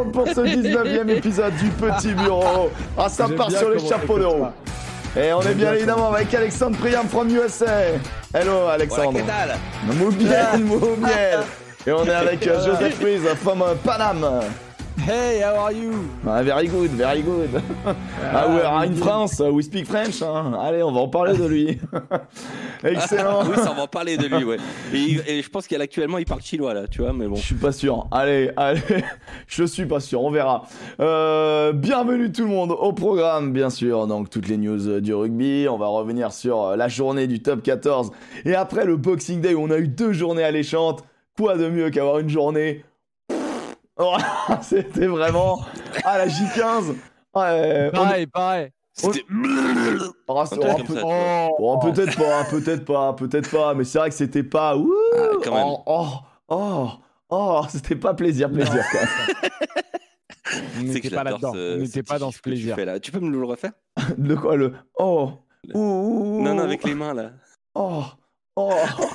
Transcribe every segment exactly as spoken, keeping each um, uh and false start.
monde pour ce dix-neuvième épisode du Petit Bureau. Ah, ça part sur les chapeaux de roue. Et on est bien évidemment avec Alexandre Priam from U S A. Hello Alexandre. Ouais, qu'est-ce que Moubiel, Moubiel. Et on est avec uh, Joseph Ruiz from uh, Paname. Hey, how are you? Ah, very good, very good. Ah, we are in France, we speak French. Hein. Allez, on va en parler de lui. Excellent. Oui, ça, on va en parler de lui, ouais. Et, et je pense qu'actuellement, il parle chinois, là, tu vois, mais bon. Je suis pas sûr. Allez, allez. Je suis pas sûr, on verra. Euh, bienvenue tout le monde au programme, bien sûr. Donc, toutes les news du rugby. On va revenir sur la journée du top quatorze. Et après le Boxing Day, où on a eu deux journées alléchantes. Quoi de mieux qu'avoir une journée... Oh, c'était vraiment à la J quinze. Ouais, pareil, on... pareil. C'était... Oh, c'est... oh, peut... oh, oh, peut-être pas, peut-être pas, peut-être pas. Mais c'est vrai que c'était pas. Ouh, ah, quand même. Oh, oh, oh, oh, c'était pas plaisir, plaisir quand même. On n'était pas là-dedans. Ce... On n'était pas dans ce plaisir. Tu, là. Tu peux me le refaire? De quoi le? Oh. Le... Ouh. Non, non, avec les mains là. Oh. Oh.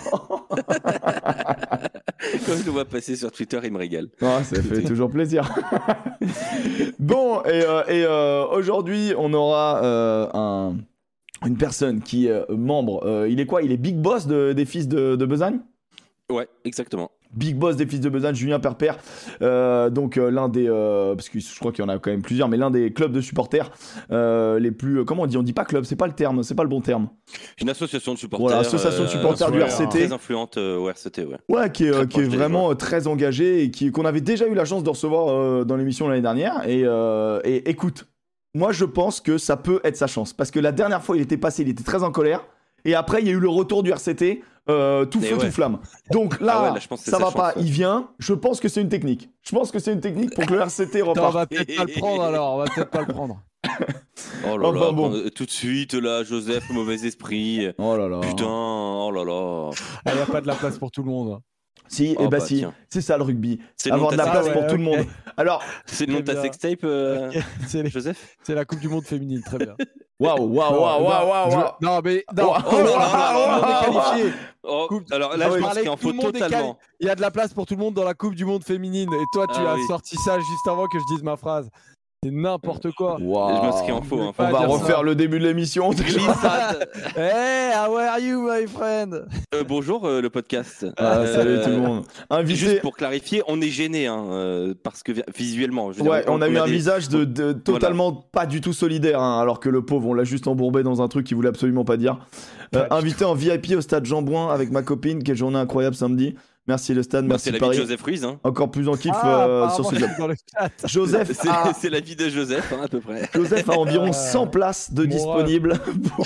Quand je le vois passer sur Twitter, il me régale. Oh, ça fait toujours plaisir. Bon, et, euh, et euh, aujourd'hui, on aura euh, un, une personne qui est membre. Euh, il est quoi? Il est Big Boss de, des Fils de, de Besagne? Ouais, exactement. Big Boss des Fils de Besagne, Julien Perpère, euh, donc euh, l'un des, euh, parce que je crois qu'il y en a quand même plusieurs, mais l'un des clubs de supporters euh, les plus, euh, comment on dit, on dit pas club, c'est pas le terme, c'est pas le bon terme. Une association de supporters. Voilà, association de supporters euh, du R C T. Très influente euh, au R C T, ouais. Ouais, qui est, euh, qui est vraiment joueurs. Très engagé et qui, qu'on avait déjà eu la chance de recevoir euh, dans l'émission l'année dernière. Et, euh, et écoute, moi je pense que ça peut être sa chance, parce que la dernière fois il était passé, il était très en colère, et après il y a eu le retour du R C T. Euh, tout feu, ouais. Tout flamme. Donc là, ah ouais, là ça va chance, pas, ouais. Il vient. Je pense que c'est une technique. Je pense que c'est une technique pour que le R C T reparte. Non, on va peut-être pas le prendre alors. On va peut-être pas le prendre. Oh là enfin, là, bon. Tout de suite là, Joseph, mauvais esprit. Oh là là. Putain, oh là là. Il n'y a pas de la place pour tout le monde. Si, oh et bah, bah si, tiens. C'est ça le rugby. Avoir de la place ah ouais, pour okay. tout le monde. Alors, c'est le nom de ta sextape, euh, okay. c'est les... Joseph. C'est la Coupe du Monde féminine, très bien. Waouh, waouh, waouh, waouh, waouh. Non, mais non. Oh, oh là là, tout le monde est qualifié. Oh, alors là, ah, je pense qu'il en faut totalement. Il y a de la place pour tout le monde dans la Coupe du Monde féminine. Et toi, tu ah, as oui. sorti ça juste avant que je dise ma phrase. C'est n'importe quoi. Wow. Je m'inscris en faux. Hein, on va refaire ça. Le début de l'émission. Hey, how are you, my friend? euh, Bonjour, euh, le podcast. Ah, euh, salut tout le monde. Invité... Juste pour clarifier, on est gêné, hein, euh, parce que visuellement. Je veux ouais, dire, on, on a on eu a un des... visage de, de totalement voilà. Pas du tout solidaire, hein, alors que le pauvre, on l'a juste embourbé dans un truc qu'il voulait absolument pas dire. Euh, invité en V I P au stade Jean-Bouin avec ma copine, quelle journée incroyable samedi. Merci le stade, merci c'est Paris. C'est la vie de Joseph Ruiz. Hein. Encore plus en kiff ah, euh, sur ce job. Joseph, c'est, a... c'est la vie de Joseph, hein, à peu près. Joseph a environ euh... cent places de disponibles. Pour...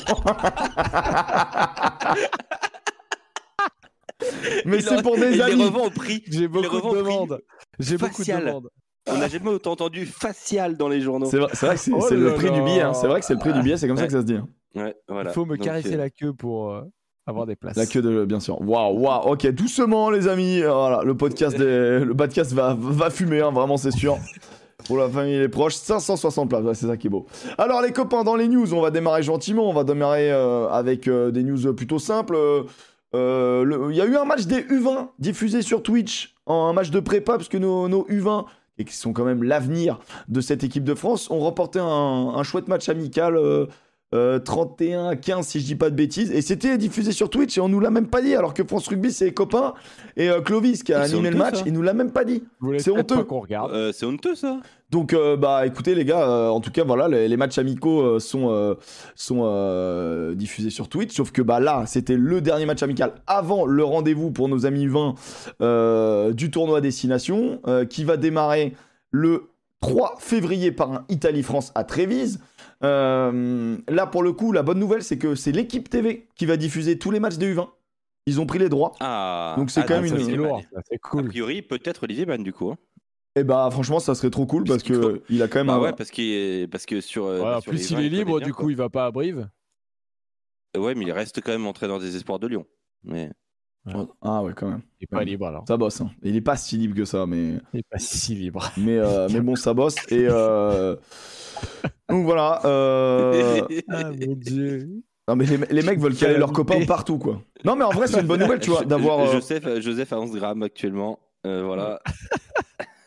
Mais il c'est en... pour des il amis. Il les revend au prix. J'ai beaucoup de demandes. J'ai beaucoup de demandes. On n'a jamais autant entendu facial dans les journaux. C'est vrai, c'est, vrai que c'est, oh c'est le prix du billet. Hein. C'est vrai que c'est le prix du billet. C'est comme ouais. ça que ça se dit. Hein. Ouais, voilà. Il faut me Donc, caresser euh... la queue pour. Euh... avoir des places. La queue de, bien sûr. Waouh, waouh. Ok, doucement les amis. Voilà, le podcast, des... le podcast va, va fumer, hein, vraiment c'est sûr. Pour la famille et les proches, cinq cent soixante places, ouais, c'est ça qui est beau. Alors les copains, dans les news, on va démarrer gentiment. On va démarrer euh, avec euh, des news plutôt simples. Il euh, le... y a eu un match des U vingt diffusé sur Twitch, un match de prépa, parce que nos, nos U vingt, et qui sont quand même l'avenir de cette équipe de France, ont remporté un, un chouette match amical. Euh, Euh, trente et un à quinze si je dis pas de bêtises, et c'était diffusé sur Twitch et on nous l'a même pas dit, alors que France Rugby c'est les copains et euh, Clovis qui a et animé le match, ça. Il nous l'a même pas dit. C'est honteux. Qu'on regarde. Euh, c'est honteux ça. Donc euh, bah écoutez les gars, euh, en tout cas voilà, les, les matchs amicaux euh, sont euh, sont euh, diffusés sur Twitch, sauf que bah là c'était le dernier match amical avant le rendez-vous pour nos amis vingt euh, du tournoi Destination euh, qui va démarrer le trois février par un Italie-France à Trévise. Euh, là pour le coup la bonne nouvelle c'est que c'est l'équipe T V qui va diffuser tous les matchs des U vingt. Ils ont pris les droits. Ah, donc c'est ah, quand même c'est une lourd. C'est cool. A priori peut-être Olivier Mann du coup. Hein. Et bah franchement ça serait trop cool parce que faut... il a quand même bah un... ouais parce qu'il est... parce que sur, ouais, bah, en sur plus les il est libre bien, du coup quoi. Il va pas à Brive. Ouais mais il reste quand même entraîneur des espoirs de Lyon. Mais ouais. Ah ouais quand même. Il est pas libre alors. Ça bosse. Hein. Il est pas si libre que ça mais. Il est pas si libre. Mais euh, mais bon ça bosse et euh... donc voilà. Euh... Ah mon dieu. Non mais les, les mecs veulent caler leurs copains partout quoi. Non mais en vrai c'est une bonne nouvelle tu vois d'avoir. Joseph Joseph à onze grammes actuellement. Euh, voilà.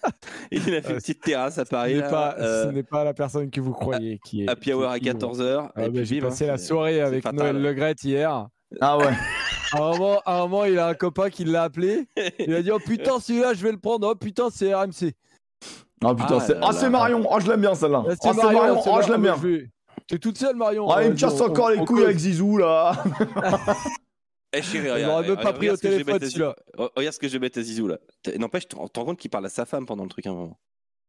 Il a fait une petite terrasse à Paris. Ce n'est pas, euh... pas la personne que vous croyez qui est. Happy hour à quatorze heures. Ah, bah, j'ai passé hein, la soirée avec Noël Le Graët hier. Ah ouais. À un, moment, à un moment, il a un copain qui l'a appelé. Il a dit oh putain celui-là je vais le prendre. Oh putain c'est R M C. Oh putain ah, c'est ah, c'est Marion. Oh je l'aime bien celle-là. Ah, c'est Marion. Marion. Oh je l'aime bien. T'es toute seule Marion. Ah il me casse encore on, les on couilles cause. Avec Zizou là. Eh chérie, regarde. On aurait même pas pris au téléphone celui-là. Regarde ce que je vais mettre à Zizou là. N'empêche, tu te rends compte qu'il parle à sa femme pendant le truc un moment.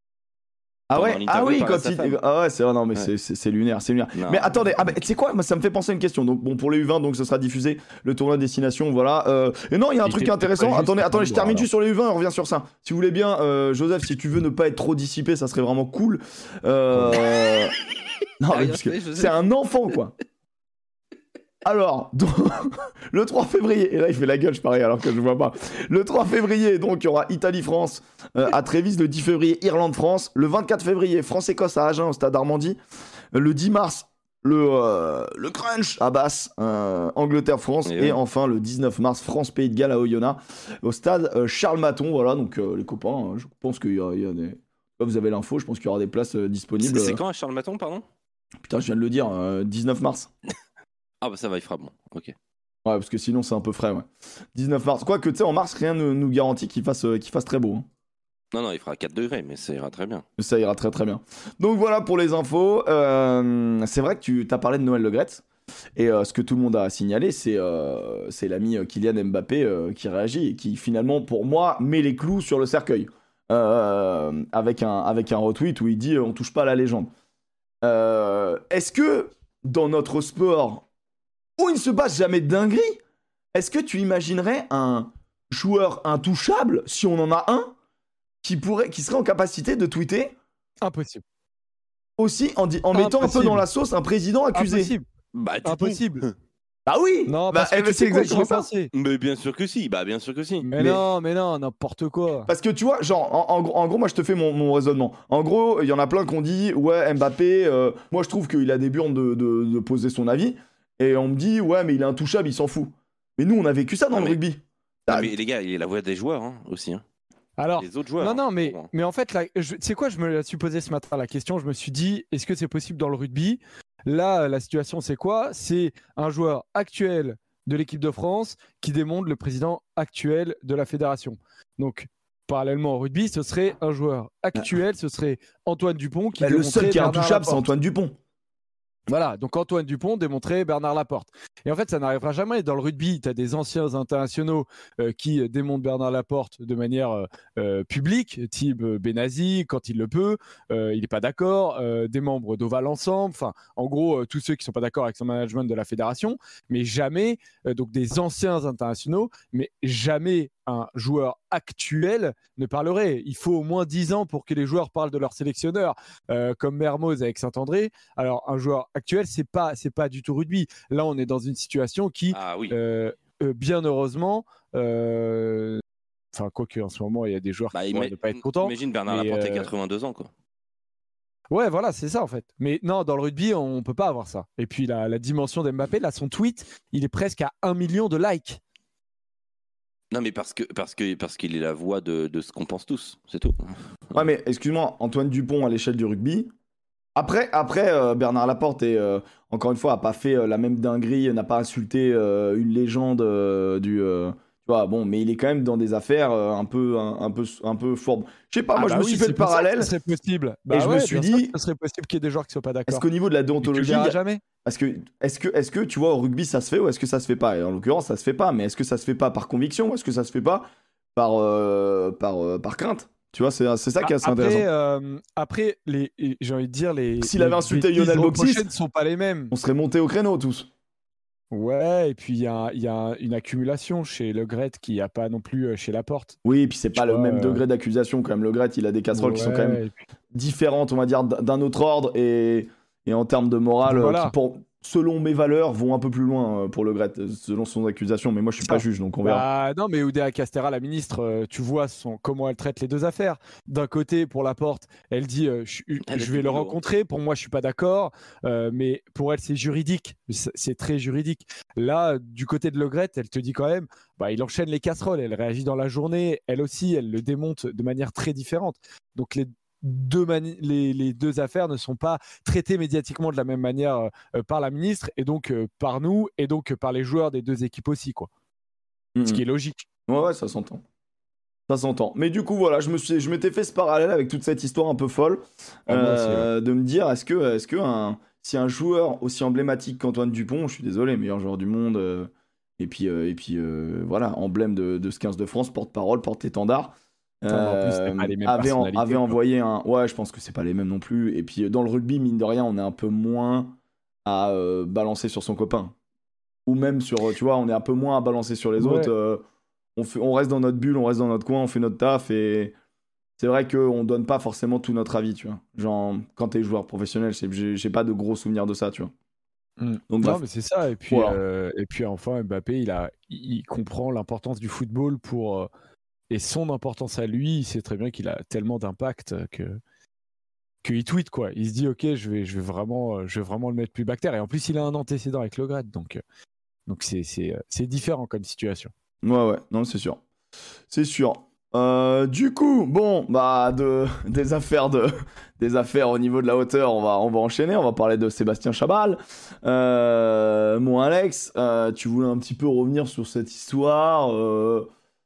Ah ouais, ah oui, quand il. Ah ouais, c'est vrai, non, mais ouais. c'est lunaire, c'est lunaire. Non. Mais attendez, ah bah, tu sais quoi, moi ça me fait penser à une question. Donc, bon, pour les U vingt, donc ce sera diffusé, le tournoi destination, voilà. Euh... Et non, il y a un il truc intéressant. Attendez, attendez, je termine juste sur les U vingt, on revient sur ça. Si vous voulez bien, euh, Joseph, si tu veux ne pas être trop dissipé, ça serait vraiment cool. Euh... non, mais parce que c'est un enfant, quoi. Alors, donc, le trois février, et là il fait la gueule, je parie, alors que je vois pas. Le trois février, donc il y aura Italie-France euh, à Trévise. Le dix février, Irlande-France. Le vingt-quatre février, France-Écosse à Agen, au stade Armandie. Le dix mars, le, euh, le Crunch à Basse, euh, Angleterre-France. Et, et enfin, le dix-neuf mars, France-Pays de Galles à Oyonnax, au stade euh, Charles-Maton. Voilà, donc euh, les copains, hein, je pense qu'il y a, il y a des. Là, vous avez l'info, je pense qu'il y aura des places euh, disponibles. C'est quand à Charles-Maton, pardon? Putain, je viens de le dire, euh, dix-neuf mars. Ah bah ça va, il fera bon, ok. Ouais, parce que sinon c'est un peu frais, ouais. dix-neuf mars. Quoique, tu sais, en mars, rien ne nous garantit qu'il fasse, euh, qu'il fasse très beau. Hein. Non, non, il fera quatre degrés, mais ça ira très bien. Ça ira très très bien. Donc voilà pour les infos. Euh, c'est vrai que tu as parlé de Noël Le Graët. Et euh, ce que tout le monde a signalé, c'est euh, l'ami Kylian Mbappé euh, qui réagit et qui finalement, pour moi, met les clous sur le cercueil. Euh, avec, un, avec un retweet où il dit « on touche pas à la légende euh, ». Est-ce que dans notre sport, où il ne se passe jamais de dinguerie, est-ce que tu imaginerais un joueur intouchable, si on en a un, qui, pourrait, qui serait en capacité de tweeter Impossible. Aussi en, en mettant un peu dans la sauce un président accusé. Impossible. Bah, Impossible. Bah oui. Non, bah, parce que tu sais exactement ça. Mais bien sûr que si. Bah bien sûr que si. Mais, mais... non, mais non, n'importe quoi. Parce que tu vois, genre, en, en, en gros, moi je te fais mon, mon raisonnement. En gros, il y en a plein qui ont dit, ouais, Mbappé, euh, moi je trouve qu'il a des burnes de, de, de poser son avis. Et on me dit, ouais, mais il est intouchable, il s'en fout. Mais nous, on a vécu ça dans non, le mais... rugby. Non, ah, mais les gars, il est la voix des joueurs hein, aussi. Hein. Alors, les autres joueurs. Non, non, hein, mais, mais en fait, tu sais quoi, je me la suis posé ce matin la question. Je me suis dit, est-ce que c'est possible dans le rugby? Là, la situation, c'est quoi? C'est un joueur actuel de l'équipe de France qui démonte le président actuel de la fédération. Donc, parallèlement au rugby, ce serait un joueur actuel, ce serait Antoine Dupont qui bah, le seul qui est intouchable, c'est Antoine Dupont. Voilà, donc Antoine Dupont démontrait Bernard Laporte. Et en fait, ça n'arrivera jamais. Dans le rugby, tu as des anciens internationaux euh, qui démontent Bernard Laporte de manière euh, euh, publique, type Benazi, quand il le peut, euh, il n'est pas d'accord, euh, des membres d'Oval Ensemble, enfin, en gros, euh, tous ceux qui ne sont pas d'accord avec son management de la fédération, mais jamais, euh, donc des anciens internationaux, mais jamais un joueur actuel ne parlerait. Il faut au moins dix ans pour que les joueurs parlent de leur sélectionneur, euh, comme Mermoz avec Saint-André. Alors, un joueur actuel, c'est pas, c'est pas du tout rugby. Là, on est dans une situation qui, ah, oui. euh, euh, bien heureusement, euh... enfin, quoique en ce moment, il y a des joueurs bah, qui ne pas être contents. Imagine Bernard mais Laporte euh... à quatre-vingt-deux ans, quoi. Ouais, voilà, c'est ça en fait. Mais non, dans le rugby, on peut pas avoir ça. Et puis, la, la dimension d'Mbappé, là, son tweet, il est presque à un million de likes. Non, mais parce que parce que parce qu'il est la voix de, de ce qu'on pense tous, c'est tout. Ouais, mais excuse-moi, Antoine Dupont à l'échelle du rugby. Après, après euh, Bernard Laporte, est, euh, encore une fois, a pas fait euh, la même dinguerie, n'a pas insulté euh, une légende euh, du. Euh, tu vois, bon, mais il est quand même dans des affaires euh, un peu, un, un peu, un peu fourbes. Je sais pas, ah moi bah je me oui, suis fait le parallèle. Ce serait possible. Bah et je ouais, me suis dit, ce serait possible qu'il y ait des joueurs qui soient pas d'accord. Est-ce qu'au niveau de la déontologie, a... jamais Parce que, est-ce que, est-ce que, tu vois, au rugby, ça se fait ou est-ce que ça se fait pas? Et en l'occurrence, ça se fait pas. Mais est-ce que ça se fait pas par conviction ou est-ce que ça se fait pas par, euh, par, euh, par crainte? Tu vois, c'est ça qui est assez après, intéressant. Euh, après, les, j'ai envie de dire, les. S'il avait insulté Lionel Boxis, ne sont pas les mêmes. On serait montés au créneau tous. Ouais, et puis il y a, y a une accumulation chez Le Graët qui n'y a pas non plus chez Laporte. Oui, et puis c'est pas vois, le même euh... degré d'accusation quand même. Le Graët, il a des casseroles ouais, qui sont quand même puis... différentes, on va dire, d'un autre ordre et, et en termes de morale, voilà. qui pour, selon mes valeurs, vont un peu plus loin euh, pour Le Gret, selon son accusation. Mais moi, je suis Ça. pas juge, donc on verra. Bah, non, mais Oudéa Castéra, la ministre, euh, tu vois son, comment elle traite les deux affaires. D'un côté, pour Laporte, elle dit euh, je, Elle je a vais du le boulot. rencontrer. Pour moi, je suis pas d'accord. Euh, mais pour elle, c'est juridique. C'est, c'est très juridique. Là, du côté de Le Gret, elle te dit quand même bah, il enchaîne les casseroles. Elle réagit dans la journée. Elle aussi, elle le démonte de manière très différente. Donc, les Deux mani- les, les deux affaires ne sont pas traitées médiatiquement de la même manière euh, par la ministre et donc euh, par nous et donc euh, par les joueurs des deux équipes aussi, quoi. Mhm. Ce qui est logique. Ouais, ouais, ça s'entend. Ça s'entend. Mais du coup, voilà, je me suis, je m'étais fait ce parallèle avec toute cette histoire un peu folle, Ah, moi aussi, euh, de me dire, est-ce que, est-ce que un, si un joueur aussi emblématique qu'Antoine Dupont, je suis désolé, meilleur joueur du monde, euh, et puis, euh, et puis euh, voilà, emblème de, de ce quinze de France, porte-parole, porte-étendard, Putain, mais en plus, c'est euh, pas les mêmes avait, en- personnalités, avait quoi. envoyé un. Ouais, je pense que c'est pas les mêmes non plus. Et puis dans le rugby, mine de rien, on est un peu moins à euh, balancer sur son copain. Ou même sur, tu vois, on est un peu moins à balancer sur les Ouais. autres. euh, on, fait, on reste dans notre bulle, on reste dans notre coin, on fait notre taf. Et c'est vrai qu'on donne pas forcément tout notre avis, tu vois. Genre, quand t'es joueur professionnel, c'est- j'ai j'ai pas de gros souvenirs de ça, tu vois. Mm. Donc, Non, bref. mais c'est ça. Et puis, Voilà. euh, et puis enfin, Mbappé, il, a, il il comprend l'importance du football pour, euh, et son importance à lui. Il sait très bien qu'il a tellement d'impact que qu'il tweet, quoi. Il se dit, ok, je vais, je vais vraiment, euh, je vais vraiment le mettre plus bactère. Et en plus, il a un antécédent avec Le Gret, donc, euh, donc c'est, c'est, euh, c'est différent comme situation. Ouais, ouais, non, c'est sûr. C'est sûr. Euh, du coup, bon, bah, de, des, affaires de, des affaires au niveau de la hauteur, on va, on va enchaîner. On va parler de Sébastien Chabal. Euh, mon Alex, euh, tu voulais un petit peu revenir sur cette histoire. euh,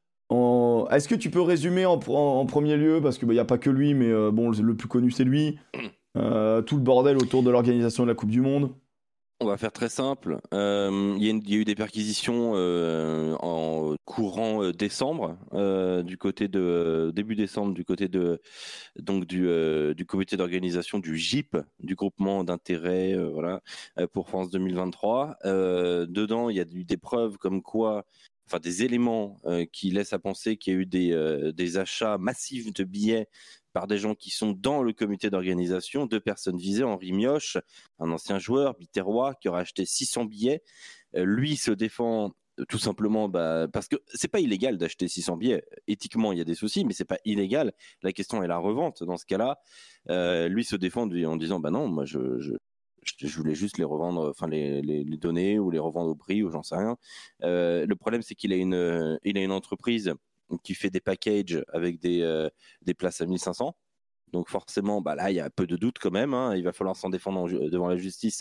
en- Est-ce que tu peux résumer en, en- en premier lieu, parce qu'il n'y a pas que lui, mais euh, bon, le, le plus connu, c'est lui. Euh, tout le bordel autour de l'organisation de la Coupe du Monde. On va faire très simple. Euh, Il y, a une- il y a eu des perquisitions euh, en courant euh, décembre, euh, du côté de euh, début décembre, du côté de donc du, euh, du comité d'organisation du G I P, du groupement d'intérêt, euh, voilà, euh, pour France deux mille vingt-trois. Euh, dedans, il y a eu des preuves comme quoi, enfin des éléments euh, qui laissent à penser qu'il y a eu des, euh, des achats massifs de billets par des gens qui sont dans le comité d'organisation, deux personnes visées, Henri Mioche, un ancien joueur biterrois qui aurait acheté six cents billets. Euh, lui se défend euh, tout simplement bah, parce que c'est pas illégal d'acheter six cents billets. Éthiquement, il y a des soucis, mais c'est pas illégal. La question est la revente. Dans ce cas-là, euh, lui se défend en disant bah non, moi je, je je voulais juste les revendre, enfin les, les, les donner ou les revendre au prix ou j'en sais rien. Euh, le problème c'est qu'il a une il a une entreprise qui fait des packages avec des euh, des places à mille cinq cents. Donc forcément, bah là, il y a un peu de doute quand même. Hein. Il va falloir s'en défendre en, devant la justice.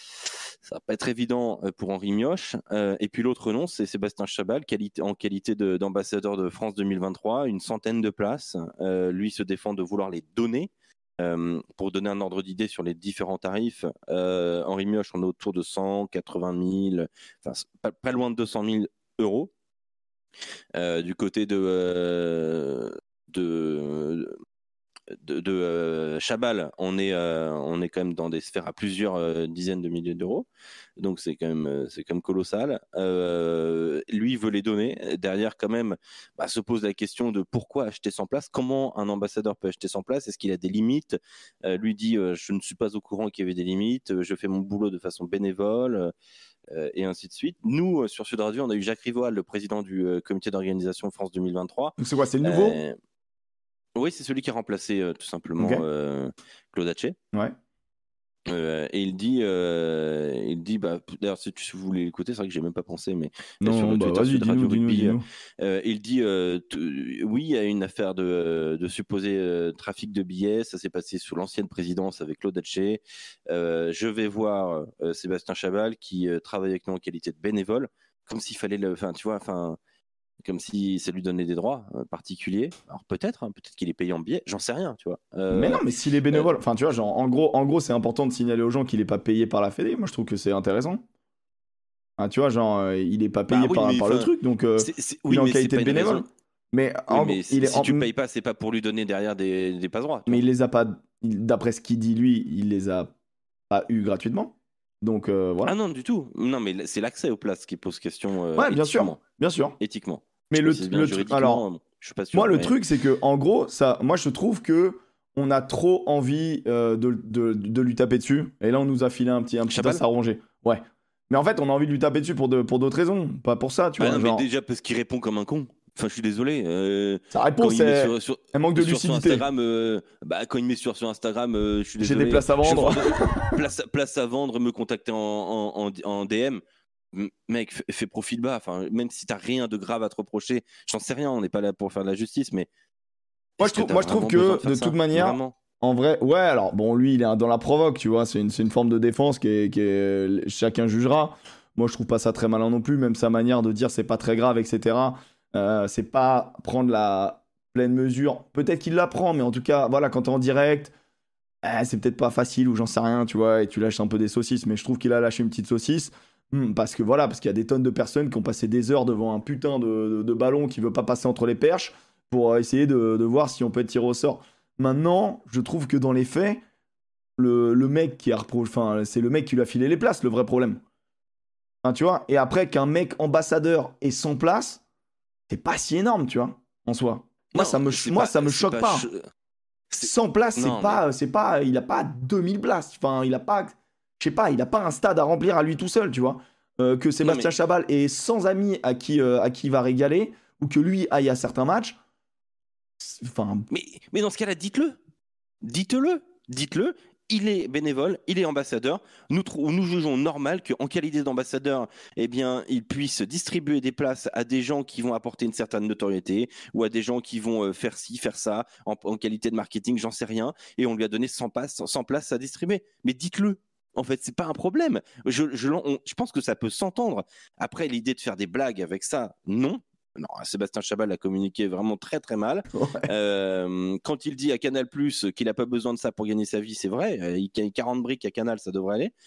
Ça va pas être évident pour Henri Mioche. Euh, et puis l'autre nom, c'est Sébastien Chabal, qualité, en qualité de, d'ambassadeur de France deux mille vingt-trois, une centaine de places. Euh, lui se défend de vouloir les donner. Euh, pour donner un ordre d'idée sur les différents tarifs, euh, Henri Mioche, on est autour de cent quatre-vingt mille, enfin pas, pas loin de deux cent mille euros. Euh, du côté de, euh, de de, de euh, Chabal, on est, euh, on est quand même dans des sphères à plusieurs euh, dizaines de milliers d'euros. Donc c'est quand même, c'est quand même colossal. Euh, lui veut les donner. Derrière, quand même, bah, se pose la question de pourquoi acheter cent places. Comment un ambassadeur peut acheter cent places? Est-ce qu'il a des limites? euh, Lui dit euh, je ne suis pas au courant qu'il y avait des limites. Je fais mon boulot de façon bénévole. Euh, et ainsi de suite. Nous, euh, sur Sud Radio, on a eu Jacques Rivoal, le président du euh, comité d'organisation France deux mille vingt-trois. Donc c'est quoi, c'est le nouveau? Euh, Oui, c'est celui qui a remplacé euh, tout simplement Ok. euh, Claude Haché. Ouais. Euh, et il dit, euh, il dit, bah, d'ailleurs, si tu voulais l'écouter, c'est vrai que j'ai même pas pensé, mais Non, sur le bah Twitter vas-y, Sud Radio dis-nous, dis-nous, Rugby, dis-nous. euh, il dit, euh, t- oui, il y a une affaire de, de supposé euh, trafic de billets, ça s'est passé sous l'ancienne présidence avec Claude Haché. Euh, je vais voir euh, Sébastien Chabal qui euh, travaille avec nous en qualité de bénévole, comme s'il fallait le, enfin, tu vois, enfin. Comme si ça lui donnait des droits euh, particuliers. Alors peut-être, hein, peut-être qu'il est payé en billets, j'en sais rien, tu vois. Euh, Mais non, mais s'il est bénévole, enfin tu vois, genre en gros, en gros, c'est important de signaler aux gens qu'il est pas payé par la Fédé. Moi, je trouve que c'est intéressant. Ah, tu vois, genre euh, il est pas payé Bah oui, par, mais par le enfin, truc, donc euh, c'est- c'est- il oui, est en mais c'est qualité pas de une bénévole. raison. Mais, Oui, en- mais il est si en- tu payes pas, c'est pas pour lui donner derrière des, des passe-droits. tu mais vois. il les a pas, il- d'après ce qu'il dit lui, il les a pas eu gratuitement. Donc euh, voilà. Ah non, du tout. Non, mais c'est l'accès aux places qui pose question euh, Ouais, bien sûr, éthiquement. bien sûr. Éthiquement. Mais Je le, précise bien le truc, juridiquement, alors, bon, je suis pas sûr. moi le mais- truc c'est que en gros, ça, moi je trouve que on a trop envie euh, de, de, de lui taper dessus. Et là, on nous a filé un petit, un petit Chabal os à ronger. Ouais. Mais en fait, on a envie de lui taper dessus pour, de, pour d'autres raisons. Pas pour ça, tu bah vois. non, genre... mais déjà parce qu'il répond comme un con. Enfin, je suis désolé. Euh, Sa réponse, c'est sur, sur, un manque de sur lucidité. Sur Instagram, euh, bah, quand il met sur, sur Instagram, euh, je suis désolé. J'ai des places à vendre. Je place, place à vendre, me contacter en, en, en, en D M. Mec, fais, fais profil bas. Enfin, même si t'as rien de grave à te reprocher, j'en sais rien. On n'est pas là pour faire de la justice, mais moi je trouve, moi, je trouve que de, de toute manière, vraiment en vrai, ouais. Alors bon, lui, il est dans la provoque, tu vois. C'est une, c'est une forme de défense qui est, qui est, chacun jugera. Moi, je trouve pas ça très malin non plus. Même sa manière de dire c'est pas très grave, et cetera. Euh, c'est pas prendre la pleine mesure. Peut-être qu'il la prend, mais en tout cas, voilà, quand t'es en direct, eh, c'est peut-être pas facile ou j'en sais rien, tu vois. Et tu lâches un peu des saucisses. Mais je trouve qu'il a lâché une petite saucisse. Hmm, parce que voilà, parce qu'il y a des tonnes de personnes qui ont passé des heures devant un putain de, de, de ballon qui veut pas passer entre les perches pour essayer de, de voir si on peut être tiré au sort. Maintenant, je trouve que dans les faits, le, le mec qui a repro... enfin, c'est le mec qui lui a filé les places, le vrai problème. Enfin, tu vois. Et après qu'un mec ambassadeur ait cent places, c'est pas si énorme, tu vois, en soi. Moi, non, ça me, moi, pas, ça me choque pas. pas. Je... cent places, non, c'est pas, mais... c'est pas, il a pas deux mille places. Enfin, il a pas, je sais pas, il a pas un stade à remplir à lui tout seul, tu vois. Euh, que Sébastien non, mais... Chabal ait cent amis à qui, euh, à qui il va régaler, ou que lui aille à certains matchs. Enfin... Mais, mais dans ce cas-là, dites-le. Dites-le. Dites-le. Il est bénévole, il est ambassadeur. Nous, nous jugeons normal qu'en qualité d'ambassadeur, eh bien, il puisse distribuer des places à des gens qui vont apporter une certaine notoriété ou à des gens qui vont faire ci, faire ça en, en qualité de marketing, j'en sais rien. Et on lui a donné cent places, cent places à distribuer. Mais dites-le. En fait, c'est pas un problème. Je, je, on, je pense que ça peut s'entendre. Après, l'idée de faire des blagues avec ça, non. Non, Sébastien Chabal a communiqué vraiment très très mal. Ouais. Euh, quand il dit à Canal+ qu'il n'a pas besoin de ça pour gagner sa vie, c'est vrai. Il gagne quarante briques à Canal, ça devrait aller.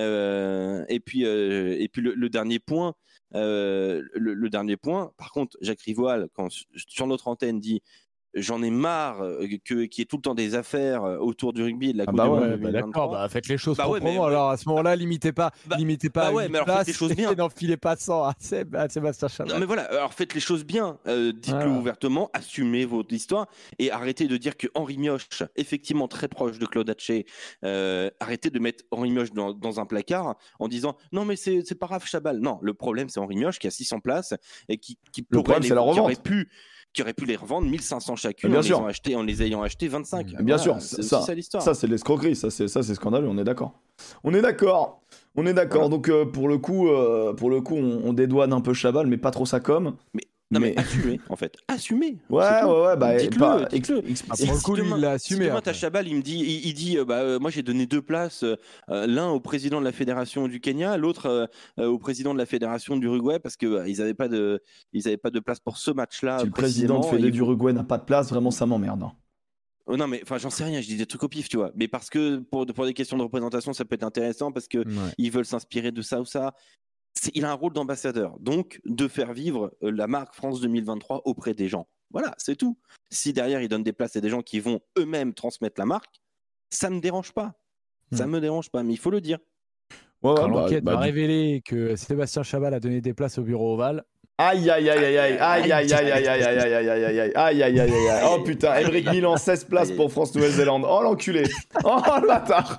Euh, et puis, euh, et puis le, le dernier point, euh, le, le dernier point. Par contre, Jacques Rivoal, quand sur notre antenne dit j'en ai marre que, qu'il y ait tout le temps des affaires autour du rugby et de la ah Coupe bah du ouais, Monde bah deux mille vingt-trois. D'accord, bah faites les choses bah proprement. Ouais, mais, alors à ce moment-là, limitez pas, bah, limitez pas. Bah ouais, mais alors faites les choses bien. Et n'enfilez pas cent à, Seb, à Sébastien Chabal. Non mais voilà, alors faites les choses bien. Euh, dites-le voilà. ouvertement, assumez votre histoire et arrêtez de dire que Henri Mioche, effectivement très proche de Claude Hatché, euh, arrêtez de mettre Henri Mioche dans, dans un placard en disant non mais c'est, c'est pas grave Chabal. Non, le problème c'est Henri Mioche qui a six cents places et qui, qui le problème les, c'est la revente. Qui aurait pu qui aurait pu les revendre mille cinq cents chacune en les, ayant acheté, en les ayant acheté vingt-cinq. Bien voilà, sûr, c'est ça, ça l'histoire. Ça c'est de l'escroquerie, ça c'est, ça c'est scandaleux, on est d'accord. On est d'accord, on est d'accord. Voilà. Donc euh, pour le coup, euh, pour le coup on, on dédouane un peu Chabal, mais pas trop sa com. Mais non mais, mais assumez en fait, assumez. Ouais ouais ouais bah dites-le, pas, dites-le. Ex- ex- pour le coup, lui, il l'a assumé. Si demain t'as Chabal, il me dit, il, il dit, euh, bah euh, moi j'ai donné deux places, euh, l'un au président de la fédération du Kenya, l'autre euh, euh, au président de la fédération du Uruguay parce que euh, ils avaient pas de, ils avaient pas de place pour ce match-là. Si le président de fédé du Uruguay n'a pas de place, vraiment ça m'emmerde. Hein. Oh non mais enfin j'en sais rien, je dis des trucs au pif, tu vois. Mais parce que pour pour des questions de représentation, ça peut être intéressant parce que ouais. ils veulent s'inspirer de ça ou ça. C'est, il a un rôle d'ambassadeur, donc de faire vivre la marque France deux mille vingt-trois auprès des gens. Voilà, c'est tout. Si derrière, il donne des places à des gens qui vont eux-mêmes transmettre la marque, ça ne me dérange pas. Mmh. Ça me dérange pas, mais il faut le dire. Ouais, Quand bah, l'enquête bah, va bah, révéler que Sébastien Chabal a donné des places au bureau ovale. Aïe aïe aïe aïe aïe aïe aïe aïe aïe aïe aïe aïe aïe aïe aïe aïe aïe aïe aïe. Oh putain, Émeric Milan, seize places pour France-Nouvelle-Zélande. Oh l'enculé. Oh le bâtard.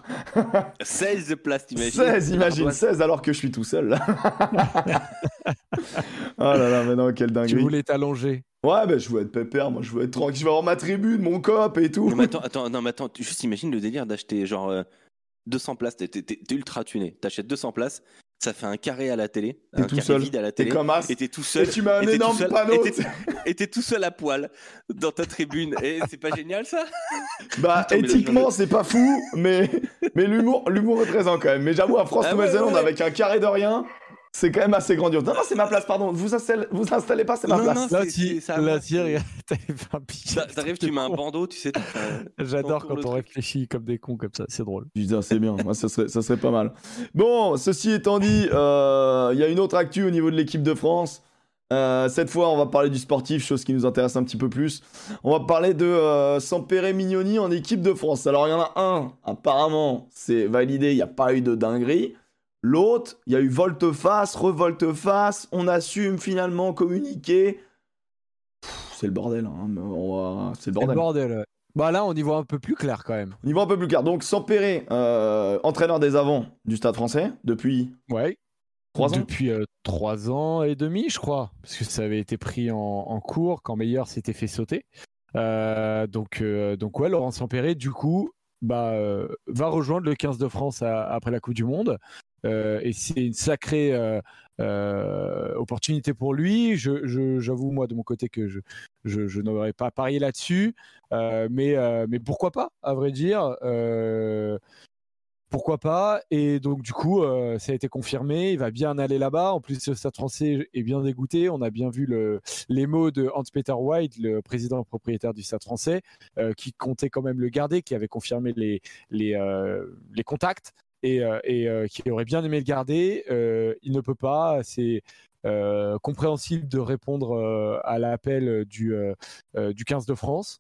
seize places, t'imagines. seize, imagine, seize alors que je suis tout seul. Oh là là, mais non, quelle dinguerie. Tu voulais t'allonger. Ouais, ben je veux être pépère, moi je veux être tranquille, je veux avoir ma tribune, mon cop et tout. Non mais attends, attends, non mais attends, juste imagine le délire d'acheter genre euh, deux cents places, t'es, t'es, t'es ultra tuné, t'achètes deux cents places, ça fait un carré à la télé, t'es un tout carré seul. vide à la télé, t'es comme as. Et t'es tout seul. Et tu mets un énorme seul, panneau. Et t'es, et t'es tout seul à poil dans ta tribune, et c'est pas génial ça? Bah Attends, éthiquement c'est pas fou, mais, mais l'humour, l'humour est présent quand même. Mais j'avoue à France-Nouvelle-Zélande ah ouais, ouais. avec un carré de rien... C'est quand même assez grandiose. Non, non, c'est ma place, pardon. Vous installez, vous installez pas, c'est ma non, place. Non, là, c'est, tu, c'est, là, tu t'arrives, tu mets un bandeau, tu sais. J'adore quand on réfléchit comme des cons comme ça, c'est drôle. Putain, c'est bien. Moi, ça serait, ça serait pas mal. Bon, ceci étant dit, il euh, y a une autre actu au niveau de l'équipe de France. Euh, cette fois, on va parler du sportif, chose qui nous intéresse un petit peu plus. On va parler de euh, Sampere Mignoni en équipe de France. Alors, il y en a un, apparemment, c'est validé, il n'y a pas eu de dinguerie. L'autre, il y a eu volte-face, revolte-face, on assume finalement communiquer. Pff, c'est le bordel, hein. On va... c'est le bordel. C'est le bordel, ouais. Bah là, on y voit un peu plus clair quand même. On y voit un peu plus clair. Donc, Sampéré, euh, entraîneur des avants du Stade français depuis Ouais. trois ans. Depuis euh, trois ans et demi, je crois, parce que ça avait été pris en, en cours quand Meyer s'était fait sauter. Euh, donc, euh, donc ouais, Laurent Sampéré, du coup, bah, euh, va rejoindre le quinze de France à- après la Coupe du Monde. Euh, et c'est une sacrée euh, euh, opportunité pour lui. Je, je, j'avoue, moi, de mon côté, que je, je, je n'aurais pas parié là-dessus. Euh, mais, euh, mais pourquoi pas, à vrai dire. Euh, Pourquoi pas? Et donc, du coup, euh, ça a été confirmé. Il va bien aller là-bas. En plus, le Stade français est bien dégoûté. On a bien vu le, les mots de Hans-Peter White, le président propriétaire du Stade français, euh, qui comptait quand même le garder, qui avait confirmé les, les, euh, les contacts et, euh, et euh, qui aurait bien aimé le garder. Euh, il ne peut pas. C'est euh, compréhensible de répondre euh, à l'appel du, euh, euh, du quinze de France.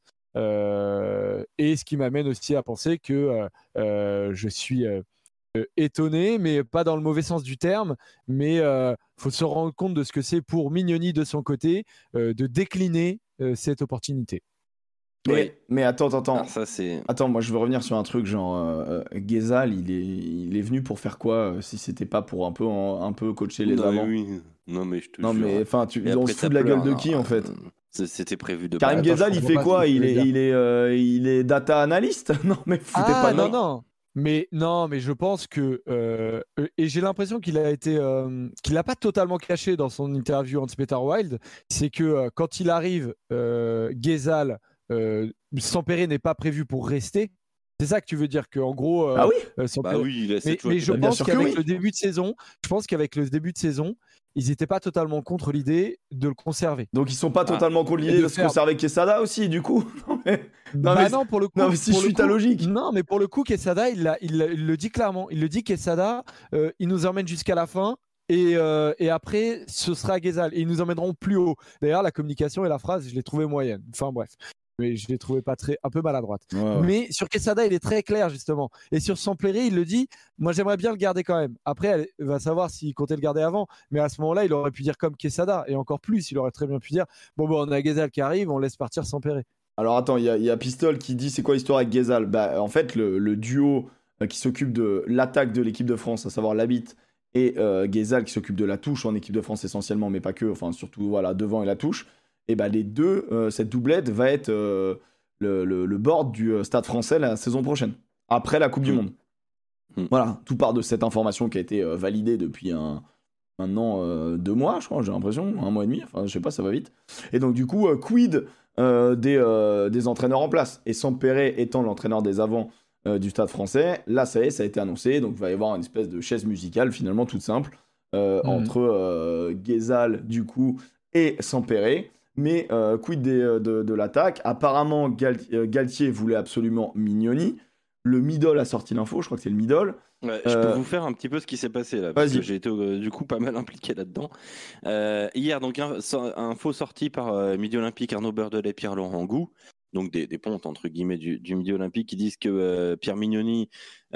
Euh, et ce qui m'amène aussi à penser que euh, euh, je suis euh, euh, étonné, mais pas dans le mauvais sens du terme, mais il euh, faut se rendre compte de ce que c'est pour Mignoni de son côté euh, de décliner euh, cette opportunité. Mais, Oui. mais attends, attends, attends. Alors ça, c'est... Attends, moi je veux revenir sur un truc, genre euh, Ghezal, il est, il est venu pour faire quoi euh, si c'était pas pour un peu, en- un peu coacher les non, avants? mais oui. Non, mais je te Non, jure. mais enfin, tu, Et on après, se ça fout de la pleure, gueule de non, qui en fait? euh, c'est- C'était prévu de Karim base. Attends, Ghezal, je il comprends fait pas ce quoi? que tu Il veux est, dire. il est, euh, il est data analyst? Non, mais foutez Ah pas de non, nous. non. Mais non, mais je pense que euh, euh, et j'ai l'impression qu'il a été euh, qu'il n'a pas totalement caché dans son interview Hans-Peter Wild, c'est que euh, quand il arrive, euh, Ghezal, euh, Sampéré n'est pas prévu pour rester. C'est ça que tu veux dire que en gros, Ah euh, oui? euh, Bah Sampéré- oui, il a mais, cette mais je Bah, bien pense sûr que qu'avec oui. le début de saison, je pense qu'avec le début de saison, ils n'étaient pas totalement contre l'idée de le conserver Donc ils sont pas Ah. totalement contre et l'idée de de se faire. conserver Quesada aussi, du coup? Non, mais, non, Bah mais, non, pour le coup, non, mais si pour je le suis ta coup- logique. non, mais pour le coup, Quesada, il, l'a- il, l'a- il le dit clairement. Il le dit, Quesada, euh, il nous emmène jusqu'à la fin et, euh, et après, ce sera Ghezal. Et ils nous emmèneront plus haut. D'ailleurs, la communication et la phrase, je l'ai trouvé moyenne. Enfin bref. Mais je l'ai trouvé pas très, un peu maladroite. Ouais, ouais. Mais sur Quesada, il est très clair, justement. Et sur Sampéré, il le dit, moi j'aimerais bien le garder quand même. Après, elle va savoir s'il comptait le garder avant. Mais à ce moment-là, il aurait pu dire comme Quesada. Et encore plus, il aurait très bien pu dire, bon, bon, on a Ghezal qui arrive, on laisse partir Sampéré. Alors attends, il y, a- il y a Pistol qui dit c'est quoi l'histoire avec Ghezal? Bah en fait le, le duo euh, qui s'occupe de l'attaque de l'équipe de France, à savoir Labitte et euh, Ghezal qui s'occupe de la touche en équipe de France essentiellement, mais pas que, enfin surtout voilà devant et la touche. Et bah les deux, euh, cette doublette va être euh, le, le, le board du euh, Stade français la saison prochaine, après la Coupe du Mm. Monde. Mm. Voilà, tout part de cette information qui a été euh, validée depuis un, maintenant euh, deux mois, je crois, j'ai l'impression, un mois et demi, enfin je sais pas, ça va vite. Et donc du coup, euh, quid euh, des, euh, des entraîneurs en place? Et Sampéré étant l'entraîneur des avants euh, du Stade français, là ça y est, ça a été annoncé, donc il va y avoir une espèce de chaise musicale finalement toute simple euh, Mhm. entre euh, Ghezal du coup et Sampéré. Mais euh, quid des, euh, de, de l'attaque? Apparemment Gal- euh, Galtier voulait absolument Mignoni. Le Midol a sorti l'info, je crois que c'est le Midol. Ouais, je peux Euh, vous faire un petit peu ce qui s'est passé là, parce Vas-y. que j'ai été euh, du coup pas mal impliqué là-dedans. Euh, hier, donc un, so- un faux sorti par euh, Midi Olympique, Arnaud Beurdelet, Pierre-Laurent Gou, donc des, des pontes entre guillemets du, du Midi Olympique, qui disent que euh, Pierre Mignoni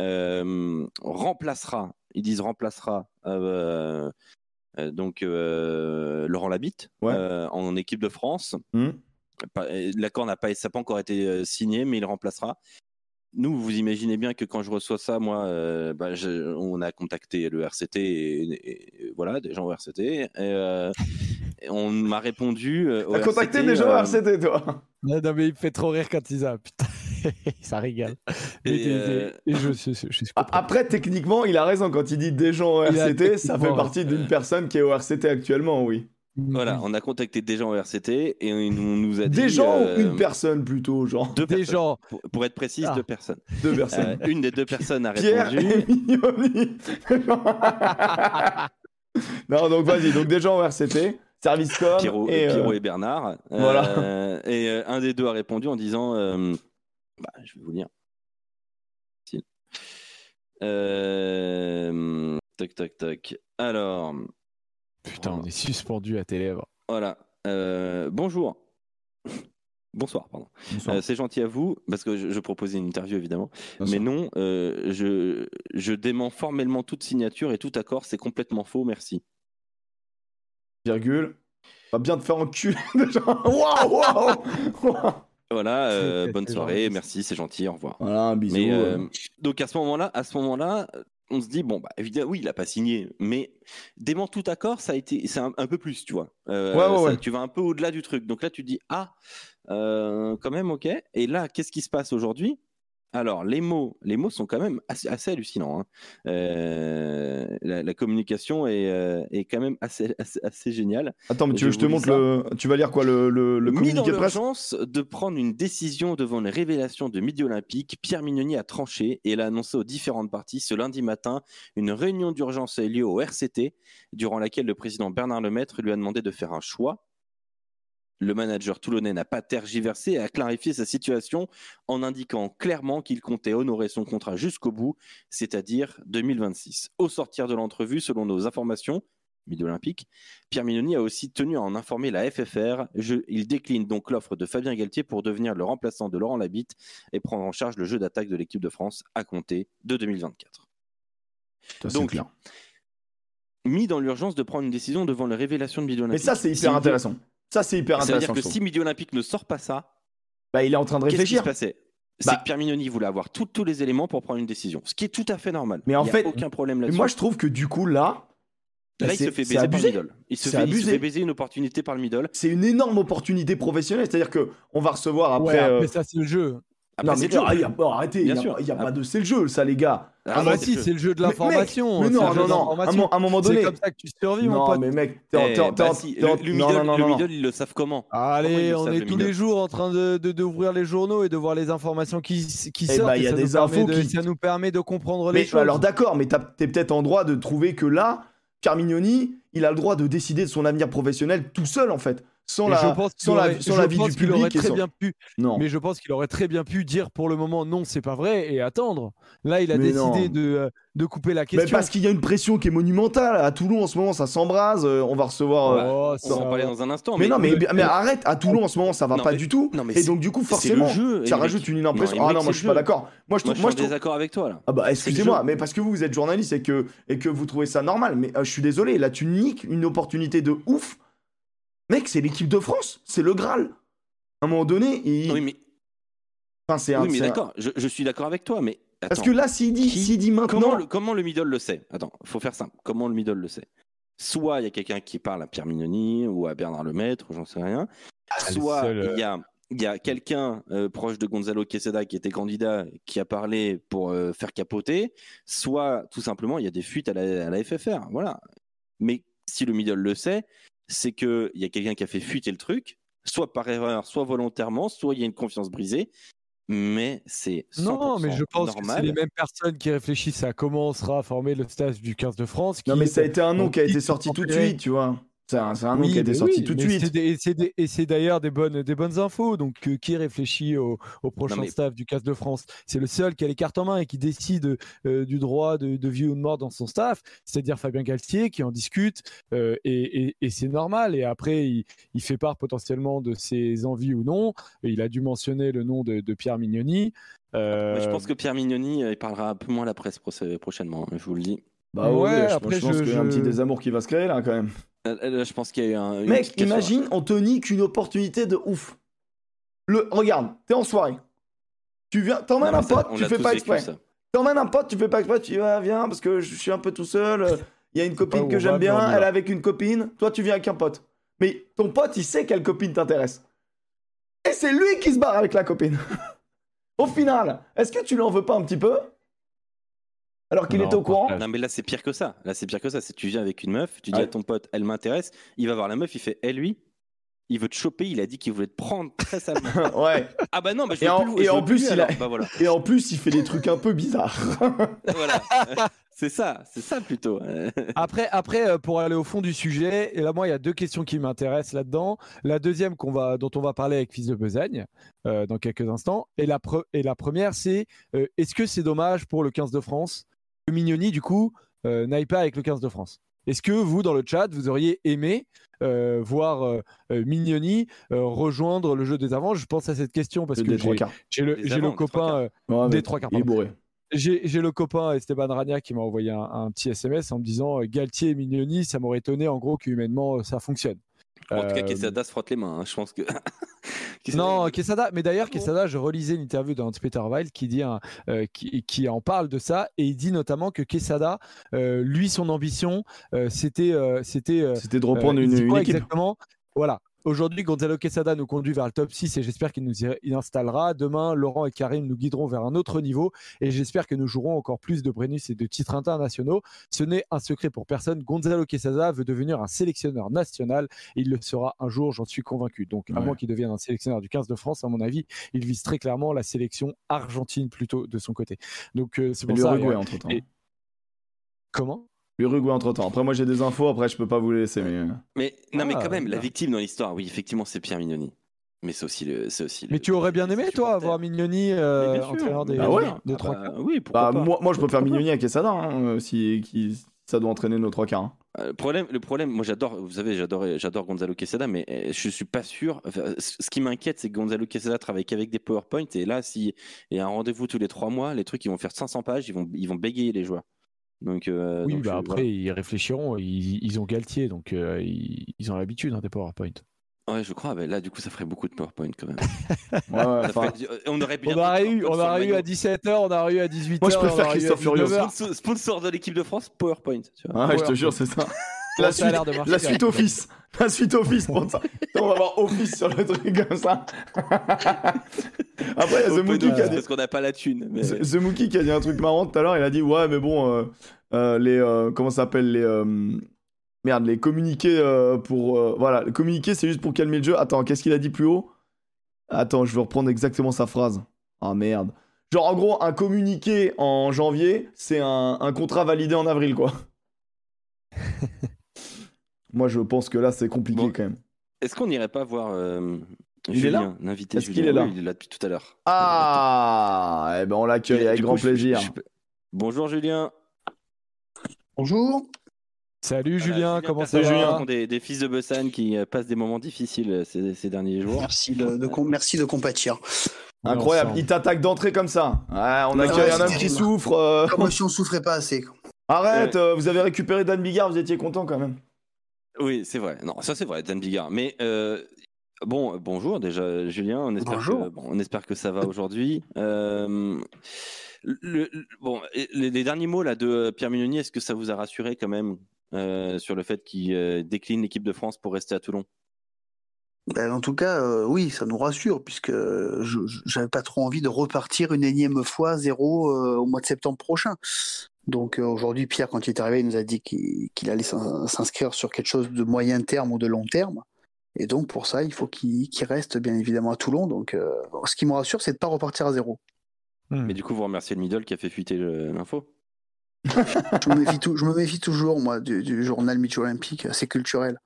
euh, remplacera, ils disent remplacera euh, euh, donc euh, Laurent Labitte Ouais. euh, en équipe de France. Hmm. Pas- L'accord n'a pas, ça n'a pas encore été euh, signé, mais il remplacera. Nous, vous imaginez bien que quand je reçois ça, moi, euh, bah, je- on a contacté le R C T et, et- et voilà, des gens au R C T. Et, euh, et on m'a répondu. Euh, au T'as contacté R C T, des gens au euh, R C T, toi? Non, non, mais il me fait trop rire quand il a. Putain, ça régale. Et, Mais des- euh, des- et je, je, je, je suis A- Après, techniquement, il a raison. Quand il dit des gens au Il a R C T, ça fait techniquement partie d'une personne qui est au R C T actuellement, oui. Voilà, on a contacté des gens au R C T et on nous a dit. Des gens euh, ou une personne plutôt, genre Deux Des personnes. gens. Pour, pour être précise, Ah. deux personnes. deux personnes. Euh, une des deux personnes a Pierre répondu. et Mignoni. Non, donc vas-y. Donc des gens au R C T, service com Pierrot et, et, euh, Pierrot et Bernard. voilà. Euh, et euh, un des deux a répondu en disant euh, bah, je vais vous lire. Si. Euh, tac, tac, tac. Alors, Putain, on est suspendu à tes lèvres. voilà. Euh, bonjour. Bonsoir, pardon. Bonsoir. Euh, c'est gentil à vous, parce que je, je proposais une interview évidemment. Bonsoir. Mais non, euh, je, je dément formellement toute signature et tout accord, c'est complètement faux, merci. Virgule. Va bien te faire enculer. Waouh, waouh, waouh. Voilà, euh, C'est- bonne c'est soirée, gentil. merci, c'est gentil, au revoir. Voilà, un bisou. Mais, euh. euh, donc à ce moment-là, à ce moment-là, on se dit bon bah évidemment oui, il a pas signé, mais dément tout accord, ça a été, c'est un, un peu plus, tu vois. Euh, Ouais, ouais, ça- ouais. Tu vas un peu au-delà du truc. Donc là, tu te dis ah, euh, quand même ok. Et là, qu'est-ce qui se passe aujourd'hui? Alors, les mots, les mots sont quand même assez, assez hallucinants, hein. Euh, la, la communication est, euh, est quand même assez, assez, assez géniale. Attends, mais tu Je veux que je te vous lis montre ça. le. Tu vas lire quoi, le, le, le Mis dans communiqué de presse? l'urgence de prendre une décision devant les révélations de Midi Olympique, Pierre Mignoni a tranché et l'a annoncé aux différentes parties ce lundi matin. Une réunion d'urgence a eu lieu au R C T, durant laquelle le président Bernard Lemaître lui a demandé de faire un choix. Le manager toulonnais n'a pas tergiversé et a clarifié sa situation en indiquant clairement qu'il comptait honorer son contrat jusqu'au bout, c'est-à-dire deux mille vingt-six. Au sortir de l'entrevue, selon nos informations, Midi Olympique, Pierre Mignoni a aussi tenu à en informer la F F R. Je, il décline donc l'offre de Fabien Galtier pour devenir le remplaçant de Laurent Labitte et prendre en charge le jeu d'attaque de l'équipe de France à compter de deux mille vingt-quatre. Ça, c'est Donc, clair. mis dans l'urgence de prendre une décision devant les révélations de Midi Mais Olympique. ça, c'est hyper Si Midi- intéressant. Ça, c'est hyper Ça veut dire intéressant. que je trouve. si Midi Olympique ne sort pas ça, Bah, il est en train de qu'est-ce qui réfléchir. se passait? C'est Bah- que Pierre Mignoni voulait avoir tout- tous les éléments pour prendre une décision, ce qui est tout à fait normal. Mais en Il y a fait, aucun problème Mais là-dessus. moi, je trouve que du coup, là. bah, Là, il c'est- se fait c'est baiser par le abusé. middle. Il se C'est fait, il se abusé. fait baiser une opportunité par le middle. C'est une énorme opportunité professionnelle. C'est-à-dire que on va recevoir après. Ouais, après euh, ça, c'est le jeu. Après, non, c'est mais le jeu. ah, y a, oh, arrêtez, il Bien n'y a, sûr. il y a Ah. pas de. C'est le jeu, ça, les gars. Ah, Ah ouais, bah c'est si, le jeu. c'est le jeu de Mais, l'information. mec, mais c'est non, le jeu non, de non. l'information. À un, à un moment donné. C'est comme ça que tu survis, mon Non, pote. mais mec, t'es en- Eh, t'es en- t'es bah en- si, t'es en- le, le non, middle, non, non, le non, non. middle, ils le savent comment? Comment ils Allez, le on savent, est le tous middle les jours en train de, de, d'ouvrir les journaux et de voir les informations qui, qui Eh sortent. bah, il y a et ça des nous permet infos de- qui- Ça nous permet de comprendre les Mais choses. alors, d'accord, mais t'as- t'es peut-être en droit de trouver que là, Pierre Mignoni, il a le droit de décider de son avenir professionnel tout seul, en fait. Sans Et la, je pense qu'il sans la, aurait- sans je la vie pense du qu'il aurait public. et très sans- bien pu. Non. Mais je pense qu'il aurait très bien pu dire pour le moment non, c'est pas vrai et attendre. Là, il a Mais décidé non. de, euh, de couper la Mais question. parce qu'il y a une pression qui est monumentale. À Toulon, en ce moment, ça s'embrase. euh, on va recevoir. euh, Oh, On ça va en parler va. dans un instant. Mais, Mais, non, mais, mais- mais arrête, à Toulon en ce moment ça va Non, pas mais- du tout. non, mais et c'est- donc du coup c'est le forcément jeu, ça Eric. rajoute une impression. Non, Ah Eric, non, moi c'est je suis le pas jeu. d'accord. Moi je moi, trouve, je moi suis je en trouve. désaccord avec toi là. Ah bah C'est le excusez-moi, jeu. mais parce que vous vous êtes journaliste et que et que vous trouvez ça normal. Mais euh, je suis désolé, là tu niques une opportunité de ouf. Mec, c'est l'équipe de France, c'est le Graal. À un moment donné, il... Oui, mais, enfin, c'est un. oui, mais c'est un- d'accord, je, je suis d'accord avec toi, mais. Parce attends. que là, s'il dit, Qui- s'il dit maintenant. Comment le, comment le middle le sait? Attends, faut faire simple. Comment le middle le sait? Soit il y a quelqu'un qui parle à Pierre Mignoni ou à Bernard Lemaître, j'en sais rien. le Soit seul, euh, il y a, il y a quelqu'un euh, proche de Gonzalo Quesada qui était candidat qui a parlé pour euh, faire capoter. Soit tout simplement il y a des fuites à la, à la F F R. Voilà. Mais si le middle le sait, c'est qu'il y a quelqu'un qui a fait fuiter le truc, soit par erreur, soit volontairement, soit il y a une confiance brisée. Mais c'est cent pour cent Non, mais je pense normal. que c'est les mêmes personnes qui réfléchissent à comment sera formé le staff du quinze de France. Non, qui- mais ça a été un nom donc, qui a été qui sorti tout de préféré. suite, tu vois. C'est un, c'est un nom Oui, qui a été mais sorti oui, tout de mais suite. c'est des- Et c'est des- et c'est d'ailleurs des bonnes, des bonnes infos. Donc, euh, qui réfléchit au, au prochain Non, mais- staff du quinze de France? C'est le seul qui a les cartes en main et qui décide euh, du droit de, de vie ou de mort dans son staff, c'est-à-dire Fabien Galtier, qui en discute. euh, et et- et c'est normal. Et après, il, il fait part potentiellement de ses envies ou non. Et il a dû mentionner le nom de, de Pierre Mignoni. Euh, Mais je pense que Pierre Mignoni, euh, il parlera un peu moins à la presse pro- prochainement, hein, je vous le dis. Bah ouais, Ouais, je, après, je pense je- Euh, qu'il y a un je- petit désamour qui va se créer là quand même. Là, là, je pense qu'il y a eu un. une Mec, petite cassure. imagine, on te nique une opportunité de ouf. Le, regarde, t'es en soirée. Tu viens, t'emmènes Non, un mais ça, pote, on tu l'a fais tous pas vécu, exprès. ça. T'emmènes un pote, tu fais pas exprès, tu dis ah, viens parce que je suis un peu tout seul. euh, Il y a une pas copine où que on j'aime va, mais on bien, y elle est va. avec une copine, toi tu viens avec un pote. Mais ton pote, il sait quelle copine t'intéresse. Et c'est lui qui se barre avec la copine. Au final, est-ce que tu lui en veux pas un petit peu? Alors qu'il Non, était au courant? partage. Non, mais là, c'est pire que ça. Là, c'est pire que ça. C'est tu viens avec une meuf, tu dis Ouais. à ton pote, elle m'intéresse. Il va voir la meuf, il fait, eh, lui, il veut te choper. Il a dit qu'il voulait te prendre très salement. Ouais. Ah bah non, bah je Et veux en- plus, et je veux en plus plus, lui, il a- alors. Bah voilà. Et en plus, il fait des trucs un peu bizarres. Voilà. C'est ça, c'est ça plutôt. Après, après euh, pour aller au fond du sujet, et là, moi, il y a deux questions qui m'intéressent là-dedans. La deuxième qu'on va, dont on va parler avec Fils de Besagne euh, dans quelques instants. Et la, pre- et la première, c'est euh, est-ce que c'est dommage pour le quinze de France que Mignoni, du coup, euh, n'aille pas avec le quinze de France? Est-ce que vous, dans le chat, vous auriez aimé euh, voir euh, euh, Mignoni euh, rejoindre le jeu des avants? Je pense à cette question parce que Des trois j'ai quarts. j'ai le, Des j'ai avants, le des trois copain. quarts. euh, Ouais, Des mais trois quarts, Il est pardon. bourré. J'ai j'ai le copain Esteban Ragnac qui m'a envoyé un, un petit S M S en me disant euh, Galtier et Mignoni, ça m'aurait étonné en gros qu'humainement euh, ça fonctionne. En tout cas, Euh, Quesada se frotte les mains. Hein. Je pense que. Non, Quesada, mais d'ailleurs, Ah bon Quesada, je relisais l'interview de Hans-Peter Weil qui, dit, un- euh, qui, qui en parle de ça et il dit notamment que Quesada, euh, lui, son ambition, euh, c'était. euh, c'était euh, C'était de euh, reprendre il une, dit une quoi équipe. exactement? Voilà. Aujourd'hui, Gonzalo Quesada nous conduit vers le top six et j'espère qu'il nous y y installera. Demain, Laurent et Karim nous guideront vers un autre niveau et j'espère que nous jouerons encore plus de Brennus et de titres internationaux. Ce n'est un secret pour personne. Gonzalo Quesada veut devenir un sélectionneur national et il le sera un jour, j'en suis convaincu. Donc, à Ouais. moins qu'il devienne un sélectionneur du quinze de France, à mon avis, il vise très clairement la sélection argentine plutôt de son côté. Donc, euh, c'est Et pour ça. l'Uruguay et- entre temps. et- Comment? L'Uruguay entre temps. Après, moi j'ai des infos, après je peux pas vous les laisser. Mais... Mais non, mais Ah, quand même, la bien. victime dans l'histoire, oui, effectivement, c'est Pierre Mignoni. Mais c'est aussi le. C'est aussi Mais le- tu aurais bien les aimé, toi, supporters. avoir Mignoni Mais euh, bien sûr, entraîneur des, bien Ah ouais sûr. des Ah trois bah, quarts? Oui, pourquoi Bah, pas. moi, moi je préfère Pourquoi pas. Mignoni à Quesada, hein, euh, si, qui, ça doit entraîner nos trois quarts. Hein. Euh, Le problème, le problème, moi j'adore, vous savez, j'adore, j'adore Gonzalo Quesada, mais euh, je suis pas sûr. Enfin, ce ce qui m'inquiète, c'est que Gonzalo Quesada travaille qu'avec des PowerPoint, et là, s'il y a un rendez-vous tous les trois mois, les trucs ils vont faire cinq cents pages, ils vont, ils vont bégayer les joueurs. Donc, euh, Oui, donc bah je- après, voilà. ils réfléchiront. Ils, ils ont Galtier, donc euh, ils, ils ont l'habitude hein, des PowerPoint. Ouais, je crois. Bah, là, du coup, ça ferait beaucoup de PowerPoint quand même. Ouais, ouais, Ça enfin, ferait- On aurait On bientôt aurait un eu, code on sur le aurait eu maillot. à dix-sept heures, on aurait eu à dix-huit heures. Moi, je préfère on aurait eu à Christophe Furios. dix-neuf heures. Sponsor, sponsor de l'équipe de France, PowerPoint. Tu vois. ouais, je te PowerPoint. jure, c'est ça. Bon, La ça a suite, l'air de marcher, la suite hein. Office. La suite Office pour ça. On va avoir Office sur le truc comme ça. Après, il y a The Open Mookie qui a Office, dit... parce qu'on n'a pas la thune. Mais... The The Mookie qui a dit un truc marrant tout à l'heure. Il a dit ouais, mais bon, euh, euh, les euh, comment ça s'appelle les euh, merde, les communiqués euh, pour euh, voilà, le communiqué c'est juste pour calmer le jeu. Attends, qu'est-ce qu'il a dit plus haut? Attends, je vais reprendre exactement sa phrase. Ah merde. Genre en gros, un communiqué en janvier, c'est un, un contrat validé en avril quoi. Moi, je pense que là, c'est compliqué Bon. quand même. Est-ce qu'on n'irait pas voir euh, Il est Julien, là l'invité Est-ce Julien qu'il est là Oui, il est là depuis tout à l'heure. Ah, eh ben on l'accueille Du avec coup, grand je- plaisir. je- je- Bonjour Julien. Bonjour. Salut Voilà, Julien, comment ça personnage va? patron des, des fils de Bossan qui euh, passent des moments difficiles euh, ces, ces derniers jours. Merci de, de com- merci de compatir. On est Incroyable, ensemble. il t'attaque d'entrée comme ça. Ouais, on Ouais, accueille un c'est homme qui terrible. souffre. euh. Comme si on souffrait pas assez. quoi. Arrête, euh, vous avez récupéré Dan Bigard, vous étiez content quand même. Oui, c'est vrai. Non, ça c'est vrai, Dan Bigard. Mais euh, bon, bonjour déjà Julien. On espère Bonjour. que bon, on espère que ça va aujourd'hui. Euh, le, le- bon, les, les derniers mots là de Pierre Mignoni, est-ce que ça vous a rassuré quand même euh, sur le fait qu'il euh, décline l'équipe de France pour rester à Toulon? Ben, en tout cas, euh, oui, ça nous rassure, puisque je je- j'avais pas trop envie de repartir une énième fois zéro euh, au mois de septembre prochain. Donc euh, aujourd'hui, Pierre, quand il est arrivé, il nous a dit qu'il qu'il allait s'in- s'inscrire sur quelque chose de moyen terme ou de long terme. Et donc pour ça, il faut qu'il qu'il reste bien évidemment à Toulon. Donc euh, ce qui me rassure, c'est de pas repartir à zéro. Hmm. Mais du coup, vous remerciez le middle qui a fait fuiter le- l'info. Je me méfie, tou- je me méfie toujours, moi, du, du journal Midi Olympique. C'est culturel.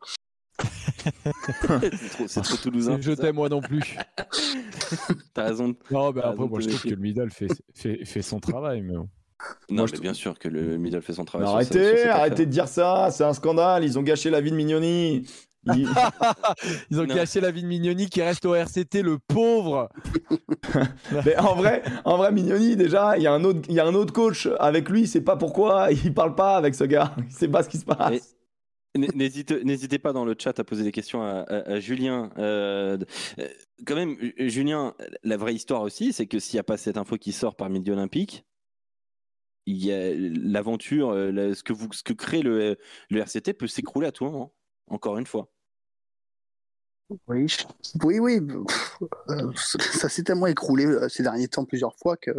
c'est trop, c'est trop toulousain. Je c'est ça t'aime moi non plus. T'as raison. de- Non, bah Ah, après, donc, moi je euh, trouve que le middle fait, fait, fait son travail. Mais bon. Non, Moi, mais je bien sûr que le middle fait son Mais travail. sur ce- sur arrêtez, cette arrêtez affaire. de dire ça, c'est un scandale, ils ont gâché la vie de Mignoni. Ils- Ils ont Non. gâché la vie de Mignoni qui reste au R C T, le pauvre. Mais en vrai, en vrai, Mignoni, déjà, il y a un autre, il y a un autre coach avec lui, il sait pas pourquoi, il parle pas avec ce gars, il sait pas ce qui se passe. Et- N- N'hésite- N'hésitez pas dans le chat à poser des questions à, à- à Julien. Euh, euh, quand même, Ju- Julien, la vraie histoire aussi, c'est que s'il n'y a pas cette info qui sort par Midi Olympique, il y a l'aventure, euh, la- ce que vous, ce que crée le, le R C T peut s'écrouler à tout moment. Encore une fois. Oui, je- oui, oui. Pff, euh, ça s'est tellement écroulé euh, ces derniers temps plusieurs fois que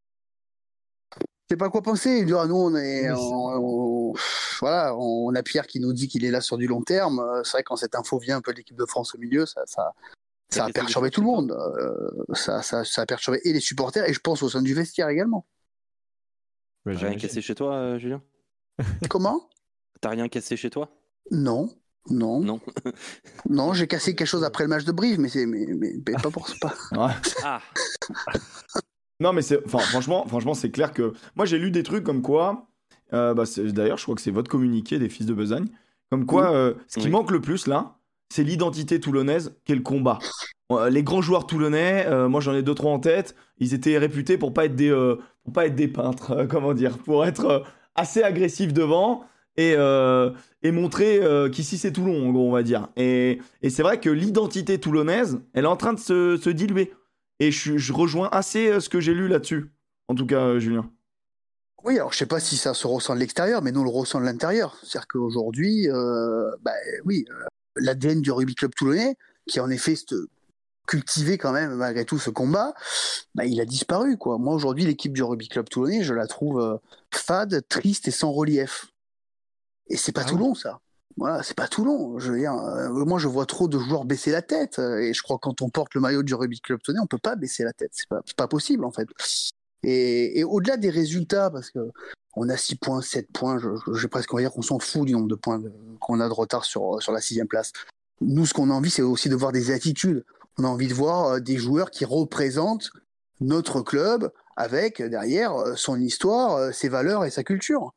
je sais pas quoi penser. Dire, ah, nous, on est, Mais on, on- voilà, on a Pierre qui nous dit qu'il est là sur du long terme. Euh, C'est vrai que quand cette info vient un peu de l'équipe de France au milieu, ça, ça, ça a qu'est-ce que perturbé tu tout le penses, monde. Euh, ça, ça, ça a perturbé et les supporters et je pense au sein du vestiaire également. Ouais, Rien j'imagine. cassé chez toi, euh, Julien? Comment? T'as rien cassé chez toi? Non, non, Non. non. J'ai cassé quelque chose après le match de Brive, mais c'est, mais, mais, mais pas pour pas. Ouais. Ah, Non, mais c'est, enfin, franchement, franchement, c'est clair que moi j'ai lu des trucs comme quoi, euh, bah, c'est- d'ailleurs, je crois que c'est votre communiqué des fils de besogne, comme quoi, euh, ce qui Oui. manque le plus là, c'est l'identité toulonnaise, qu'est le combat. Euh, les grands joueurs toulonnais, euh, moi j'en ai deux trois en tête, ils étaient réputés pour pas être des, euh, pour pas être des peintres, euh, comment dire, pour être euh, assez agressifs devant et, euh, et montrer euh, qu'ici c'est Toulon, en gros, on va dire. Et, et c'est vrai que l'identité toulonnaise, elle est en train de se, se diluer. Et je, je rejoins assez euh, ce que j'ai lu là-dessus, en tout cas, euh, Julien. Oui, alors je sais pas si ça se ressent de l'extérieur, mais nous on le ressent de l'intérieur. C'est-à-dire qu'aujourd'hui, euh, bah, oui, euh, l'A D N du rugby club toulonnais, qui en effet se cultivé quand même malgré tout ce combat, bah, il a disparu quoi. Moi aujourd'hui, l'équipe du rugby club toulonnais, je la trouve euh, fade, triste et sans relief. Et c'est pas Ah Toulon ça. Voilà, c'est pas Toulon. Je veux dire, euh, moi je vois trop de joueurs baisser la tête, euh, et je crois que quand on porte le maillot du rugby club toulonnais, on peut pas baisser la tête. C'est pas, c'est pas possible en fait. Et, et au-delà des résultats, parce que on a six points, sept points, je, je, j'ai presque envie de dire qu'on s'en fout du nombre de points de, qu'on a de retard sur, sur la sixième place. Nous, ce qu'on a envie, c'est aussi de voir des attitudes. On a envie de voir euh, des joueurs qui représentent notre club avec euh, derrière euh, son histoire, euh, ses valeurs et sa culture.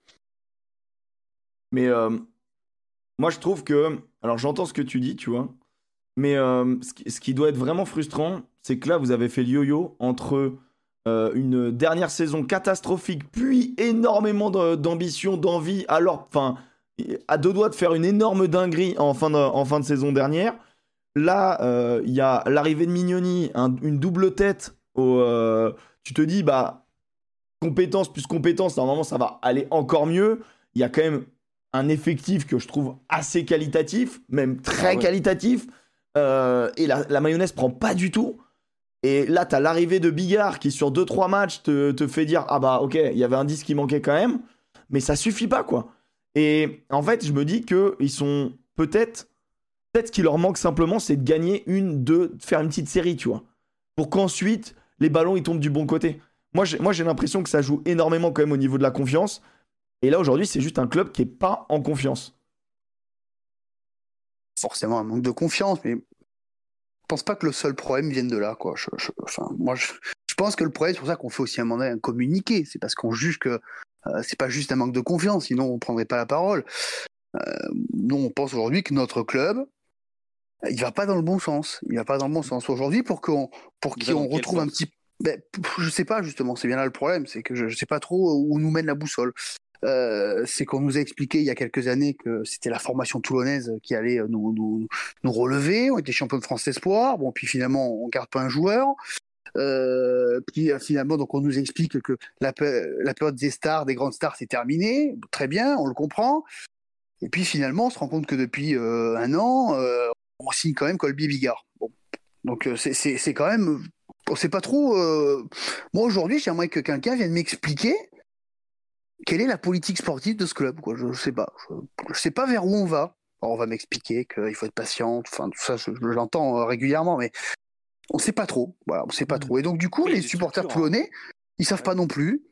Mais euh, moi, je trouve que... Alors, j'entends ce que tu dis, tu vois. Mais euh, ce, qui, ce qui doit être vraiment frustrant, c'est que là, vous avez fait le yo-yo entre euh, une dernière saison catastrophique, puis énormément de, d'ambition, d'envie, alors, enfin, à deux doigts de faire une énorme dinguerie en fin de, en fin de saison dernière. Là, il euh, y a l'arrivée de Mignoni, un, une double tête. Au, euh, tu te dis, bah, compétence plus compétence, normalement, ça va aller encore mieux. Il y a quand même un effectif que je trouve assez qualitatif, même très ah ouais. qualitatif. Euh, et la, la mayonnaise prend pas du tout. Et là, t'as l'arrivée de Bigard qui, sur deux trois matchs, te, te fait dire ah bah ok, il y avait un disque qui manquait quand même, mais ça suffit pas quoi. Et en fait, je me dis qu'ils sont peut-être. Peut-être ce qui leur manque simplement, c'est de gagner une, deux, de faire une petite série, tu vois. Pour qu'ensuite, les ballons, ils tombent du bon côté. Moi, j'ai, moi, j'ai l'impression que ça joue énormément quand même au niveau de la confiance. Et là, aujourd'hui, c'est juste un club qui n'est pas en confiance. Forcément, un manque de confiance, mais je pense pas que le seul problème vienne de là, quoi. Je, je, enfin, moi, je, je pense que le problème, c'est pour ça qu'on fait aussi un mandat, un communiqué. C'est parce qu'on juge que euh, c'est pas juste un manque de confiance, sinon on prendrait pas la parole. Euh, nous, on pense aujourd'hui que notre club, il va pas dans le bon sens. Il va pas dans le bon sens aujourd'hui pour qu'on, pour qu'on retrouve un petit. Ben, je sais pas justement. C'est bien là le problème, c'est que je, je sais pas trop où nous mène la boussole. Euh, c'est qu'on nous a expliqué il y a quelques années que c'était la formation toulonnaise qui allait nous, nous, nous relever. On était champion de France espoir. Bon, puis finalement, on garde pas un joueur. Euh, puis finalement, donc on nous explique que la, la période des stars, des grandes stars, c'est terminé. Très bien, on le comprend. Et puis finalement, on se rend compte que depuis euh, un an, euh, on signe quand même Colby Bigard. Bon. Donc euh, c'est, c'est, c'est quand même... On sait pas trop... Euh... Moi aujourd'hui, j'aimerais que quelqu'un vienne m'expliquer quelle est la politique sportive de ce club, quoi. Je ne sais pas. Je ne sais pas vers où on va. Alors, on va m'expliquer qu'il faut être patient, enfin tout ça, je, je l'entends euh, régulièrement, mais on ne sait pas trop. Voilà, on ne sait pas mmh. trop. Et donc du coup, oui, les supporters toulonnais, ils ne savent pas non plus.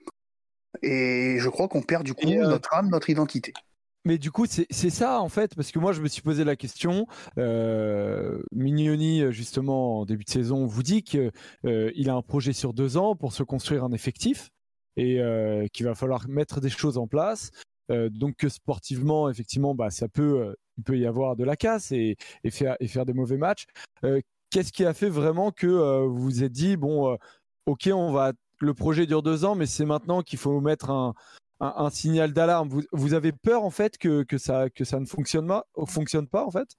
Et je crois qu'on perd du coup euh... notre âme, notre identité. Mais du coup, c'est, c'est ça en fait, parce que moi je me suis posé la question. Euh, Mignoni, justement, en début de saison, vous dit qu'il euh, a un projet sur deux ans pour se construire un effectif et euh, qu'il va falloir mettre des choses en place. Euh, donc que sportivement, effectivement, bah, ça peut, euh, il peut y avoir de la casse et, et, faire, et faire des mauvais matchs. Euh, qu'est-ce qui a fait vraiment que euh, vous vous êtes dit, bon, euh, ok, on va, le projet dure deux ans, mais c'est maintenant qu'il faut mettre un Un, un signal d'alarme. Vous, vous avez peur en fait que, que, ça, que ça ne fonctionne pas, fonctionne pas en fait?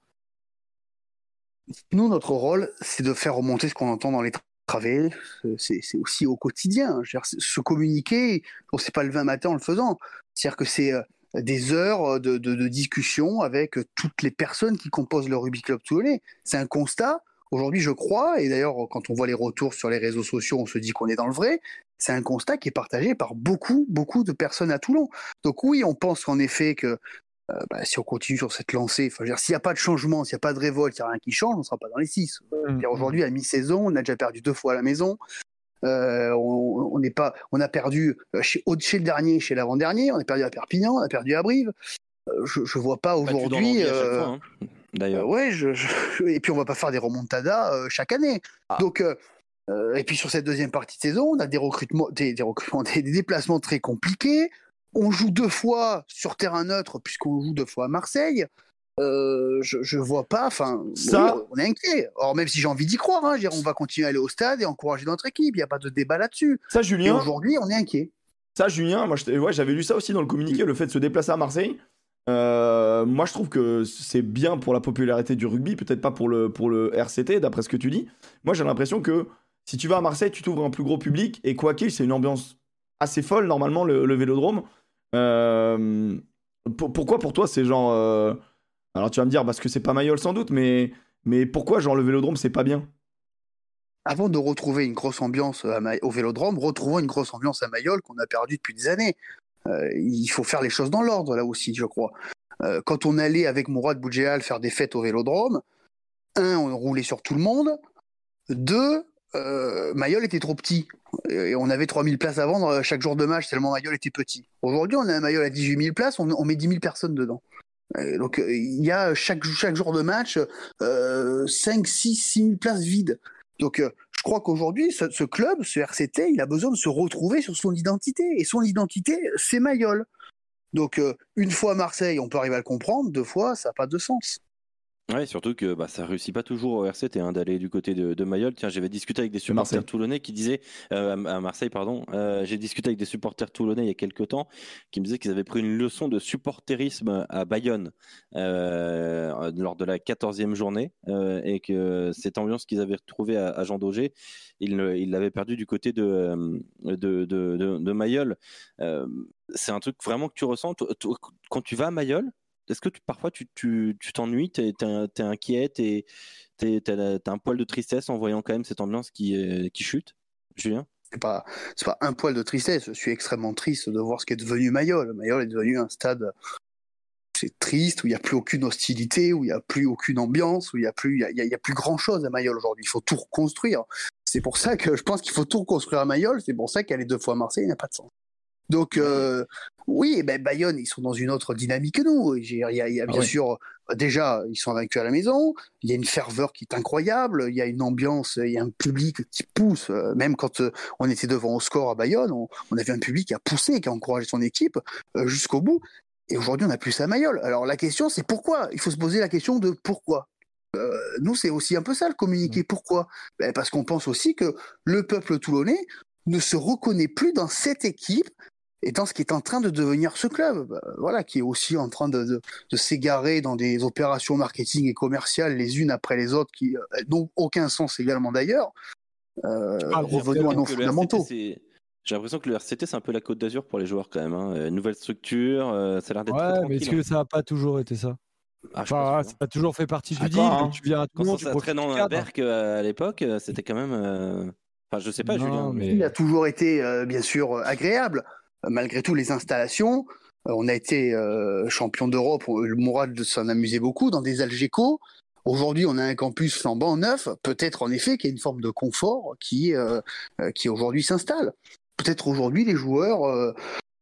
Nous, notre rôle, c'est de faire remonter ce qu'on entend dans les travées. C'est, c'est aussi au quotidien. Je veux dire, se communiquer, on ne s'est pas levé un matin en le faisant. C'est-à-dire que c'est des heures de, de, de discussion avec toutes les personnes qui composent le Rugby Club Toulonnais. C'est un constat. Aujourd'hui, je crois, et d'ailleurs, quand on voit les retours sur les réseaux sociaux, on se dit qu'on est dans le vrai. C'est un constat qui est partagé par beaucoup, beaucoup de personnes à Toulon. Donc oui, on pense qu'en effet que euh, bah, si on continue sur cette lancée, enfin, je veux dire, s'il n'y a pas de changement, s'il n'y a pas de révolte, s'il n'y a rien qui change, on ne sera pas dans les six. Mmh. Aujourd'hui, à mi-saison, on a déjà perdu deux fois à la maison. Euh, on, on, n'est pas, on a perdu chez, chez le dernier, chez l'avant-dernier, on a perdu à Perpignan, on a perdu à Brive. Euh, je ne vois pas aujourd'hui... Euh, fois, hein, d'ailleurs. Euh, ouais, je, je, et puis on ne va pas faire des remontadas euh, chaque année. Ah. Donc... Euh, Euh, et puis sur cette deuxième partie de saison, on a des recrutements, des, des, recrutements, des, des déplacements très compliqués. On joue deux fois sur terrain neutre puisqu'on joue deux fois à Marseille. Euh, je, je vois pas. Enfin, ça... oui, on est inquiet. Or même si j'ai envie d'y croire, hein, je veux dire, on va continuer à aller au stade et encourager notre équipe. Il n'y a pas de débat là-dessus. Ça, Julien. Et aujourd'hui, on est inquiet. Ça, Julien, moi, je, ouais, j'avais lu ça aussi dans le communiqué, le fait de se déplacer à Marseille. Euh, moi, je trouve que c'est bien pour la popularité du rugby, peut-être pas pour le, pour le R C T, d'après ce que tu dis. Moi, j'ai l'impression que si tu vas à Marseille, tu t'ouvres un plus gros public, et quoi qu'il, c'est une ambiance assez folle, normalement, le, le Vélodrome. Euh, pour- pourquoi pour toi, c'est genre... euh, Alors, tu vas me dire, parce que c'est pas Mayol, sans doute, mais, mais pourquoi, genre, le Vélodrome, c'est pas bien? Avant de retrouver une grosse ambiance à Ma- au Vélodrome, retrouvons une grosse ambiance à Mayol qu'on a perdue depuis des années. Euh, il faut faire les choses dans l'ordre, là aussi, je crois. Euh, quand on allait avec Mourad Boudjéal faire des fêtes au Vélodrome, un, on roulait sur tout le monde. Deux, euh, Mayol était trop petit. Et on avait trois mille places à vendre chaque jour de match, tellement Mayol était petit. Aujourd'hui, on a un Mayol à dix-huit mille places, on, on met dix mille personnes dedans. Euh, donc, euh, il y a chaque, chaque jour de match euh, cinq, six, six mille places vides. Donc, euh, je crois qu'aujourd'hui, ce, ce club, ce R C T, il a besoin de se retrouver sur son identité. Et son identité, c'est Mayol. Donc, euh, une fois à Marseille, on peut arriver à le comprendre. Deux fois, ça n'a pas de sens. Ouais, surtout que bah, ça réussit pas toujours au R C T hein, d'aller du côté de, de Mayol. Tiens, j'avais discuté avec des supporters Marseille. toulonnais qui disaient euh, à à Marseille, pardon. Euh, j'ai discuté avec des supporters toulonnais il y a quelques temps qui me disaient qu'ils avaient pris une leçon de supporterisme à Bayonne euh, lors de la quatorzième journée euh, et que cette ambiance qu'ils avaient retrouvée à, à Jean Daugé, ils le- ils l'avaient perdue du côté de euh, de, de, de, de Mayol. Euh, c'est un truc vraiment que tu ressens toi, toi, quand tu vas à Mayol. Est-ce que tu, parfois tu tu, tu t'ennuies, t'es, t'es, t'es inquiet, t'es, t'es, t'as, t'as un poil de tristesse en voyant quand même cette ambiance qui, euh, qui chute, Julien? C'est pas, c'est pas un poil de tristesse. Je suis extrêmement triste de voir ce qu'est devenu Mayol. Mayol est devenu un stade, c'est triste, où il n'y a plus aucune hostilité, où il n'y a plus aucune ambiance, où il n'y a plus, il y a, il y a- il y a plus grand chose à Mayol aujourd'hui. Il faut tout reconstruire. C'est pour ça que je pense qu'il faut tout reconstruire à Mayol. C'est pour ça qu'aller deux fois à Marseille n'a pas de sens. Donc, euh, oui, ben, Bayonne, ils sont dans une autre dynamique que nous. Il y a, il y a- il y a Ah bien oui. sûr, euh, déjà, ils sont vaincus à la maison. Il y a une ferveur qui est incroyable. Il y a une ambiance, il y a un public qui pousse. Euh, Même quand euh, on était devant au score à Bayonne, on, on avait un public qui a poussé, qui a encouragé son équipe euh, jusqu'au bout. Et aujourd'hui, on a plus ça à Mayol. Alors, la question, c'est pourquoi? Il faut se poser la question de pourquoi. Euh, nous, c'est aussi un peu ça, le communiquer. Pourquoi? Ben, parce qu'on pense aussi que le peuple toulonnais ne se reconnaît plus dans cette équipe et dans ce qui est en train de devenir ce club, bah, voilà, qui est aussi en train de, de, de s'égarer dans des opérations marketing et commerciales les unes après les autres, qui euh, n'ont aucun sens également d'ailleurs. Euh, parles du revenons à nos Que le R C T, fondamentaux. c'est- J'ai l'impression que le R C T, c'est un peu la Côte d'Azur pour les joueurs quand même. Hein. Euh, Nouvelle structure, euh, ça a l'air d'être très Ouais, mais tranquille. est-ce que ça n'a pas toujours été ça? Ah, je suis pas Enfin, sûr, ça hein. a toujours fait partie du Attends, deal. hein. Tu viens à Quand Toulon, ça, tu ça profites traîne du en cadre. Berck euh, à l'époque, euh, c'était quand même. euh, Enfin, je sais pas, Non, Julien. mais- Il a toujours été, euh, bien sûr, euh, agréable. Euh, malgré tout, les installations, euh, on a été euh, champion d'Europe, euh, le Mourad s'en amusait beaucoup, dans des Algeco. Aujourd'hui, on a un campus flambant neuf. Peut-être, en effet, qu'il y a une forme de confort qui, euh, euh, qui aujourd'hui s'installe. Peut-être aujourd'hui, les joueurs euh,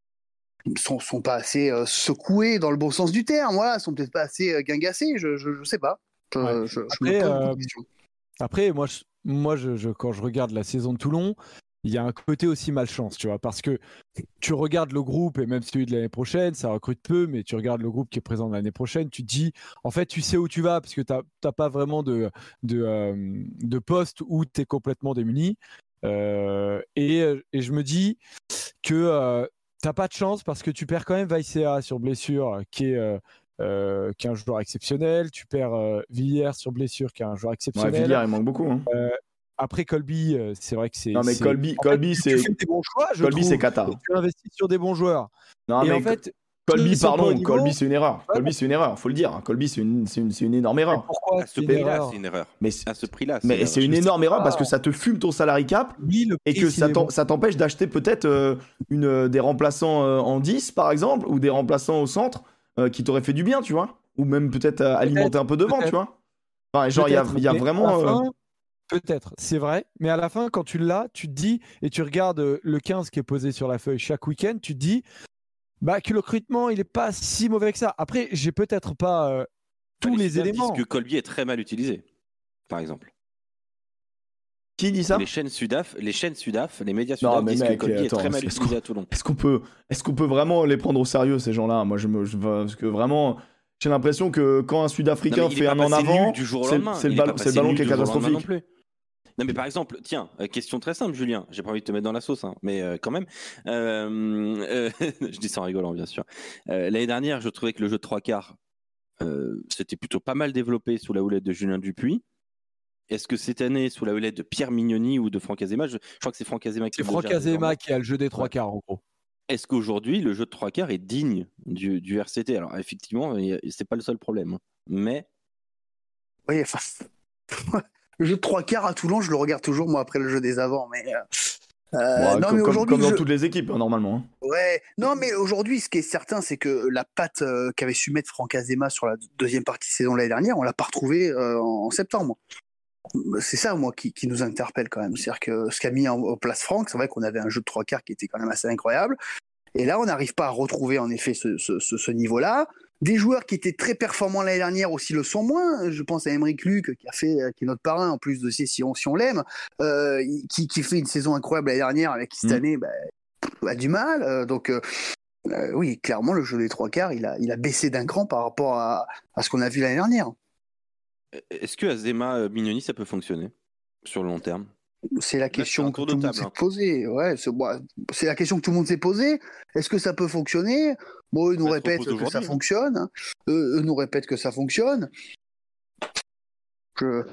sont, sont pas assez euh, secoués dans le bon sens du terme. Voilà, sont peut-être pas assez euh, guingassés. Je, je, je sais pas. Je, Ouais. je, je Après, me pose beaucoup euh, de questions. Après, moi, je, moi je, je- quand je regarde la saison de Toulon, il y a un côté aussi malchance, tu vois, parce que tu regardes le groupe, et même celui de l'année prochaine, ça recrute peu, mais tu regardes le groupe qui est présent l'année prochaine, tu te dis, en fait, tu sais où tu vas, parce que tu n'as pas vraiment de, de, euh, de poste où tu es complètement démuni. Euh, et, et je me dis que euh, tu n'as pas de chance, parce que tu perds quand même Vaicea sur blessure, qui est... euh, euh, qui est un joueur exceptionnel, tu perds euh, Villiers sur blessure, qui est un joueur Ouais, exceptionnel. Villiers, il manque beaucoup. Hein. Euh, après Colby, euh, c'est vrai que c'est. Non, mais c'est- Colby, en fait, Colby tu- c'est. Tu fais des bons choix, je Colby, trouve, c'est Qatar. et tu investis sur des bons joueurs. Non, et mais en fait, Colby, ils sont pas au pardon, niveau. Colby, c'est une erreur. Ouais, Colby, c'est une erreur, faut le dire. Colby, c'est une, c'est une, c'est une énorme erreur. Pourquoi À ce c'est une prix-là, erreur c'est une erreur. Mais, c'est- À ce prix-là, c'est mais une c'est erreur. une Je sais énorme erreur pas. parce que ça te fume ton salary cap Lui, le et prix, que s'il ça est t'en- bon. ça t'empêche d'acheter peut-être euh, une, euh, des remplaçants euh, en dix, par exemple, ou des remplaçants au centre euh, qui t'auraient fait du bien, tu vois. Ou même peut-être euh, alimenter un peu devant, tu peut-être. vois. Enfin, genre, il y a, Peut-être, il y a mais à vraiment. la euh, fin, peut-être, c'est vrai. Mais à la fin, quand tu l'as, tu te dis, et tu regardes euh, le quinze qui est posé sur la feuille chaque week-end, tu te dis bah, que le recrutement, il est pas si mauvais que ça. Après, j'ai peut-être pas euh, tous les Sudaf éléments. disent que Colby est très mal utilisé, par exemple. Qui dit ça? Les chaînes Sudaf, les chaînes Sudaf, les médias Non, Sudaf mais disent mec, que Colby attends, est très mal est-ce utilisé à Toulon. Est-ce qu'on peut, est-ce qu'on peut vraiment les prendre au sérieux, ces gens-là? Moi, je me, je, parce que vraiment, j'ai l'impression que quand un Non, Sud-Africain mais il est fait pas un en passé avant, nul du jour au c'est lendemain. c'est le, Il est ballon- pas c'est le passé ballon nul qui est du jour au lendemain catastrophique. non plus. Non, mais par exemple, tiens, euh, question très simple, Julien. J'ai pas envie de te mettre dans la sauce, hein, mais euh, quand même. Euh, euh, je dis ça en rigolant, bien sûr. Euh, l'année dernière, je trouvais que le jeu de trois quarts, euh, c'était plutôt pas mal développé sous la houlette de Julien Dupuis. Est-ce que cette année, sous la houlette de Pierre Mignoni ou de Franck Azema, je, je crois que c'est Franck Azema qui C'est Franck Azema qui a le jeu des trois quarts, en gros. Est-ce qu'aujourd'hui, le jeu de trois quarts est digne du, du R C T? Alors, effectivement, c'est pas le seul problème, hein, mais. Oui, enfin. Le jeu de trois quarts à Toulon, je le regarde toujours, moi, après le jeu des avants, mais. Euh, bon, non, comme, mais aujourd'hui, comme dans je... toutes les équipes, hein, normalement. Hein. Ouais, non, mais aujourd'hui, ce qui est certain, c'est que la patte euh, qu'avait su mettre Franck Azema sur la deuxième partie de saison l'année dernière, on l'a pas retrouvée euh, en septembre. C'est ça, moi, qui, qui nous interpelle quand même. C'est-à-dire que ce qu'a mis en, en place Franck, c'est vrai qu'on avait un jeu de trois quarts qui était quand même assez incroyable. Et là, on n'arrive pas à retrouver, en effet, ce, ce, ce, ce niveau-là. Des joueurs qui étaient très performants l'année dernière aussi le sont moins. Je pense à Aymeric Luc, qui a fait, qui est notre parrain, en plus de si on, si on l'aime, euh, qui, qui fait une saison incroyable l'année dernière, avec qui cette mmh. année bah, a du mal. Euh, donc, euh, euh, oui, clairement, le jeu des trois quarts, il a, il a baissé d'un cran par rapport à, à ce qu'on a vu l'année dernière. Est-ce que Azema Mignoni, ça peut fonctionner sur le long terme? C'est la question Là, que tout le monde s'est hein. posée. Ouais, c'est, bon, c'est la question que tout le monde s'est posée. Est-ce que ça peut fonctionner? Bon, eux nous répètent que ça fonctionne. Hein. Eux, eux nous répètent que ça fonctionne. Je...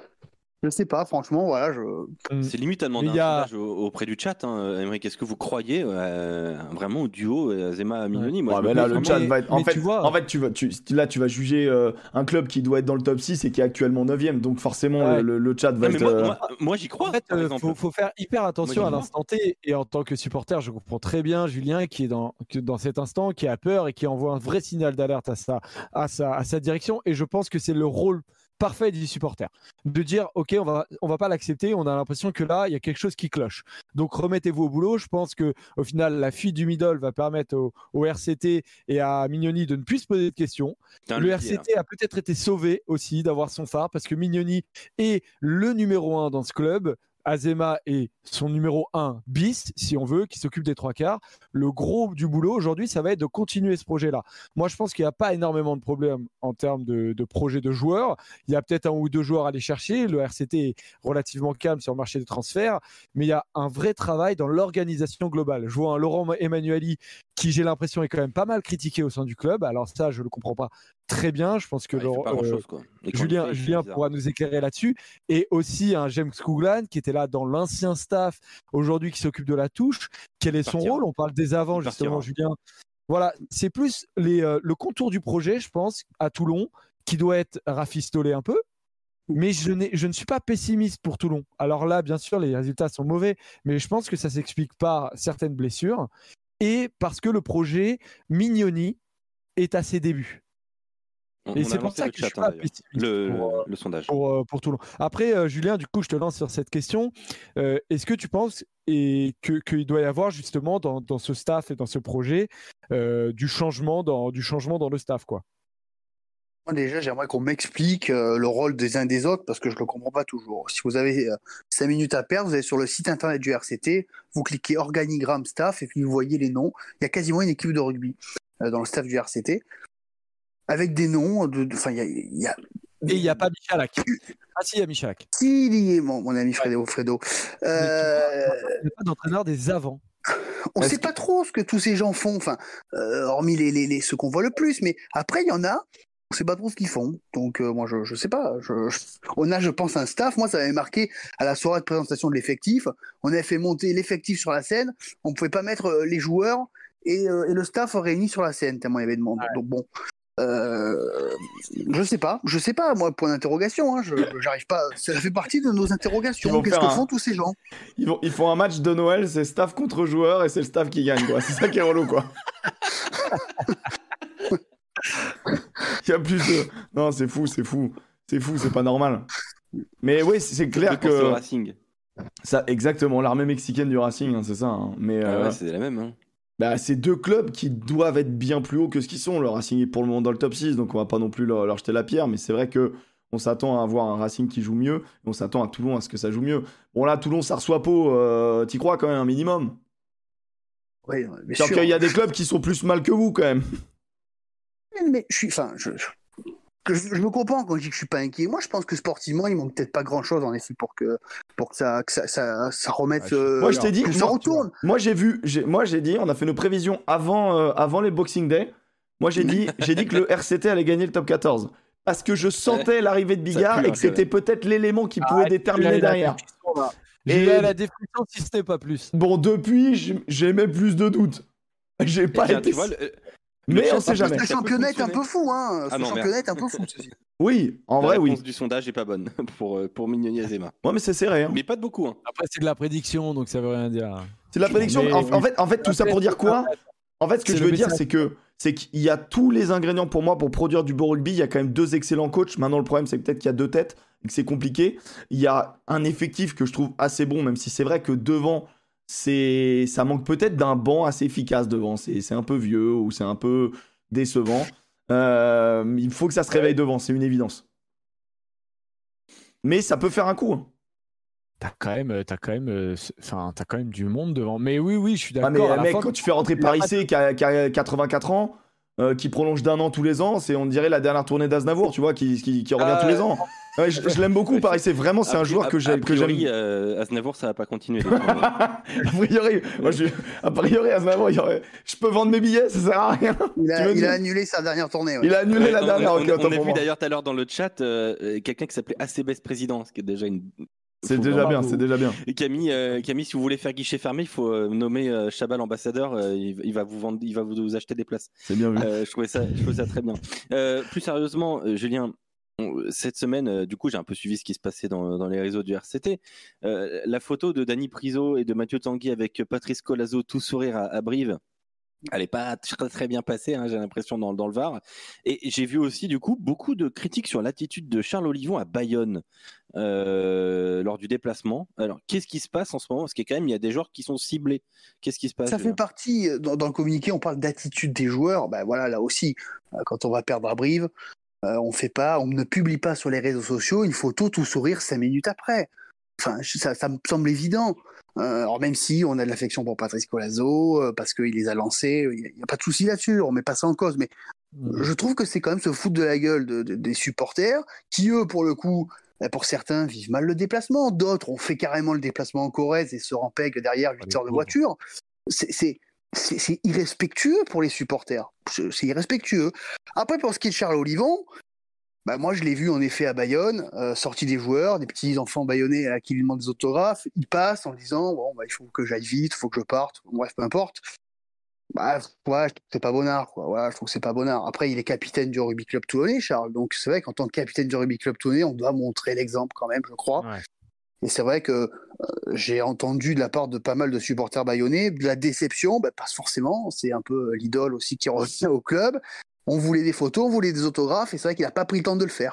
Je sais pas, franchement, voilà. Je... C'est limite à demander un a... sondage auprès du chat. Hein. Aymeric, est-ce que vous croyez euh, vraiment au duo Azema Mignoni? Moi, ouais, mais là, le chat va être. En fait, tu vois... en fait, tu vas, tu, là, tu vas juger euh, un club qui doit être dans le top six et qui est actuellement neuvième. Donc, forcément, ouais. le, le chat va non, être. Moi, moi, moi, j'y crois. En fait, il faut, faut faire hyper attention moi, à l'instant T. Et en tant que supporter, je comprends très bien Julien qui est dans, dans cet instant, qui a peur et qui envoie un vrai signal d'alerte à sa, à sa, à sa direction. Et je pense que c'est le rôle parfait du supporter, de dire ok, on va on va pas l'accepter, on a l'impression que là il y a quelque chose qui cloche, donc remettez-vous au boulot. Je pense que au final la fuite du middle va permettre au, au R C T et à Mignoni de ne plus se poser de questions. Le R C T a peut-être été sauvé aussi d'avoir son phare, parce que Mignoni est le numéro un dans ce club. Azema est son numéro un bis, si on veut, qui s'occupe des trois quarts. Le gros du boulot aujourd'hui, ça va être de continuer ce projet-là. Moi, je pense qu'il n'y a pas énormément de problèmes en termes de, de projet de joueurs. Il y a peut-être un ou deux joueurs à aller chercher. Le R C T est relativement calme sur le marché des transferts, mais il y a un vrai travail dans l'organisation globale. Je vois un Laurent Emanueli qui, j'ai l'impression, est quand même pas mal critiqué au sein du club. Alors ça, je ne le comprends pas très bien. Je pense que ouais, Laurent, pas grand-chose, quoi. Julien, fait, Julien pourra nous éclairer là-dessus. Et aussi un James Couglan qui était là dans l'ancien staff, aujourd'hui qui s'occupe de la touche. Quel est son partira. rôle? On parle des avants, justement, Julien. Voilà, c'est plus les, euh, le contour du projet, je pense, à Toulon, qui doit être rafistolé un peu. Mais je, n'ai, je ne suis pas pessimiste pour Toulon. Alors là, bien sûr, les résultats sont mauvais, mais je pense que ça s'explique par certaines blessures et parce que le projet Mignoni est à ses débuts. On, et on c'est pour ça que chat, je suis pas pessimiste le, pour, le sondage. Pour, euh, pour Toulon. Après, euh, Julien, du coup, je te lance sur cette question. Euh, est-ce que tu penses et que, qu'il doit y avoir justement dans, dans ce staff et dans ce projet euh, du, changement dans, du changement dans le staff, quoi? Moi, déjà, j'aimerais qu'on m'explique euh, le rôle des uns des autres, parce que je ne le comprends pas toujours. Si vous avez euh, cinq minutes à perdre, vous allez sur le site internet du R C T, vous cliquez organigramme staff et puis vous voyez les noms. Il y a quasiment une équipe de rugby euh, dans le staff du R C T. Avec des noms, de, de, enfin, il y a, y a... Et il n'y a pas Michalak. Ah si, il y a Michalak. Si, il y est, mon, mon ami Fredo. Fredo. Euh... Il n'y a pas d'entraîneur des avants. On ne sait que... pas trop ce que tous ces gens font, enfin, euh, hormis les, les, les, ceux qu'on voit le plus, mais après, il y en a, on ne sait pas trop ce qu'ils font. Donc, euh, moi, je ne sais pas. Je, je... On a, je pense, un staff. Moi, ça m'avait marqué à la soirée de présentation de l'effectif. On avait fait monter l'effectif sur la scène. On ne pouvait pas mettre euh, les joueurs et, euh, et le staff réunis sur la scène, tellement il y avait de monde. Ouais. Donc, bon... Euh, je sais pas, je sais pas, moi, point d'interrogation, hein, je, j'arrive pas, ça fait partie de nos interrogations. Qu'est-ce que un... font tous ces gens? ils, vont, ils font un match de Noël, c'est staff contre joueur et c'est le staff qui gagne, quoi. C'est ça qui est relou, quoi. Il y a plus de. Non, c'est fou, c'est fou, c'est fou, c'est pas normal. Mais oui, c'est, c'est clair que. Le Racing. Ça, exactement, l'armée mexicaine du Racing, hein, c'est ça. Hein. Mais, ah euh... ouais, c'est la même, hein. Bah, c'est deux clubs qui doivent être bien plus hauts que ce qu'ils sont. Le Racing est pour le moment dans le top six, donc on va pas non plus leur, leur jeter la pierre, mais c'est vrai que on s'attend à avoir un Racing qui joue mieux, et on s'attend à Toulon à ce que ça joue mieux. Bon là, Toulon, ça reçoit Pau, euh, t'y crois quand même un minimum? Oui, mais sûr. Il y a des clubs qui sont plus mal que vous quand même. Mais je suis, enfin, je, je, que je, je me comprends quand je dis que je suis pas inquiet. Moi, je pense que sportivement, il manque peut-être pas grand-chose en effet pour que pour que ça que ça, ça, ça remette. Ah, je- euh, Moi, je t'ai dit, que ça moi- retourne. Moi, j'ai vu, j'ai- moi, j'ai dit, on a fait nos prévisions avant, euh, avant les Boxing Day. Moi, j'ai dit, j'ai dit que le R C T allait gagner le top quatorze. Parce que je sentais l'arrivée de Bigard pue, et hein, que c'était peut-être l'élément qui pouvait Arrête, déterminer Julien, derrière. Et Et- la définition, si ce n'est pas plus. Bon, depuis, j'ai- j'ai même plus de doutes. J'ai pas tiens, été. tu vois, le- le Mais chat, on sait ça jamais. peut- Le ça peut championnat est un fonctionner. peu fou, hein. Ah Ce non, championnat merde. est un peu fou, ceci. Oui, en La vrai, oui. réponse du sondage est pas bonne pour, euh, pour Mignoni Azema. Ouais, mais c'est serré. Hein. Mais pas de beaucoup. Hein. Après, c'est de la prédiction, donc ça veut rien dire. C'est de la prédiction. Mais- En, en fait, en fait, tout ça pour dire quoi? En fait, ce que C'est je le veux dire, message. c'est que c'est qu'il y a tous les ingrédients pour moi pour produire du beau rugby. Il y a quand même deux excellents coachs. Maintenant, le problème, c'est peut-être qu'il y a deux têtes et que c'est compliqué. Il y a un effectif que je trouve assez bon, même si c'est vrai que devant, c'est ça manque peut-être d'un banc assez efficace devant. C'est c'est un peu vieux ou c'est un peu décevant. Euh, il faut que ça se réveille devant, c'est une évidence. Mais ça peut faire un coup. Hein. T'as quand même, t'as quand même, euh, c- enfin, t'as quand même du monde devant. Mais oui, oui, je suis d'accord. Ah mais à la mec, fin, quand tu fais rentrer Paris C qui a, qui a quatre-vingt-quatre ans, euh, qui prolonge d'un an tous les ans, c'est on dirait la dernière tournée d'Aznavour, tu vois, qui, qui, qui revient Euh, tous les ans. Ouais, je je l'aime beaucoup, Ouais, Paris C. Vraiment, c'est un A- joueur que a- j'ai- a que j'aime. priori, euh, Aznavour, ça va pas continuer. de tourner. A priori, moi, je, a priori, Aznavour, il y aurait- je peux vendre mes billets, ça sert à rien. Il a, Tu veux il dire a annulé sa dernière tournée. ouais. Il a annulé Ouais, la on- dernière. on, ok, on autant a pour vu moi. d'ailleurs tout à l'heure dans le chat euh, quelqu'un qui s'appelait A C B S Président, ce qui est déjà une. C'est faut déjà vraiment- bien, c'est déjà bien. Et Camille, euh, Camille, si vous voulez faire guichet fermé, il faut euh, nommer euh, Chabal ambassadeur. euh, il, il va vous vendre, il va vous, vous acheter des places. C'est bien vu. Euh, je trouvais ça, je trouvais ça très bien. Euh, plus sérieusement, euh, Julien, on- cette semaine, euh, du coup, j'ai un peu suivi ce qui se passait dans, dans les réseaux du R C T. Euh, la photo de Dany Priso et de Mathieu Tanguy avec Patrice Colazo tout sourire à, à Brive. Elle n'est pas très, très bien passée, hein, j'ai l'impression, dans, dans le V A R. Et j'ai vu aussi, du coup, beaucoup de critiques sur l'attitude de Charles Olivon à Bayonne euh, lors du déplacement. Alors, qu'est-ce qui se passe en ce moment? Parce qu'il y a quand même, il y a des joueurs qui sont ciblés. Qu'est-ce qui se passe? Ça Julien fait partie, dans, dans le communiqué, on parle d'attitude des joueurs. Ben voilà, là aussi, euh, quand on va perdre à Brive, euh, on fait pas, on ne publie pas sur les réseaux sociaux une photo tout sourire cinq minutes après. Enfin, ça, ça me semble évident. Euh, alors même si on a de l'affection pour Patrice Colazo, euh, parce qu'il les a lancés, il n'y a, a pas de souci là-dessus, on met pas ça en cause. Mais je trouve que c'est quand même se foutre de la gueule de, de, des supporters, qui eux, pour le coup, pour certains, vivent mal le déplacement. D'autres ont fait carrément le déplacement en Corrèze et se rempèguent derrière huit heures de voiture. C'est, c'est, c'est, c'est irrespectueux pour les supporters. C'est, c'est irrespectueux. Après, pour ce qui est de Charles Olivon, bah moi je l'ai vu en effet à Bayonne, euh, sorti des joueurs, des petits enfants bayonnais à qui lui demandent des autographes. Il passe en disant bon, bah, il faut que j'aille vite, il faut que je parte. Bref, peu importe. Bah, ouais, je trouve que c'est pas bonnard, quoi. Voilà, je trouve que c'est pas bonnard. Après, il est capitaine du Rugby Club Toulonnais, Charles. Donc, c'est vrai qu'en tant que capitaine du Rugby Club Toulonnais, on doit montrer l'exemple quand même, je crois. Ouais. Et c'est vrai que euh, j'ai entendu de la part de pas mal de supporters bayonnais de la déception, bah, parce que forcément, c'est un peu l'idole aussi qui revient au club. On voulait des photos, on voulait des autographes, et c'est vrai qu'il n'a pas pris le temps de le faire.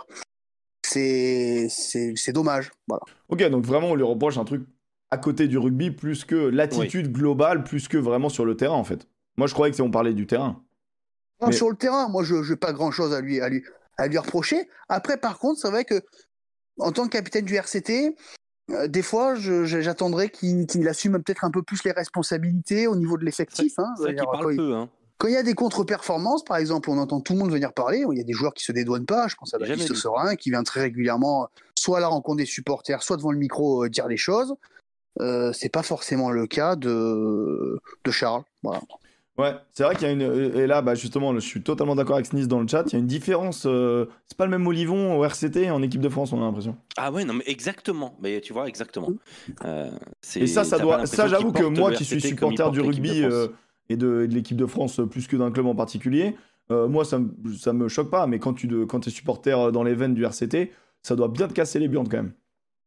C'est, c'est, c'est dommage. Voilà. Ok, donc vraiment, on lui reproche un truc à côté du rugby plus que l'attitude globale, plus que vraiment sur le terrain, en fait. Moi, je croyais que c'est on parlait du terrain. Non, Mais- sur le terrain, moi, je n'ai pas grand-chose à lui, à, lui, à lui reprocher. Après, par contre, c'est vrai que en tant que capitaine du R C T, euh, des fois, je, je, j'attendrais qu'il, qu'il assume peut-être un peu plus les responsabilités au niveau de l'effectif. Hein. C'est vrai qu'il Quand parle il- peu. Hein. Quand il y a des contre-performances, par exemple, on entend tout le monde venir parler, il y a des joueurs qui se dédouanent pas, je pense à Jamais Baptiste vu. Serin, qui vient très régulièrement, soit à la rencontre des supporters, soit devant le micro euh, dire des choses. Euh, c'est pas forcément le cas de, de Charles. Voilà. Ouais, c'est vrai qu'il y a une. Et là, bah, justement, je suis totalement d'accord avec Sniss dans le chat. Il y a une différence. euh, C'est pas le même Olivon au R C T et en équipe de France, on a l'impression. Ah ouais, non, mais exactement. Mais tu vois, exactement. Euh, c'est- Et ça, ça t'as doit. pas Ça, l'impression j'avoue qu'il que porte moi le qui R C suis T comme il supporter porte du l'équipe de rugby France. euh, et de, et de l'équipe de France euh, plus que d'un club en particulier, euh, moi, ça, me- ça me choque pas. Mais quand tu de, quand es supporter euh, dans les veines du R C T, ça doit bien te casser les burnes quand même.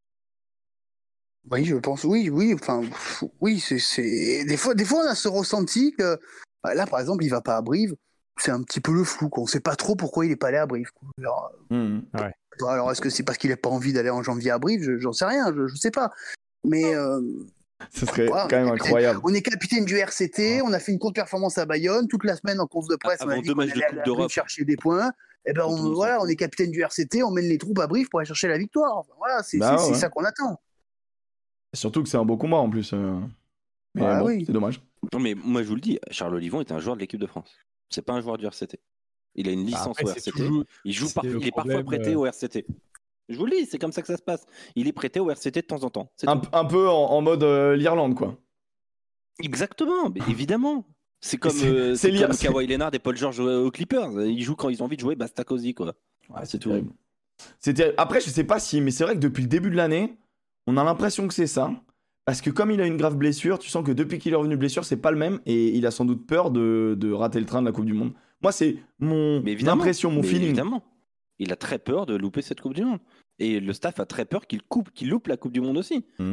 Oui, je pense, oui, oui, enfin, pff, oui, c'est, c'est... Des fois, des fois, on a ce ressenti que, bah, là, par exemple, il va pas à Brive, c'est un petit peu le flou, quoi. On sait pas trop pourquoi il est pas allé à Brive, quoi. Alors, Mhm. alors, est-ce que c'est parce qu'il a pas envie d'aller en janvier à Brive? Je, j'en sais rien, je, je sais pas. Mais, euh, Ce serait voilà, quand même on est capitaine- incroyable. On est capitaine du R C T, on a fait une contre-performance à Bayonne, toute la semaine en conf de presse, on Avant a dit deux qu'on matchs de allait Coupe à d'Europe. Brive chercher des points. Et ben, Quand on, on s'en voilà, fout. on est capitaine du R C T, on mène les troupes à Brive pour aller chercher la victoire. Enfin, voilà, c'est, Bah c'est, c'est ouais. ça qu'on attend. Surtout que c'est un beau combat en plus. euh. Mais Bah bon, oui. c'est dommage. Non, mais moi, je vous le dis, Charles Olivon est un joueur de l'équipe de France. C'est pas un joueur du R C T. Il a une licence Après, au c'est R C T. toujours- Il, joue c'est par- le il est parfois problème, prêté euh, au R C T. Je vous le dis, c'est comme ça que ça se passe. Il est prêté au R C T de temps en temps. c'est Un, tout. un peu en, en mode euh, l'Irlande, quoi. Exactement, mais évidemment. C'est comme, c'est- euh, c'est c'est lié- comme c'est- Kawhi Leonard et Paul George aux Clippers. Ils jouent quand ils ont envie de jouer, basta cosy, quoi. Ouais, C'est tout. terrible. C'est terrible. Après, je sais pas si, mais c'est vrai que depuis le début de l'année, on a l'impression que c'est ça. Parce que comme il a une grave blessure, tu sens que depuis qu'il est revenu de blessure, c'est pas le même. Et il a sans doute peur de, de rater le train de la Coupe du Monde. Moi, c'est mon Mais évidemment, impression, mon mais feeling. Évidemment. Il a très peur de louper cette Coupe du Monde. Et le staff a très peur qu'il coupe, qu'il loupe la Coupe du Monde aussi. Mm.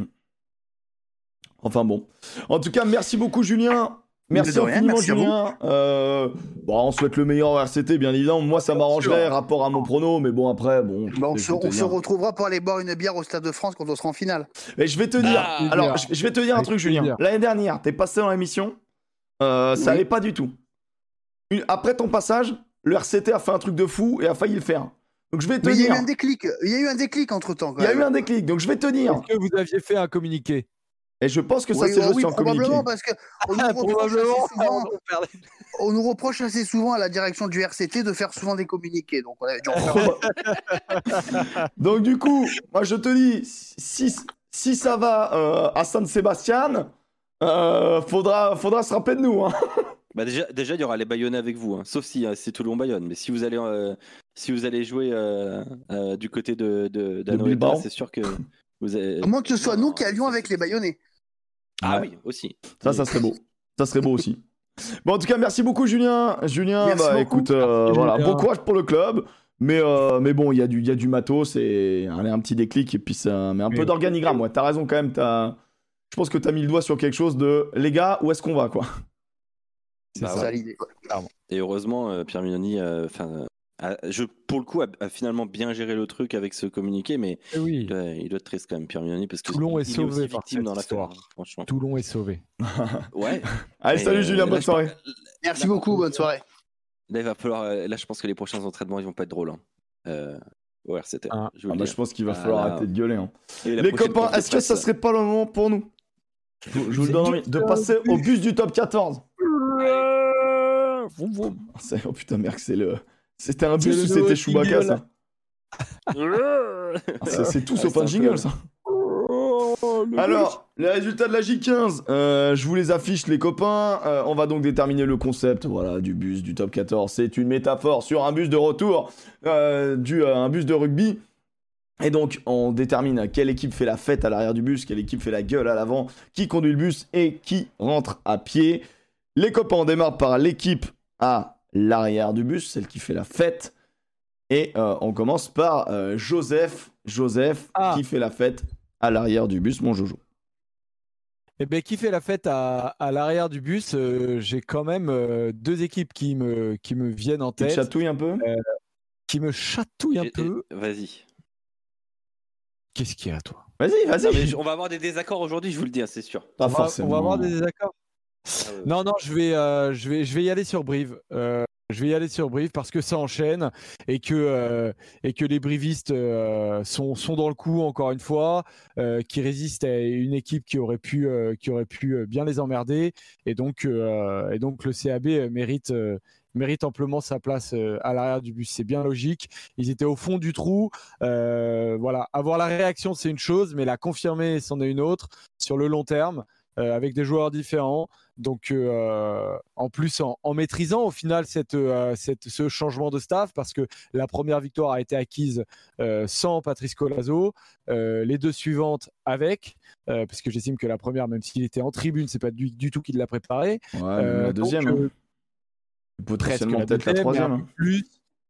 Enfin bon. En tout cas, merci beaucoup, Julien. Merci De rien, infiniment, merci à vous. Julien. Euh, bon, on souhaite le meilleur au R C T, bien évidemment. Moi, ça m'arrangerait, rapport à mon prono. Mais bon, après, bon. Bah, on je se, vais te on se dire. retrouvera pour aller boire une bière au Stade de France quand on sera en finale. Mais je vais te dire. Ah, alors, plaisir. je, je vais te dire un Avec truc, Julien. plaisir. L'année dernière, t'es passé dans l'émission. Euh, ça Oui. allait pas du tout. Une- après ton passage, le R C T a fait un truc de fou et a failli le faire. Donc, je vais te Mais il y a dire. eu un déclic. Il y a eu un déclic entre temps. Il y a eu un déclic. Donc, je vais te dire. Est-ce que vous aviez fait un communiqué? Et je pense que ça Oui, s'est oui, joué oui, sur un communiqué. probablement parce que on nous, Ah, reproche probablement. assez souvent, on perdait. on nous reproche assez souvent à la direction du R C T de faire souvent des communiqués. Donc on avait dû en faire. Donc du coup, moi je te dis, si, si ça va euh, à San Sébastien, euh, faudra, faudra se rappeler de nous. Hein. Bah déjà, déjà, il y aura les Bayonnais avec vous, hein. Sauf si hein, c'est Toulon-Bayonne. Mais si vous allez, euh, si vous allez jouer euh, euh, du côté de, de, d'Anoeta, Bilbao. c'est sûr que vous avez... À moins que ce soit Non, nous qui allions ça, avec c'est- les Bayonnais. Ah Ouais. oui, aussi. Ça, ça serait beau. Ça serait beau aussi. Bon, en tout cas, merci beaucoup, Julien. Julien, Merci bah beaucoup. écoute, euh, Merci, voilà, Julien. bon courage pour le club. Mais, euh, mais bon, il y, a du- il y a du matos et allez, un petit déclic et puis ça. Mais un peu Mais- d'organigramme, ouais. T'as raison quand même. T'as... Je pense que t'as mis le doigt sur quelque chose de les gars, où est-ce qu'on va, quoi. C'est Bah ça. C'est ouais. ça l'idée. quoi. Et heureusement, euh, Pierre Mignoni, euh, enfin, a- je, pour le coup, a, a finalement bien géré le truc avec ce communiqué, mais Eh oui, il doit, il doit être triste quand même, Pierre Mignoni, parce que Toulon il, est il sauvé aussi par victime cette dans l'affaire, histoire. hein, franchement. Toulon est sauvé. Ouais. Allez, Et, salut euh, Julien, là, bonne je soirée. pense- Merci là, beaucoup. Bonne soirée. Là, il va falloir. euh, Là, je pense que les prochains entraînements, ils vont pas être drôles. Hein. Euh, au R C T. Ah. je vous Ah le bah, dis. je pense qu'il va Ah, falloir là. arrêter de gueuler. Hein. Et la Les prochaine copains, conférence est-ce que de ça presse, serait pas le moment pour nous? Je, je vous le donne envie de passer au bus du top quatorze. Vroom, vroom. C'est- Oh putain, merde, c'est le. C'était un C'est bus le ou nouveau c'était Chewbacca jingle. ça? Ah, c'est, c'est tout Ouais, sauf c'est un un jingle peu- ça. Oh, le Alors, les résultats de la J quinze, euh, je vous les affiche les copains. Euh, on va donc déterminer le concept voilà, du bus du top quatorze. C'est une métaphore sur un bus de retour, euh, du, euh, un bus de rugby. Et donc, on détermine quelle équipe fait la fête à l'arrière du bus, quelle équipe fait la gueule à l'avant, qui conduit le bus et qui rentre à pied. Les copains, on démarre par l'équipe à l'arrière du bus, celle qui fait la fête. Et euh, on commence par euh, Joseph. Joseph, Ah. qui fait la fête à l'arrière du bus, mon Jojo. Eh ben, qui fait la fête à, à l'arrière du bus? euh, J'ai quand même euh, deux équipes qui me, qui me viennent en Tu te tête, chatouilles un peu? qui me chatouillent un J'ai- peu. Vas-y. Qu'est-ce qu'il y a, toi? Vas-y, Non, mais vas-y. je- on va avoir des désaccords aujourd'hui, je vous le dis, hein, c'est sûr. Pas on, va, forcément. on va avoir des désaccords. Ah ouais. Non, non, je vais, euh, je vais, je vais y aller sur Brive. Euh, je vais y aller sur Brive parce que ça enchaîne et que, euh, et que les brivistes euh, sont, sont dans le coup encore une fois, euh, qui résistent à une équipe qui aurait pu, euh, qui aurait pu euh, bien les emmerder. Et donc, euh, et donc le C A B mérite, euh, mérite amplement sa place euh, à l'arrière du bus. C'est bien logique. Ils étaient au fond du trou. Euh, voilà, avoir la réaction, c'est une chose, mais la confirmer, c'en est une autre sur le long terme. Euh, avec des joueurs différents. Donc, euh, en plus, en, en maîtrisant au final cette, euh, cette, ce changement de staff, parce que la première victoire a été acquise euh, sans Patrice Colazo, euh, les deux suivantes avec, euh, parce que j'estime que la première, même s'il était en tribune, c'est pas du, du tout qu'il l'a préparée. Ouais, Euh, la deuxième. donc, euh, hein. Potentiellement presque la peut-être la deuxième, troisième. mais un hein. peu plus.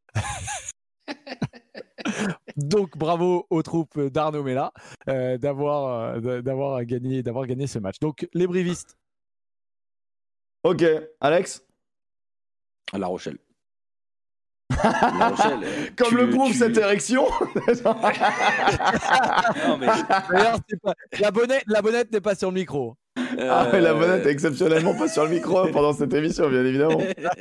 Donc bravo aux troupes d'Arnaud Mella euh, d'avoir, euh, d'avoir, gagné, d'avoir gagné ce match. Donc les brivistes. Ok, Alex. À La Rochelle. La Rochelle, euh, Comme tu- le prouve tu- cette érection. Non, mais D'ailleurs, c'est pas... la, bonnette, la bonnette n'est pas sur le micro. Ah, mais la Euh, bonnette est exceptionnellement pas sur le micro pendant cette émission, bien évidemment.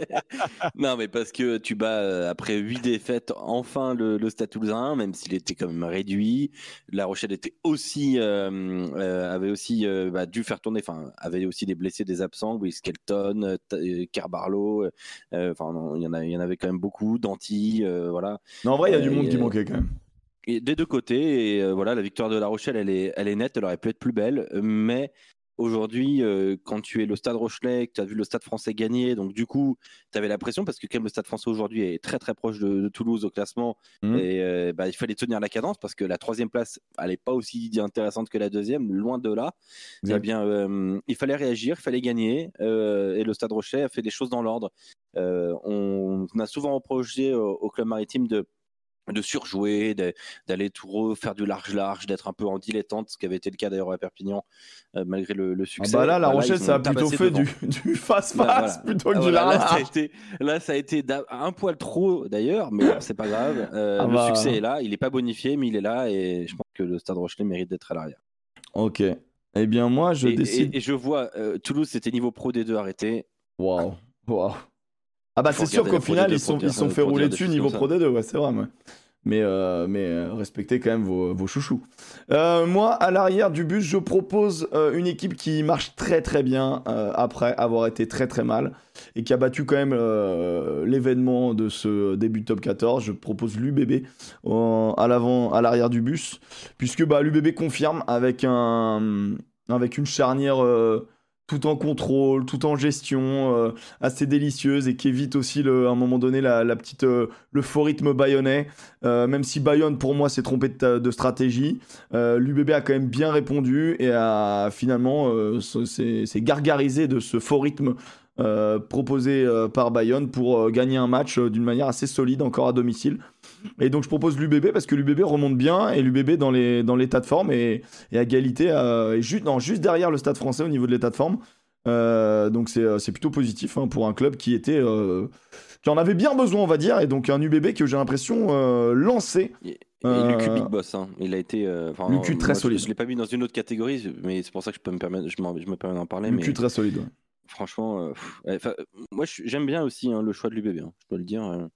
Non, mais parce que tu bats euh, après huit défaites enfin le, le Stade Toulousain, même s'il était quand même réduit. La Rochelle était aussi euh, euh, avait aussi euh, bah, dû faire tourner, enfin avait aussi des blessés, des absents, Will Skelton, euh, euh, Carbarlo, euh, enfin non, il y en a, il y en avait quand même beaucoup, Danty, euh, voilà. Non, en vrai, il y a Euh, du monde et, qui manquait quand même. et des deux côtés, et euh, voilà, la victoire de La Rochelle, elle est, elle est nette, elle aurait pu être plus belle, mais aujourd'hui, euh, quand tu es le Stade Rochelais, que tu as vu le Stade Français gagner, donc du coup, tu avais la pression parce que quand même le Stade Français aujourd'hui est très très proche de, de Toulouse au classement, Mmh. et euh, bah, il fallait tenir la cadence parce que la troisième place, elle n'est pas aussi intéressante que la deuxième, loin de là. Exact. Eh bien, euh, il fallait réagir, il fallait gagner, euh, et le Stade Rochelais a fait des choses dans l'ordre. Euh, on, on a souvent reproché au, au club maritime de de surjouer, de, d'aller tout faire du large-large, d'être un peu en dilettante, ce qui avait été le cas d'ailleurs à Perpignan, euh, malgré le, le Ah succès. bah là, La Bah, Rochelle, ils ont ça a plutôt tabassé fait devant. du, du face-face Bah, voilà. plutôt que Ah, du voilà, là, ça a large. été, là, ça a été d'a- un poil trop d'ailleurs, mais bon, c'est pas grave. Euh, Ah le bah. succès est là, il n'est pas bonifié, mais il est là, et je pense que le Stade Rochelais mérite d'être à l'arrière. Ok. Eh bien, moi, je Et, décide. et, et je vois, euh, Toulouse, c'était niveau Pro D deux arrêté. Waouh. Waouh. Ah bah, Il faut c'est sûr regarder qu'au la Pro final, D deux ils sont, pour dire- ils sont euh, fait pour rouler dire des dessus choses niveau comme Pro ça. D deux, ouais, c'est vrai, ouais. Mais, euh, mais euh, respectez quand même vos, vos chouchous. Euh, moi, à l'arrière du bus, je propose euh, une équipe qui marche très très bien euh, après avoir été très très mal et qui a battu quand même euh, l'événement de ce début de top quatorze. Je propose l'U B B euh, à l'avant, à l'arrière du bus, puisque bah, l'U B B confirme avec, un, avec une charnière euh, tout en contrôle, tout en gestion, euh, assez délicieuse et qui évite aussi le, à un moment donné la, la petite, euh, le faux rythme bayonnais. Euh, même si Bayonne, pour moi, s'est trompé de, de stratégie, euh, l'U B B a quand même bien répondu et a finalement euh, s'est gargarisé de ce faux rythme euh, proposé euh, par Bayonne pour euh, gagner un match euh, d'une manière assez solide, encore à domicile. Et donc je propose l'U B B parce que l'U B B remonte bien et l'U B B dans les dans l'état de forme et, et à égalité euh, et juste non juste derrière le Stade Français au niveau de l'état de forme. Euh, donc c'est c'est plutôt positif hein, pour un club qui était euh, qui en avait bien besoin on va dire et donc un U B B que j'ai l'impression euh, lancé. Et, et Euh, Lucu Big Boss, hein. Il a été. euh, enfin, Lucu non, très moi, solide. Je, je l'ai pas mis dans une autre catégorie, mais c'est pour ça que je peux me permettre, je, m'en- je me permets d'en parler. Lucu Mais très solide. Ouais. franchement, euh, pff, ouais, 'fin, moi je- j'aime bien aussi hein, le choix de l'U B B. Hein, je peux le dire. euh,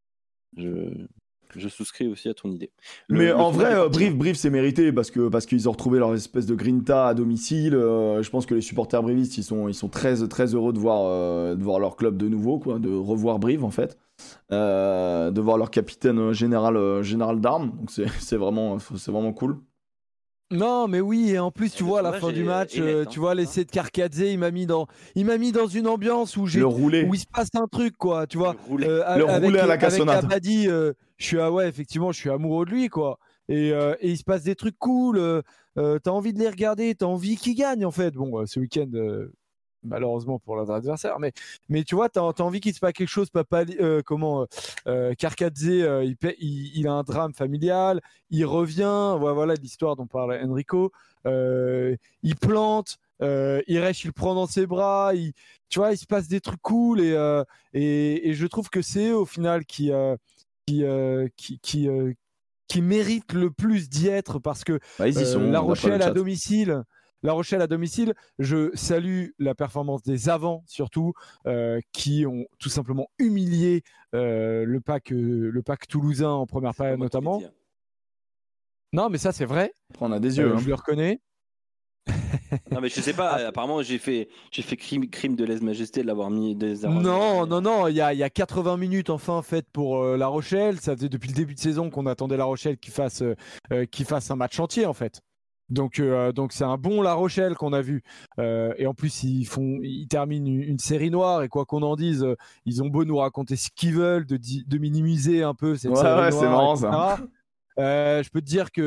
je, je souscris aussi à ton idée. Le- Mais le en sondage vrai, est euh, parti, Brive, hein. Brive c'est mérité parce que parce qu'ils ont retrouvé leur espèce de grinta à domicile. Euh, je pense que les supporters brivistes, ils sont ils sont très très heureux de voir euh, de voir leur club de nouveau, quoi, de revoir Brive en fait, euh, de voir leur capitaine euh, général euh, général d'armes. Donc c'est c'est vraiment c'est vraiment cool. Non, mais oui, et en plus, Et tu le vois, à la sondage fin du est- match, est net, euh, hein, tu vois, c'est ça l'essai de Carcadze, il m'a mis dans, il m'a mis dans une ambiance où j'ai, Le roulé, où il se passe un truc, quoi, tu vois. Le roulé. Euh, le avec, roulé à la avec cassonade. Abadi, euh, je suis, ah ouais, effectivement, je suis amoureux de lui, quoi. Et, euh, et il se passe des trucs cool. Euh, euh, t'as envie de les regarder, t'as envie qu'ils gagnent, en fait. Bon, euh, ce week-end, euh, malheureusement pour leurs adversaires, mais, mais tu vois, t'as, t'as envie qu'il se passe quelque chose. Papa, euh, comment, euh, Carcadze, euh, il, paie- il, il a un drame familial, il revient, voilà, voilà l'histoire dont parle Enrico. Euh, il plante, euh, Iresh il le prend dans ses bras, il, tu vois, il se passe des trucs cool et, euh, et, et je trouve que c'est eux, au final qui, euh, qui, euh, qui, qui, euh, qui méritent le plus d'y être parce que Bah, ils y euh, sont. La d'après le Rochelle à chat. domicile. La Rochelle à domicile, je salue la performance des avants surtout, euh, qui ont tout simplement humilié euh, le pack, euh, le pack toulousain en première C'est pas période moi qui l'ai notamment. dit, hein. Non, mais ça c'est vrai. Après, on a des yeux. Euh, hein. je le reconnais. Non, mais je sais pas. Ah, Apparemment, j'ai fait, j'ai fait crime, crime de lèse-majesté de l'avoir mis des non, non, non, il y a, il y a quatre-vingts minutes enfin faites pour euh, La Rochelle. Ça faisait depuis le début de saison qu'on attendait La Rochelle qui fasse, euh, euh, qui fasse un match entier en fait. Donc, euh, donc c'est un bon La Rochelle qu'on a vu. Euh, et en plus, ils font, ils terminent une, une série noire. Et quoi qu'on en dise, euh, ils ont beau nous raconter ce qu'ils veulent, de, di- de minimiser un peu cette Ouais, série ouais, noire, c'est marrant et cetera. ça. Euh, je peux te dire que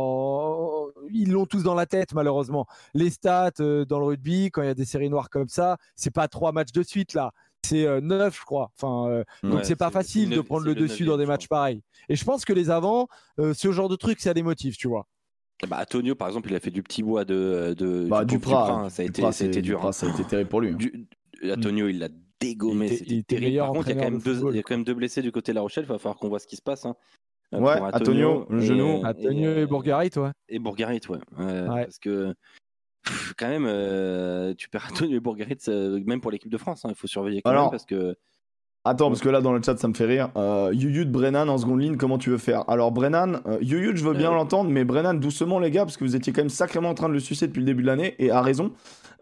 euh, ils l'ont tous dans la tête malheureusement. Les stats euh, dans le rugby, quand il y a des séries noires comme ça, c'est pas trois matchs de suite là, c'est euh, neuf je crois. Enfin, euh, donc Ouais, c'est pas c'est- c'est facile le de neuf- prendre c'est le le dessus dans neuvième, des je matchs crois. pareils. Et je pense que les avants, euh, ce genre de truc, ça les motive, tu vois. Bah, Antonio, par exemple, il a fait du petit bois de, de Bah, du pauvre Duprat, Duprat, hein. Ça a été, Duprat, ça a été c'est- dur. Duprat, hein. ça a été terrible pour lui. hein. Du- Antonio, il l'a dégommé, Il était- il c'était était terrible. meilleur Par contre, il y a quand entraîneur même de deux, football, il y a quoi. quand même deux blessés du côté de La Rochelle. Il va falloir qu'on voit ce qui se passe. Hein. Euh, Ouais, pour Antonio, le et, genou. euh, Antonio et euh, Bourgarit, ouais. Et Bourgarit, ouais. Euh, Ouais. Parce que pff, quand même, euh, tu perds Antonio Bourgarit, même pour l'équipe de France. Il hein, faut surveiller quand Alors, même parce que. Attends, parce que là, dans le chat, ça me fait rire. Euh, Yuyut, Brennan en seconde ligne, comment tu veux faire? Alors, Brennan, euh, Yuyut, je veux bien Euh. l'entendre, mais Brennan, doucement, les gars, parce que vous étiez quand même sacrément en train de le sucer depuis le début de l'année, et à raison.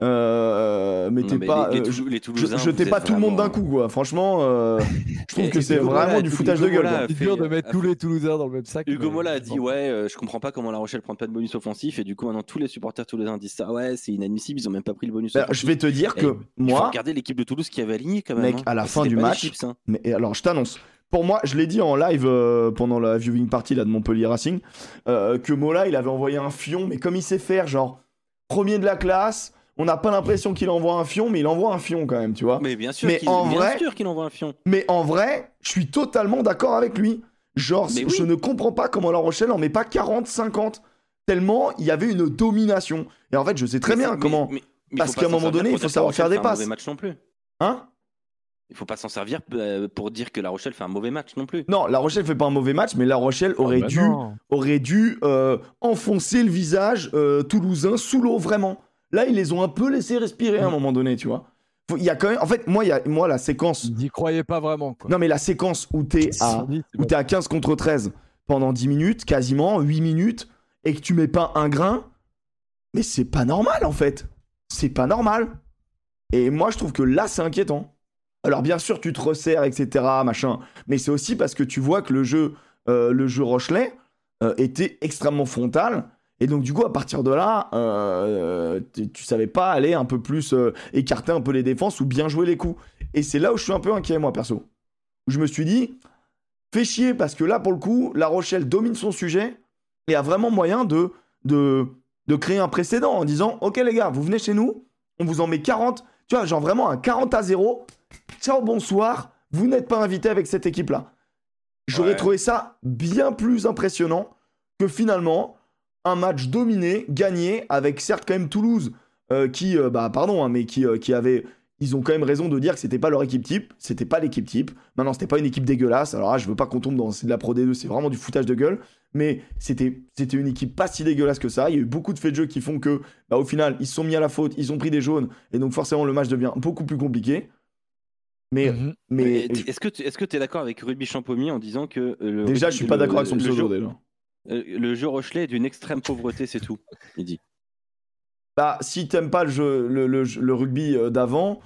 Euh, mais Non, t'es mais pas. les, les, euh, Toulou- les je Toulousains. je vous t'ai êtes pas tout le monde d'un vraiment- coup, quoi. Franchement, euh, je trouve Et- que et c'est Hugo vraiment Mola, du Hugo foutage de gueule, Mola quoi. a C'est fait- dur de a mettre fait- tous les Toulousains dans le même sac. Hugo mais- Mola a dit bon. ouais, euh, je comprends pas comment La Rochelle prend pas de bonus offensif et du coup maintenant tous les supporters toulousains disent ça. Ouais, c'est inadmissible, ils ont même pas pris le bonus Bah, offensif. je vais te dire Et que Il faut moi, regarder l'équipe de Toulouse qui avait aligné quand même. mec, hein. à la Et fin c'était du pas des match, chips, hein. mais et alors je t'annonce, pour moi, je l'ai dit en live euh, pendant la viewing party là, de Montpellier Racing, euh, que Mola, il avait envoyé un fion, mais comme il sait faire, genre, premier de la classe, on n'a pas l'impression qu'il envoie un fion, mais il envoie un fion quand même, tu vois. Mais bien sûr Mais qu'il en bien vrai- sûr qu'il envoie un fion. Mais en vrai, je suis totalement d'accord avec lui. Genre, Mais je oui. ne comprends pas comment La Rochelle en met pas quarante cinquante, tellement il y avait une domination. Et en fait, je sais très Mais bien c'est- mais- comment. mais- mais parce faut pas qu'à un s'en moment servir donné, pour il faut dire que savoir La faire Rochelle des fait un passes. mauvais match non plus. Hein? Il faut pas s'en servir euh, pour dire que La Rochelle fait un mauvais match non plus. Non, La Rochelle fait pas un mauvais match, mais La Rochelle aurait Ah bah dû, non. aurait dû euh, enfoncer le visage euh, toulousain sous l'eau, vraiment. Là, ils les ont un peu laissé respirer à un Mm. moment donné, tu vois. Faut- Il y a quand même. En fait, moi, il y a, moi la séquence. Ils n'y croyaient pas vraiment. Quoi. Non, mais la séquence où t'es Ils se sont à, dit, c'est où pas- t'es à quinze contre treize pendant dix minutes, quasiment, huit minutes, et que tu mets pas un grain, mais c'est pas normal, en fait. C'est pas normal. Et moi, je trouve que là, c'est inquiétant. Alors, bien sûr, tu te resserres, et cetera, machin, mais c'est aussi parce que tu vois que le jeu, euh, le jeu Rochelet euh, était extrêmement frontal. Et donc, du coup, à partir de là, euh, tu, tu savais pas aller un peu plus euh, écarter un peu les défenses ou bien jouer les coups. Et c'est là où je suis un peu inquiet, moi, perso. Où je me suis dit, fais chier, parce que là, pour le coup, La Rochelle domine son sujet et a vraiment moyen de, de, de créer un précédent en disant, ok, les gars, vous venez chez nous, on vous en met quarante, tu vois, genre vraiment un quarante à zéro. Ciao, bonsoir, vous n'êtes pas invité avec cette équipe-là. J'aurais Ouais. trouvé ça bien plus impressionnant que finalement un match dominé, gagné, avec certes quand même Toulouse, euh, qui, euh, bah pardon, hein, mais qui, euh, qui avait... Ils ont quand même raison de dire que c'était pas leur équipe type, c'était pas l'équipe type. Maintenant, c'était pas une équipe dégueulasse. Alors là, je veux pas qu'on tombe dans c'est de la Pro D deux, c'est vraiment du foutage de gueule. Mais c'était, c'était une équipe pas si dégueulasse que ça. Il y a eu beaucoup de faits de jeu qui font que, bah, au final, ils se sont mis à la faute, ils ont pris des jaunes, et donc forcément, le match devient beaucoup plus compliqué. Mais, Mhm. mais Mais Est-ce que tu est-ce que tu es d'accord avec Ruby Champomy en disant que. euh, le, déjà, je suis pas le- d'accord avec son le pseudo, jeu- déjà. euh, Le jeu Rochelet est d'une extrême pauvreté, c'est tout, il dit. Bah, si t'aimes pas le, jeu, le, le, le rugby euh, d'avant,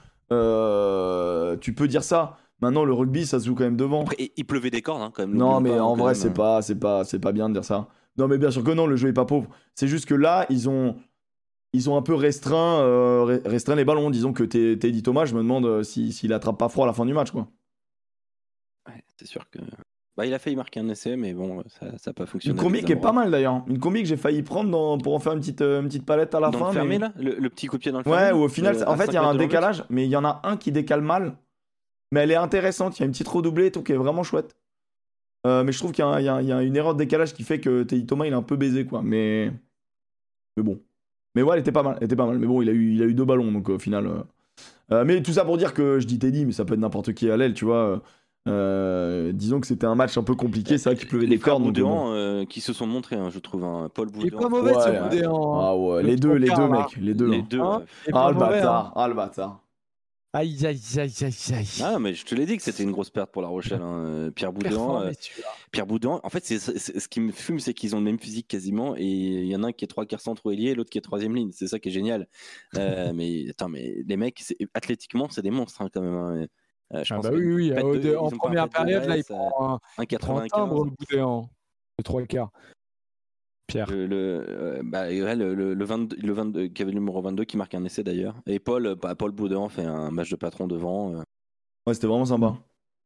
euh, tu peux dire ça. Maintenant, le rugby, ça se joue quand même devant. Après, il pleuvait des cordes, hein, quand même. Non, n'oublions mais pas, hein, en quand vrai, même. c'est pas, c'est pas, c'est pas bien de dire ça. Non, mais bien sûr que non, le jeu est pas pauvre. C'est juste que là, ils ont, ils ont un peu restreint, euh, re- restreint les ballons. Disons que t'es- Teddy Thomas, je me demande euh, si- s'il attrape pas froid à la fin du match, quoi. Ouais, c'est sûr que. Bah, il a failli marquer un essai, mais bon, ça n'a pas fonctionné. Une combi avec qui est Zamora. pas mal d'ailleurs. Une combi que j'ai failli prendre dans- pour en faire une petite, euh, une petite palette à la Dans fin. le fermé, mais... là le, le petit coup de pied dans le Ouais, fermé ou au final, euh, c'est- en à fait, il y a cinq un mètres de leur but. décalage, mais il y en a un qui décale mal. Mais elle est intéressante. Il y a une petite redoublée et tout qui est vraiment chouette. Euh, mais je trouve qu'il y, a un- il y a- il y a une erreur de décalage qui fait que Teddy Thomas, il est un peu baisé, quoi. Mais, mais bon. Mais ouais, elle était pas mal. Elle était pas mal. Mais bon, il a eu, il a eu deux ballons, donc au final. euh, euh, mais tout ça pour dire que je dis Teddy, mais ça peut être n'importe qui à l'aile, tu vois. Euh, disons que c'était un match un peu compliqué. C'est vrai qu'il pleuvait Les des frères cordes. donc, bon. Boudéan euh, qui se sont montrés, hein, je trouve. Hein. Paul Il est Boudéan. pas mauvais Ouais, ce ouais. Boudéan. Ah ouais, Le les deux, les trois deux, quarts, mec. Les deux. Les hein. deux. Hein ouais. Il est Ah, pas le mauvais, hein. bâtard. Ah, le bâtard. Aïe, aïe, aïe, aïe, aïe. Ah, mais je te l'ai dit que c'était une grosse perte pour La Rochelle. Hein. Euh, Pierre Boudéan. Performé, euh, celui-là. Pierre Boudéan. En fait, c'est, c'est- ce qui me fume, c'est qu'ils ont le même physique quasiment. Et il y en a un qui est trois quarts centre ailier et l'autre qui est troisième ligne. C'est ça qui est génial. Euh, mais attends, mais les mecs, c'est- athlétiquement, c'est des monstres hein, quand même. Hein. Euh, je Ah pense bah que oui, oui, oui. pète Au- de- de- ils en ont pas un première pète de période, là, il graisse, euh, prend un, un il prend un 95. timbre, le Boudéan. Le trois quarts. Pierre. Le, le, euh, bah, ouais, le, le, le vingt-deux, le vingt-deux, qui avait le numéro vingt-deux qui marque un essai d'ailleurs. Et Paul, euh, bah, Paul Boudéan fait un match de patron devant. euh. Ouais, c'était vraiment sympa.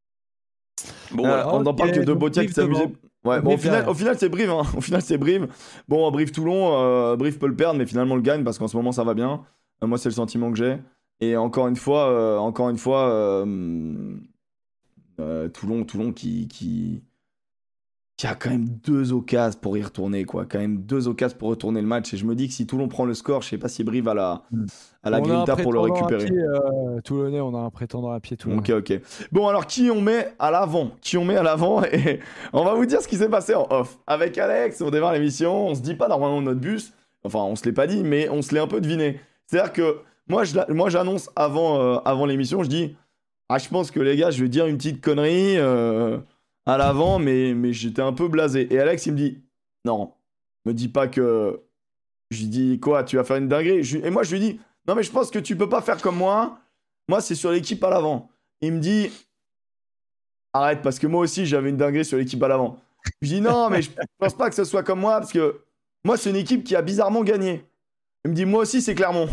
Bon, Euh, voilà. on n'en Ok, parle que de donc Botia qui Brive s'amusait. devant. Ouais, bon, au Brive final, derrière. au final c'est Brive. Hein. Au final, c'est Brive. Bon, Brive-Toulon, euh, Brive peut le perdre, mais finalement le gagne parce qu'en ce moment ça va bien. Euh, moi, c'est le sentiment que j'ai. Et encore une fois, euh, encore une fois, euh, euh, Toulon, Toulon qui, qui, qui a quand même deux occasions pour y retourner, quoi. Quand même deux occasions pour retourner le match. Et je me dis que si Toulon prend le score, je sais pas si Brive a la, à la On a un grinta pour le prétendant à récupérer. pied, euh, Toulonnais, on a un prétendant à pied toulonnais. Ok, ok. Bon, alors qui on met à l'avant? Qui on met à l'avant? Et on va vous dire ce qui s'est passé en off. Avec Alex, on démarre l'émission, on se dit pas normalement notre bus. Enfin, on se l'est pas dit, mais on se l'est un peu deviné. C'est-à-dire que moi, je, moi j'annonce avant, euh, avant l'émission, je dis ah, je pense que les gars, je vais dire une petite connerie euh, à l'avant, mais, mais j'étais un peu blasé. Et Alex, il me dit non, me dis pas que. Je lui dis quoi, tu vas faire une dinguerie? Je- Et moi, je lui dis non, mais je pense que tu peux pas faire comme moi. Moi, c'est sur l'équipe à l'avant. Il me dit arrête, parce que moi aussi, j'avais une dinguerie sur l'équipe à l'avant. Je dis non, mais je pense pas que ce soit comme moi, parce que moi, c'est une équipe qui a bizarrement gagné. Il me dit moi aussi, c'est Clermont.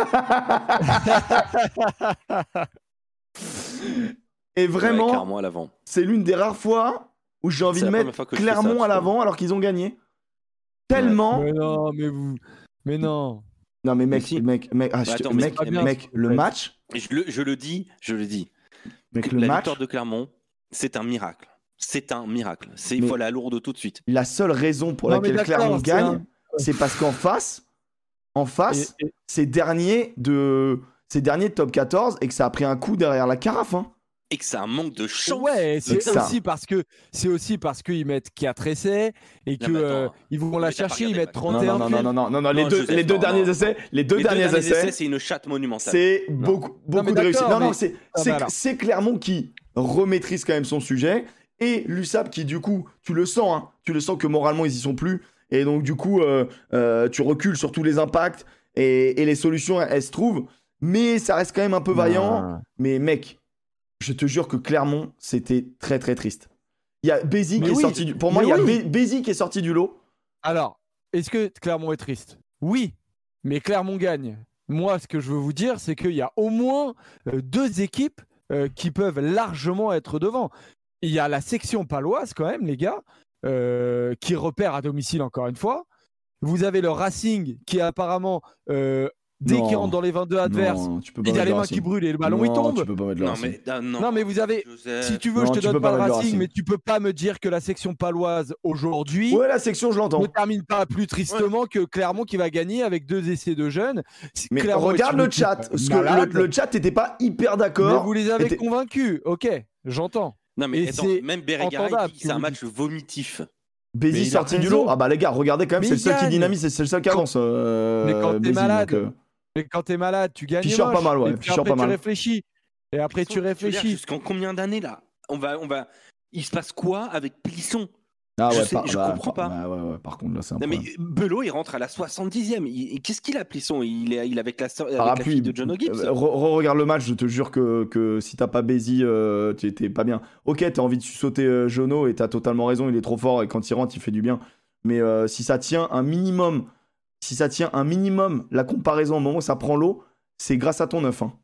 Et vraiment, Ouais, Clermont à l'avant. c'est l'une des rares fois où j'ai envie C'est de la mettre première fois que je fais ça, Clermont je à l'avant alors qu'ils ont gagné. Tellement. Mais non, mais vous. Mais non. Non, mais mec, Mais si. mec, mec, ah, Mais je te- attends, mais mec, c'est pas bien. mec, le Ouais. match, Et je le, je le dis, je le dis. mec, le la match, victoire de Clermont, c'est un miracle. C'est un miracle. C'est, il Mais- faut aller à Lourdes tout de suite. la seule raison pour Non, mais laquelle d'accord, Clermont c'est gagne, un- c'est parce qu'en face, en face, Et- et- c'est dernier de, c'est dernier de top quatorze et que ça a pris un coup derrière la carafe. Hein. Et que c'est un manque de chance. Ouais, c'est ça. aussi parce que c'est aussi parce qu'ils mettent quatre essais et que Non, mais attends. euh, ils vont la Mais t'as pas chercher, ils regardé mettent le trente Non, et un non, non, pieds. non, non, non, non, les Non, deux, Joseph, les deux non, derniers non. essais, les deux Les deux derniers derniers essais, essais, c'est une chatte monumentale. c'est Non. beaucoup, beaucoup mais de réussite. d'accord, Non, non, mais- c'est, Ah, c'est, bah alors. c'est Clermont qui remaîtrise quand même son sujet et l'U S A P qui, du coup, tu le sens, hein, tu le sens que moralement ils y sont plus et donc du coup, euh, euh, tu recules sur tous les impacts et, et les solutions elles, elles se trouvent, mais ça reste quand même un peu vaillant. Non. Mais mec, je te jure que Clermont, c'était très très triste. Il y a Bézi Mais qui est oui, sorti du... Pour moi, mais il y a oui. Bé- Bézi qui est sorti du lot. Alors, est-ce que Clermont est triste? Oui, mais Clermont gagne. Moi, ce que je veux vous dire, c'est qu'il y a au moins euh, deux équipes euh, qui peuvent largement être devant. Il y a la section paloise quand même, les gars, euh, qui repère à domicile encore une fois. Vous avez le Racing qui apparemment, euh, dès Non. qu'il rentre dans les vingt-deux adverses, Non, tu peux pas il y a mettre les le mains Racing. qui brûlent et le ballon non, il tombe. tu peux pas mettre le Non, Racing. mais, ah, non. Non, mais vous avez- Joseph. Si tu veux, Non, je te tu peux donne pas pas le mettre le Racing, Racing. mais tu peux pas me dire que la section paloise aujourd'hui Ouais, la section, je l'entends. ne termine pas plus tristement que Clermont qui va gagner avec deux essais de jeunes. Si Mais Clermont est regarde une le équipe chat. Parce que malade, le, le chat n'était pas hyper mais d'accord. vous les avez était- convaincus. Ok, j'entends. Non, mais Et attends, c'est même Bérégaray entendable dit que que c'est un vous match vomitif. Bézi Mais il a sorti du raison. lot. Ah bah les gars, regardez quand même, Mais c'est le il seul qui gagne. dynamise, c'est le seul qui Quand- avance. euh, Mais quand t'es Bézi, malade, donc, euh, Mais quand t'es malade, tu gagnes. Fischer moche. pas mal, ouais, Et puis Fischer après, pas tu mal. réfléchis. Et après, tu Plisson, réfléchis. titulaire Jusqu'en combien d'années là on va, on va... Il se passe quoi avec Plisson? Ah Je ouais, sais- par, je bah, comprends par- pas. bah, ouais, ouais, par contre, là, c'est un Non, problème. mais Belot, il rentre à la soixante-dixième. Il- Qu'est-ce qu'il a, Plisson? Il est, il est avec la, sœur- avec la Parapluie. fille de John O'Gibbs. Euh, re- Re-regarde le match, je te jure que, que si t'as pas Bézi, euh, tu t'es pas bien. Ok, t'as envie de sauter euh, Jono et t'as totalement raison, il est trop fort et quand il rentre, il fait du bien. Mais euh, si ça tient un minimum, si ça tient un minimum, la comparaison au moment où ça prend l'eau, c'est grâce à ton neuf. Hein.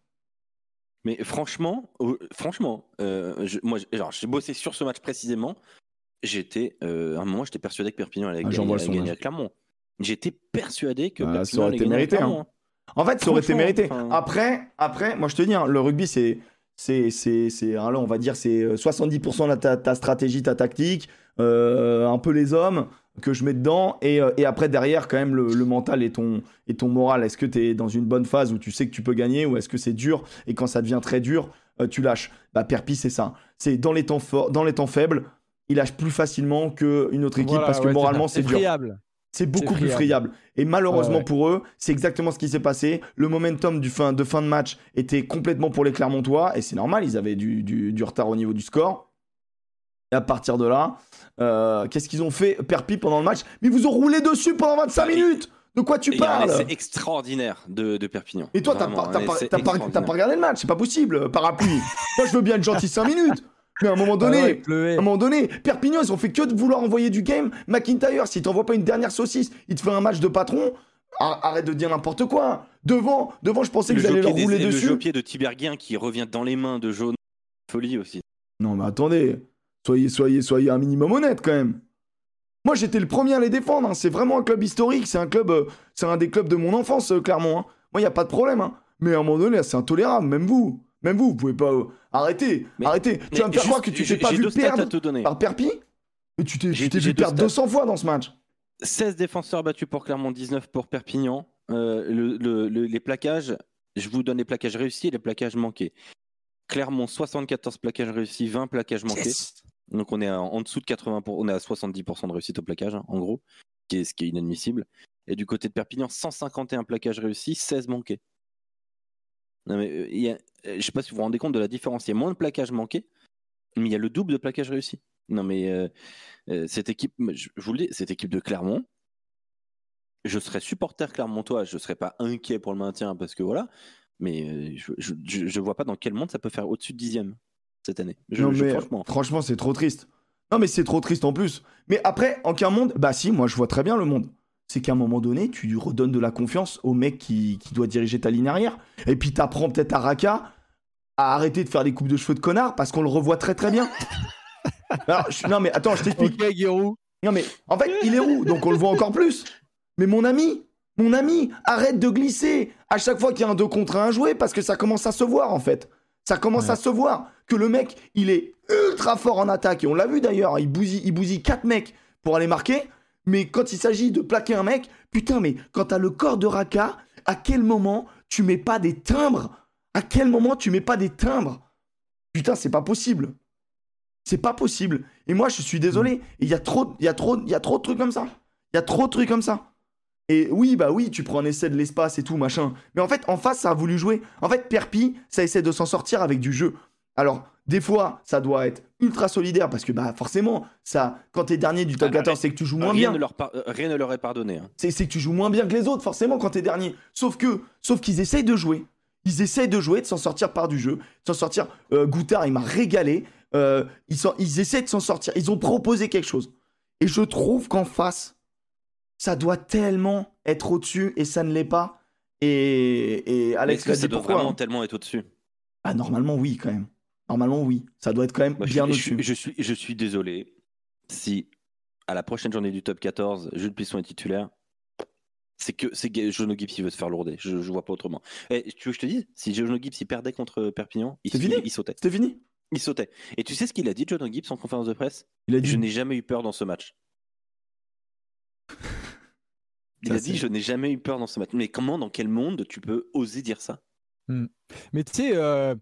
Mais franchement, euh, franchement, euh, je, moi, j'- genre, j'ai bossé sur ce match précisément. J'étais, euh, à un moment, j'étais persuadé que Perpignan allait Ah, gagner, j'envoie le allait son, gagner là. à Clermont. J'étais persuadé que Ah, ça Perpignan aurait allait été gagner à mérité, Clermont. En fait, ça aurait été Franchement, mérité. enfin- Après, après, moi je te dis, hein, le rugby, c'est, c'est, c'est, c'est, hein, là, on va dire, c'est soixante-dix pour cent de ta, ta stratégie, ta tactique, euh, un peu les hommes que je mets dedans, et, euh, et après derrière, quand même, le, le mental et ton, et ton moral. Est-ce que tu es dans une bonne phase où tu sais que tu peux gagner, ou est-ce que c'est dur, et quand ça devient très dur, euh, tu lâches. Bah, Perpi, c'est ça. C'est dans les temps forts, dans les temps faibles, il lâche plus facilement qu'une autre équipe Voilà, parce que ouais, moralement, c'est c'est dur. friable. C'est beaucoup C'est plus friable. friable. Et malheureusement Ouais, ouais. pour eux, c'est exactement ce qui s'est passé. Le momentum du fin, de fin de match était complètement pour les Clermontois. Et c'est normal, ils avaient du, du, du retard au niveau du score. Et à partir de là, euh, qu'est-ce qu'ils ont fait, Perpi, pendant le match? Mais ils vous ont roulé dessus pendant vingt-cinq Bah, minutes. De quoi tu Et il y a un parles? essai extraordinaire de, de Perpignan. Et toi, t'as Vraiment, pas, t'as un pas, essai t'as pas, t'as extraordinaire. pas regardé le match, c'est pas possible, parapluie. Moi, je veux bien être gentil cinq minutes. Mais à un moment donné, Ah ouais, il pleuvait. à un moment donné, Perpignan, ils ont fait que de vouloir envoyer du game. McIntyre, s'il t'envoie pas une dernière saucisse, il te fait un match de patron. Ar- Arrête de dire n'importe quoi. Devant, devant, je pensais que Le vous alliez leur jeu-pied rouler des- le dessus. jeu-pied de Tiberghien qui revient dans les mains de Jaune. Folie aussi. Non, mais attendez, soyez, soyez, soyez un minimum honnête quand même. Moi, j'étais le premier à les défendre. Hein. C'est vraiment un club historique. C'est un club, euh, c'est un des clubs de mon enfance, euh, Clermont. Hein. Moi, il y a pas de problème. Hein. Mais à un moment donné, c'est intolérable. Même vous, même vous, vous pouvez pas euh, arrêter. Mais- arrêtez. Mais Tu vas me faire juste, croire que tu j'ai- t'es pas j'ai vu deux stats à perdre te donner. par Perpi. Mais tu t'es, J'ai- tu t'es j'ai vu deux perdre stats. deux cents fois dans ce match. seize défenseurs battus pour Clermont, dix-neuf pour Perpignan. Euh, le- le- le- les plaquages, je vous donne les plaquages réussis et les plaquages manqués. Clermont, soixante-quatorze plaquages réussis, vingt plaquages manqués. Yes. Donc on est à- en dessous de quatre-vingts pour cent, on est à soixante-dix pour cent de réussite au plaquage, hein, en gros, qui est, ce qui est inadmissible. Et du côté de Perpignan, cent cinquante et un plaquages réussis, seize manqués. Non, mais, euh, il y a, je ne sais pas si vous vous rendez compte de la différence. Il y a moins de plaquages manqués, mais il y a le double de plaquages réussis. Non, mais euh, euh, cette équipe, je, je vous le dis, cette équipe de Clermont, je serais supporter clermontois, je ne serais pas inquiet pour le maintien parce que voilà, mais je ne vois pas dans quel monde ça peut faire au-dessus de dixième cette année. Je, non, je, mais franchement, franchement, c'est trop triste. Non, mais c'est trop triste en plus. Mais après, en qu'un monde, bah si, moi je vois très bien le monde. C'est qu'à un moment donné, tu redonnes de la confiance au mec qui, qui doit diriger ta ligne arrière. Et puis t'apprends peut-être à Raka à arrêter de faire des coupes de cheveux de connard parce qu'on le revoit très très bien. Alors, je, non, mais attends, je t'explique. Ok, Guérou. Non, mais en fait, il est roux, donc on le voit encore plus. Mais mon ami, mon ami, arrête de glisser à chaque fois qu'il y a un deux contre un à jouer parce que ça commence à se voir en fait. Ça commence ouais. à se voir que le mec, il est ultra fort en attaque. Et on l'a vu d'ailleurs, il bousille, il bousille quatre mecs pour aller marquer. Mais quand il s'agit de plaquer un mec, putain, mais quand t'as le corps de Raka, à quel moment tu mets pas des timbres ? À quel moment tu mets pas des timbres ? Putain, c'est pas possible. C'est pas possible. Et moi, je suis désolé. Il y a trop, il y a trop, il y a trop de trucs comme ça. Il y a trop de trucs comme ça. Et oui, bah oui, tu prends un essai de l'espace et tout, machin. Mais en fait, en face, ça a voulu jouer. En fait, Perpi, ça essaie de s'en sortir avec du jeu. Alors, des fois, ça doit être ultra solidaire parce que, bah, forcément, ça, quand t'es dernier du top quatorze, c'est que tu joues moins rien bien. Ne leur par... Rien ne leur est pardonné. Hein. C'est, c'est que tu joues moins bien que les autres, forcément, quand t'es dernier. Sauf que, sauf qu'ils essayent de jouer. Ils essayent de jouer, de s'en sortir par du jeu, de s'en sortir. Euh, Goutard, il m'a régalé. Euh, ils, sont, ils essaient de s'en sortir. Ils ont proposé quelque chose. Et je trouve qu'en face, ça doit tellement être au-dessus et ça ne l'est pas. Et, et Alex l'a dit pourquoi. Ça doit vraiment hein. tellement être au-dessus. Ah, normalement, oui, quand même. Normalement, oui. Ça doit être quand même Moi, bien je, au-dessus. Je, je, suis, je suis désolé si, à la prochaine journée du top quatorze, Jules Plisson est titulaire. C'est que c'est Jono Gibbs qui veut se faire lourder. Je ne vois pas autrement. Et tu veux que je te dise, si Jono Gibbs il perdait contre Perpignan, il, fini il, il sautait. C'était fini. Il sautait. Et tu sais ce qu'il a dit, Jono Gibbs, en conférence de presse ? Il a dit... Je n'ai jamais eu peur dans ce match. Il ça, a dit, c'est... je n'ai jamais eu peur dans ce match. Mais comment, dans quel monde tu peux oser dire ça ? hmm. Mais tu sais, euh,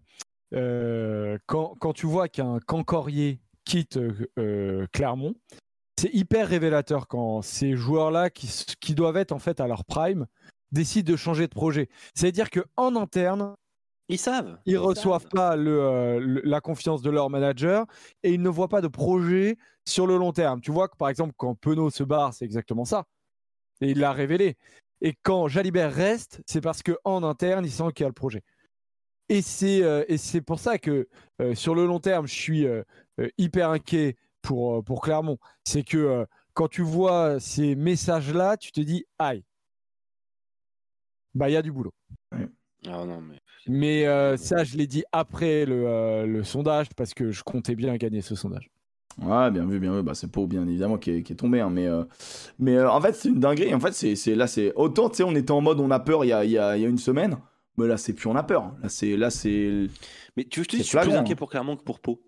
euh, quand, quand tu vois qu'un Cancorier quitte euh, Clermont, c'est hyper révélateur quand ces joueurs-là qui, qui doivent être en fait à leur prime décident de changer de projet. C'est-à-dire qu'en interne, ils savent. Ils ne reçoivent savent. pas le, euh, le, la confiance de leur manager et ils ne voient pas de projet sur le long terme. Tu vois que par exemple, quand Penaud se barre, c'est exactement ça. Et il l'a révélé. Et quand Jalibert reste, c'est parce qu'en interne, il sent qu'il y a le projet. Et c'est, euh, et c'est pour ça que euh, sur le long terme, je suis euh, euh, hyper inquiet pour, euh, pour Clermont. C'est que euh, quand tu vois ces messages-là, tu te dis « Aïe, bah il y a du boulot ouais. ». Ah non, mais mais euh, ça, je l'ai dit après le, euh, le sondage parce que je comptais bien gagner ce sondage. Ouais, bien vu, bien vu. Bah, c'est Pau, bien évidemment, qui est, qui est tombé. Hein, mais euh, mais euh, en fait, c'est une dinguerie. En fait, c'est, c'est, là, c'est autant, tu sais, on était en mode on a peur il y a, il y a, il y a une semaine. Mais là, c'est plus on a peur. Là, c'est. Là, c'est... Mais tu veux que je te dise, je suis plus inquiet pour Clermont que pour Pau.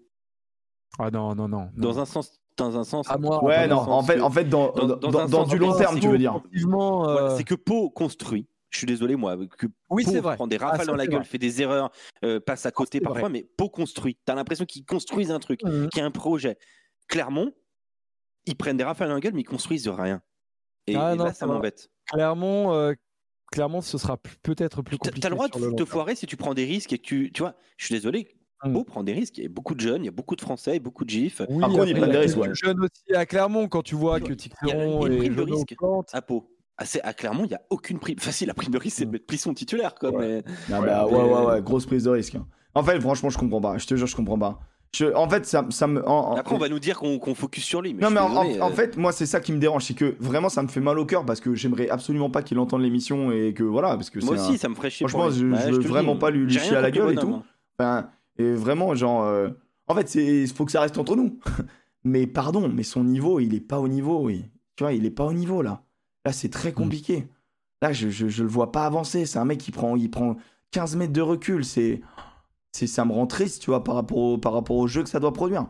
Ah non, non, non. Dans non. un sens. Dans un sens. Ah, moi, ouais, non, en fait, que... en fait, dans, dans, dans, dans, dans du long terme, tu veux dire. Euh... Ouais, c'est que Pau construit. Je suis désolé, moi, que oui, Pau c'est vrai. prend des rafales ah, dans la gueule, vrai. fait des erreurs, euh, passe à côté ah, parfois, vrai. mais Pau construit. T'as l'impression qu'ils construisent un truc, mmh. qu'il y a un projet. Clermont, ils prennent des rafales dans la gueule, mais ils construisent rien. Et, ah, et non, là, ça m'embête. Clermont, euh, Clermont, ce sera peut-être plus compliqué. T'as le droit de te foirer si tu prends des risques et que tu, tu vois, je suis désolé. Mmh. Pau prend des risques. Il y a beaucoup de jeunes, il y a beaucoup de Français, beaucoup de Gifs. Oui, après, ils prennent des risques. Ouais. Jeunes aussi à Clermont quand tu vois que Tiqueron et prime de risque à Pau. Ah, c'est, à Clermont, il n'y a aucune prime. Facile, la prime de risque, c'est de mettre Plisson titulaire. Quoi, ouais. Mais... Non, bah, ouais, ouais, ouais, grosse prise de risque. En fait, franchement, je comprends pas. Je te jure, je comprends pas. Je, en fait, ça, ça me. En, Après, on va nous dire qu'on, qu'on focus sur lui. Mais non, mais désolé, en, euh... en fait, moi, c'est ça qui me dérange. C'est que vraiment, ça me fait mal au cœur parce que j'aimerais absolument pas qu'il entende l'émission et que voilà. Parce que moi c'est aussi, un... ça me ferait chier. Franchement, je, bah, je veux je vraiment dis, pas lui, lui chier à la gueule et tout. Hein. Enfin, et vraiment, genre. Euh... En fait, il faut que ça reste entre nous. Mais pardon, mais son niveau, il est pas au niveau. Oui. Tu vois, il est pas au niveau là. Là, c'est très compliqué. Mm. Là, je, je, je le vois pas avancer. C'est un mec qui prend, il prend quinze mètres de recul. C'est, c'est, ça me rend triste, tu vois, par rapport au, par rapport au jeu que ça doit produire.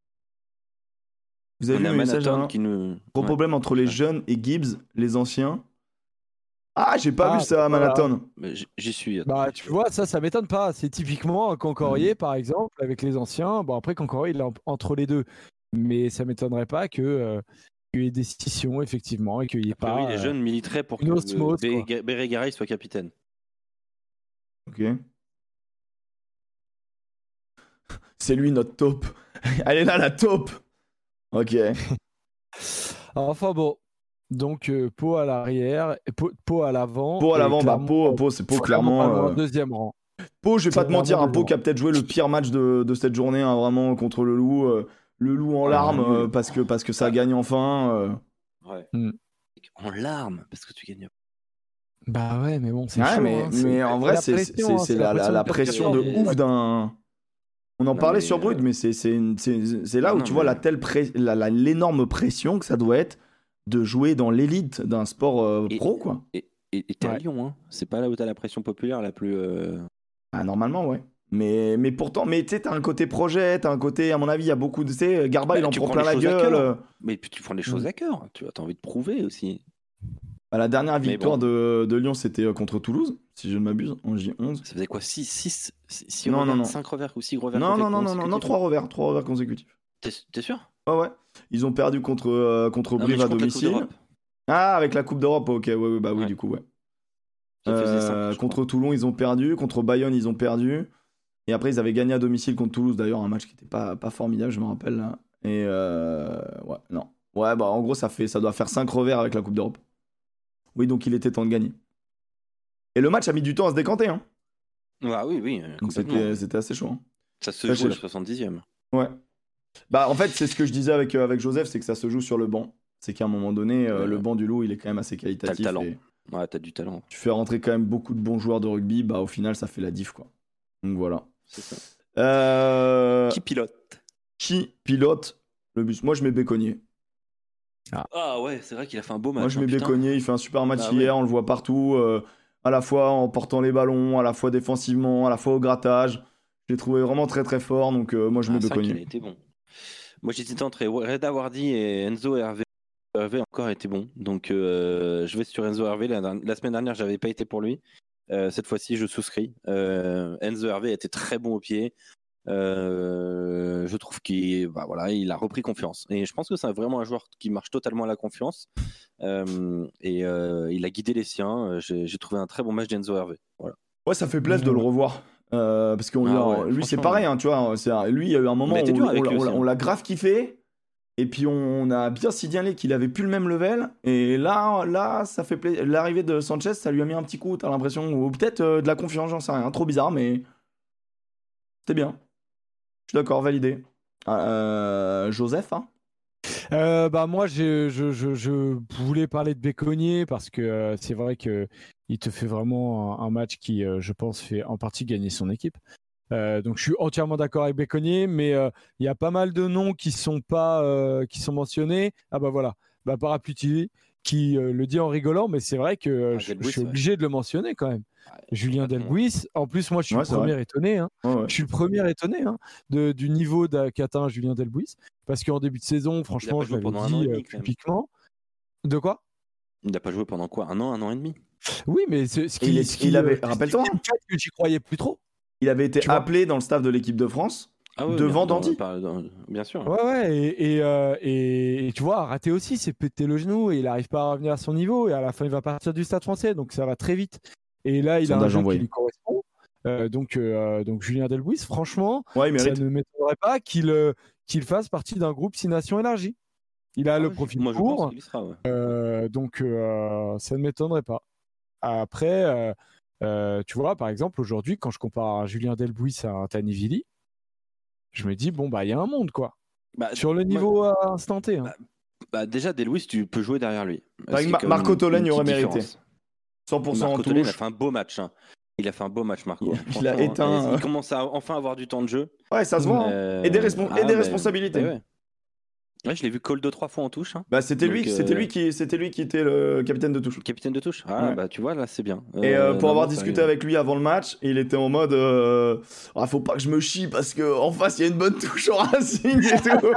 Vous avez vu le message, hein, qui nous... Gros ouais. problème entre les jeunes et Gibbs, les anciens. Ah, j'ai pas ah, vu ça, Manaton. Bah, j'y suis. Bah, tu vois, ça, ça m'étonne pas. C'est typiquement un Cancorier, mmh. par exemple, avec les anciens. Bon, après, Cancorier, il est entre les deux. Mais ça m'étonnerait pas que, euh, qu'il y ait des scissions, effectivement, et qu'il n'y ait Après, pas. oui, les euh, jeunes militeraient pour que une osmose, Bé- quoi. Bérégaray soit capitaine. Ok. C'est lui notre taupe. Elle est là la taupe. Ok. Enfin bon, donc euh, Pau à l'arrière, et Pau, Pau à l'avant. Pau à et l'avant, bah clairement, Pau, Pau, c'est Pau vraiment clairement. pas loin, euh, deuxième rang. Pau, je vais C'est pas te mentir, vraiment un Pau deuxième qui a peut-être joué le pire match de, de cette journée, hein, vraiment contre le Loup. euh, le Loup en Ouais, larmes nul. euh, parce que parce que ça gagne enfin. euh. Ouais. Hmm. En larmes, parce que tu gagnes. Bah ouais, mais bon, c'est Ouais, chaud. mais, hein, c'est- mais en vrai, la c'est pression, c'est- hein, c'est c'est la, la, la pression de mais- ouf d'un. On en Non, parlait mais, sur Brut, euh, mais c'est c'est une- c'est- c'est là Ah où non, tu vois mais- la telle pré- la- la- l'énorme pression que ça doit être de jouer dans l'élite d'un sport euh, Et- pro, quoi. Et et- et t'es à Ouais. Lyon, hein. C'est pas là où t'as la pression populaire la plus. euh, Ah, normalement, ouais. Mais, mais pourtant, mais tu sais, t'as un côté projet, t'as un côté, à mon avis, il y a beaucoup de. Tu sais, Garba, Bah, il en tu prend prends plein les la choses à gueule. cœur. euh. Mais puis tu prends les choses Mm. à cœur. Tu as envie de prouver aussi. Bah, la dernière Mais victoire bon. de, de Lyon, c'était euh, contre Toulouse, si je ne m'abuse, en J onze. Ça faisait quoi six, six, six Non, revers, non, non. cinq revers ou six revers Non, non, non, non, non, consécutifs non, trois revers, trois revers consécutifs. T'es t'es sûr? Ouais, ouais. Ils ont perdu contre, euh, contre Ah, mais Brive je à compte la Coupe domicile. d'Europe. Ah, avec la Coupe d'Europe, ok, ouais, ouais, bah oui, Ouais. du coup, ouais. Ça faisait cinq, Euh, je crois. contre Toulon, ils ont perdu. Contre Bayonne, ils ont perdu. Et après, ils avaient gagné à domicile contre Toulouse, d'ailleurs, un match qui n'était pas, pas formidable, je me rappelle. Là. Et euh, ouais, non. Ouais, bah en gros, ça, fait, ça doit faire cinq revers avec la Coupe d'Europe. Oui, donc il était temps de gagner. Et le match a mis du temps à se décanter. Hein. Ah oui, oui, euh, Donc complètement. c'était c'était assez chaud. Hein. Ça se Ouais, joue à la je- soixante-dixième. Ouais. Bah en fait, c'est ce que je disais avec, euh, avec Joseph, c'est que ça se joue sur le banc. C'est qu'à un moment donné, euh, Ouais. le banc du Loup, il est quand même assez qualitatif. talent. Et Ouais, t'as du talent. tu fais rentrer quand même beaucoup de bons joueurs de rugby, bah au final, ça fait la diff, quoi. Donc voilà. C'est ça. Euh, Qui pilote? Qui pilote le bus? Moi, je mets Béconnier. Ah ouais, c'est vrai qu'il a fait un beau match. Moi, je hein, mais putain. Béconnier. Il fait un super match Bah hier. ouais. On le voit partout. euh, à la fois en portant les ballons, à la fois défensivement, à la fois au grattage. Je l'ai trouvé vraiment très très fort. Donc, euh, moi, je Ah, mets c'est vrai qu'il a Béconnier. été bon. Moi, j'hésitais entre Reda Wardy et Enzo Hervé. Hervé a encore été bon. Donc, euh, je vais sur Enzo Hervé. La, la semaine dernière, j'avais pas été pour lui. Euh, cette fois-ci, je souscris. Euh, Enzo Hervé était très bon au pied. Euh, je trouve qu'il bah, voilà, il a repris confiance. Et je pense que c'est vraiment un joueur qui marche totalement à la confiance. Euh, et euh, il a guidé les siens. J'ai, j'ai trouvé un très bon match d'Enzo Hervé. Voilà. Ouais, ça fait plaisir de le revoir. Euh, parce que Ah ouais, lui, c'est franchement. pareil. Hein, tu vois, c'est un- lui, il y a eu un moment Mais où t'es dur on, avec on l'a- lui on l'a- aussi, on hein. l'a grave kiffé. Et puis, on a bien signalé qu'il avait plus le même level. Et là, là ça fait plaisir. L'arrivée de Sanchez, ça lui a mis un petit coup. T'as l'impression. Ou peut-être euh, de la confiance, j'en sais rien. Trop bizarre, mais. C'était bien. Je suis d'accord, validé. Euh, Joseph, hein Euh, bah moi, je, je, je, je voulais parler de Béconnier parce que euh, c'est vrai que il te fait vraiment un, un match qui, euh, je pense, fait en partie gagner son équipe. Euh, donc je suis entièrement d'accord avec Béconnier, mais euh, il y a pas mal de noms qui sont pas euh, qui sont mentionnés. Ah bah voilà, bah Paraputi qui euh, le dit en rigolant, mais c'est vrai que euh, Ah, je, Delbuis, je suis ouais. obligé de le mentionner quand même. Julien complètement. Delbuis. En plus, moi, je suis Ouais, le c'est vrai. premier étonné. Hein. Ouais, ouais. Je suis le premier étonné hein, de, du niveau d'a- qu'atteint Julien Delbuis. Parce qu'en début de saison, franchement, pas je joué l'avais pendant un an et dit demi, euh, quand même. publiquement. De quoi? Il n'a pas joué pendant quoi? Un an, un an et demi? Oui, mais c'est- ce Et il qui, est- ce qui, il avait- euh, rappelle-toi. justifiait le fait que j'y croyais plus trop. Il avait été Tu vois. appelé dans le staff de l'équipe de France. Ah ouais, Devant bien, Dandy. dans- dans- Bien sûr. Ouais, ouais, et, et, euh, et- et tu vois, raté aussi, c'est péter le genou et il n'arrive pas à revenir à son niveau et à la fin, il va partir du Stade Français, donc ça va très vite. Et là, il a un Sondage jeu envoyé. qui lui correspond. Euh, donc, euh, donc, Julien Delbuis, franchement, Ouais, il ça mérite. ne m'étonnerait pas qu'il euh, qu'il fasse partie d'un groupe Six Nations élargi. Il a Ah le ouais, profil Moi, je pour, pense qu'il y sera. Ouais. euh, donc euh, ça ne m'étonnerait pas. Après, euh, euh, tu vois, par exemple, aujourd'hui, quand je compare un Julien Delbuis à un Tanivili, je me dis, bon, bah, il y a un monde, quoi. Bah, Sur le moi- niveau à instant T. hein. Bah, Bah, déjà, Delbuis, tu peux jouer derrière lui. Avec C'est Ma- quand Marco même Tolaine, une il aurait petite mérité. différence. cent pour cent en Marco Tolaine a touche. fait un beau match. hein. Il a fait un beau match, Marco. Il- il Franchement, a hein. éteint, Il euh. commence à enfin avoir du temps de jeu. Ouais, ça se voit. hein. Euh, Et des, respons- ah, et des mais- responsabilités. Ouais, ouais. Ouais, je l'ai vu call deux trois fois en touche. hein. Bah, c'était lui, Donc, euh, c'était lui qui, c'était lui qui était le capitaine de touche. Capitaine de touche. Ah, Ouais. bah tu vois, là, c'est bien. Et euh, Euh, pour non, avoir non, discuté sérieux. avec lui avant le match, il était en mode euh, ah, faut pas que je me chie parce que en face il y a une bonne touche au Racing et tout.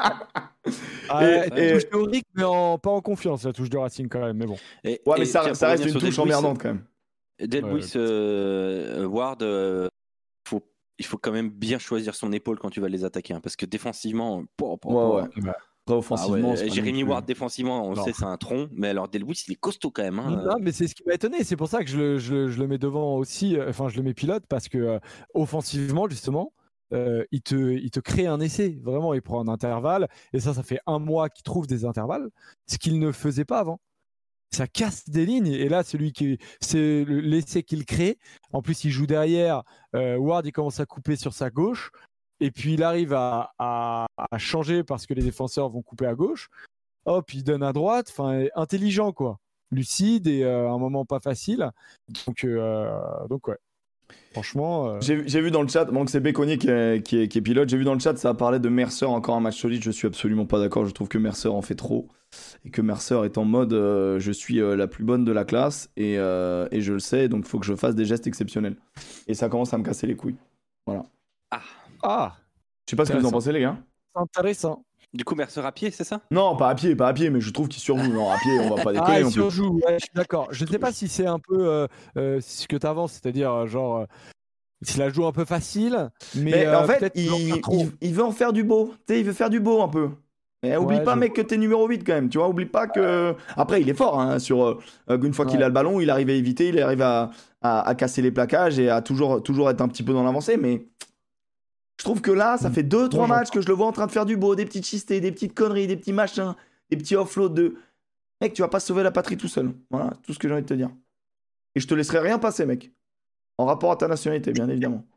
Ah, Et- ouais, et- touche théorique, mais en, pas en confiance, la touche de Racing quand même. Mais bon. Et- Ouais, mais et ça, tiens, ça pour reste revenir une sur touche Delbuis, emmerdante quand même. Delbuis, Ouais. euh, Ward, euh, faut, il faut quand même bien choisir son épaule quand tu vas les attaquer. hein, parce que défensivement, pour, pour, Ouais, pour, ouais. Bah, Après, offensivement, Ah ouais, c'est pas Jérémy non plus- Ward défensivement, on Non. sait c'est un tronc, mais alors Delwis il est costaud quand même. Hein. Non, mais c'est ce qui m'a étonné. C'est pour ça que je le, je le- je le mets devant aussi. euh, Enfin, je le mets pilote parce que euh, offensivement, justement, euh, il, te, il te crée un essai. Vraiment, il prend un intervalle. Et ça, ça fait un mois qu'il trouve des intervalles, ce qu'il ne faisait pas avant. Ça casse des lignes. Et là, celui qui, c'est le- l'essai qu'il crée. En plus, il joue derrière. Euh, Ward, il commence à couper sur sa gauche. Et puis, il arrive à, à- à changer parce que les défenseurs vont couper à gauche. Hop, il donne à droite. Enfin, intelligent, quoi. Lucide et euh, un moment pas facile. Donc, euh, donc ouais. Franchement. euh, J'ai j'ai vu dans le chat, bon, que c'est Béconnier qui est, qui, est, qui est pilote, j'ai vu dans le chat, ça a parlé de Mercer, encore un match solide, je suis absolument pas d'accord, je trouve que Mercer en fait trop, et que Mercer est en mode, euh, je suis euh, la plus bonne de la classe, et, euh, et je le sais, donc il faut que je fasse des gestes exceptionnels. Et ça commence à me casser les couilles. Voilà. Ah, Je sais pas ce que vous en pensez, les gars. c'est intéressant. Du coup, Mercer à pied, c'est ça? Non, pas à pied, pas à pied, mais je trouve qu'il surjoue. Non, à pied, on va pas déconner Ah, il non plus. surjoue, ouais, je suis d'accord. Je ne sais pas si c'est un peu euh, euh, ce que tu avances, c'est-à-dire, euh, genre, euh, s'il la joue un peu facile, mais, Mais euh, en fait, peut-être qu'il en il, fait trop. il, il veut en faire du beau. Tu sais, il veut faire du beau un peu. Mais oublie Ouais, pas, je mec, que t'es numéro huit quand même. Tu vois, oublie pas que. Après, il est fort. Hein, sur, euh, une fois qu'il Ouais. a le ballon, il arrive à éviter, il arrive à, à, à casser les plaquages et à toujours, toujours être un petit peu dans l'avancée. Mais je trouve que là, ça fait deux trois j'entends. matchs que je le vois en train de faire du beau, des petites chistés, des petites conneries, des petits machins, des petits offloads de. Mec, tu vas pas sauver la patrie tout seul. Voilà, tout ce que j'ai envie de te dire. Et je te laisserai rien passer, mec. En rapport à ta nationalité, bien évidemment.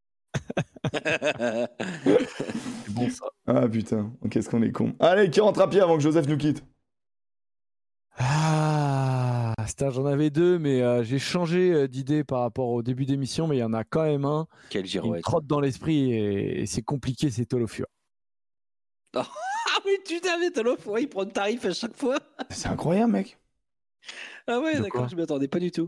C'est bon, ça. Ah putain, qu'est-ce qu'on est con. Allez, qui rentre à pied avant que Joseph nous quitte? Ah, putain, j'en avais deux, mais euh, j'ai changé euh, d'idée par rapport au début d'émission, mais il y en a quand même un Quel qui me girouette. trotte dans l'esprit et, et c'est compliqué, c'est Tolofur. Ah oui, tu t'avais Tolof, ouais, il prend le tarif à chaque fois. C'est incroyable, mec. Ah ouais, De d'accord, quoi je m'y attendais pas du tout.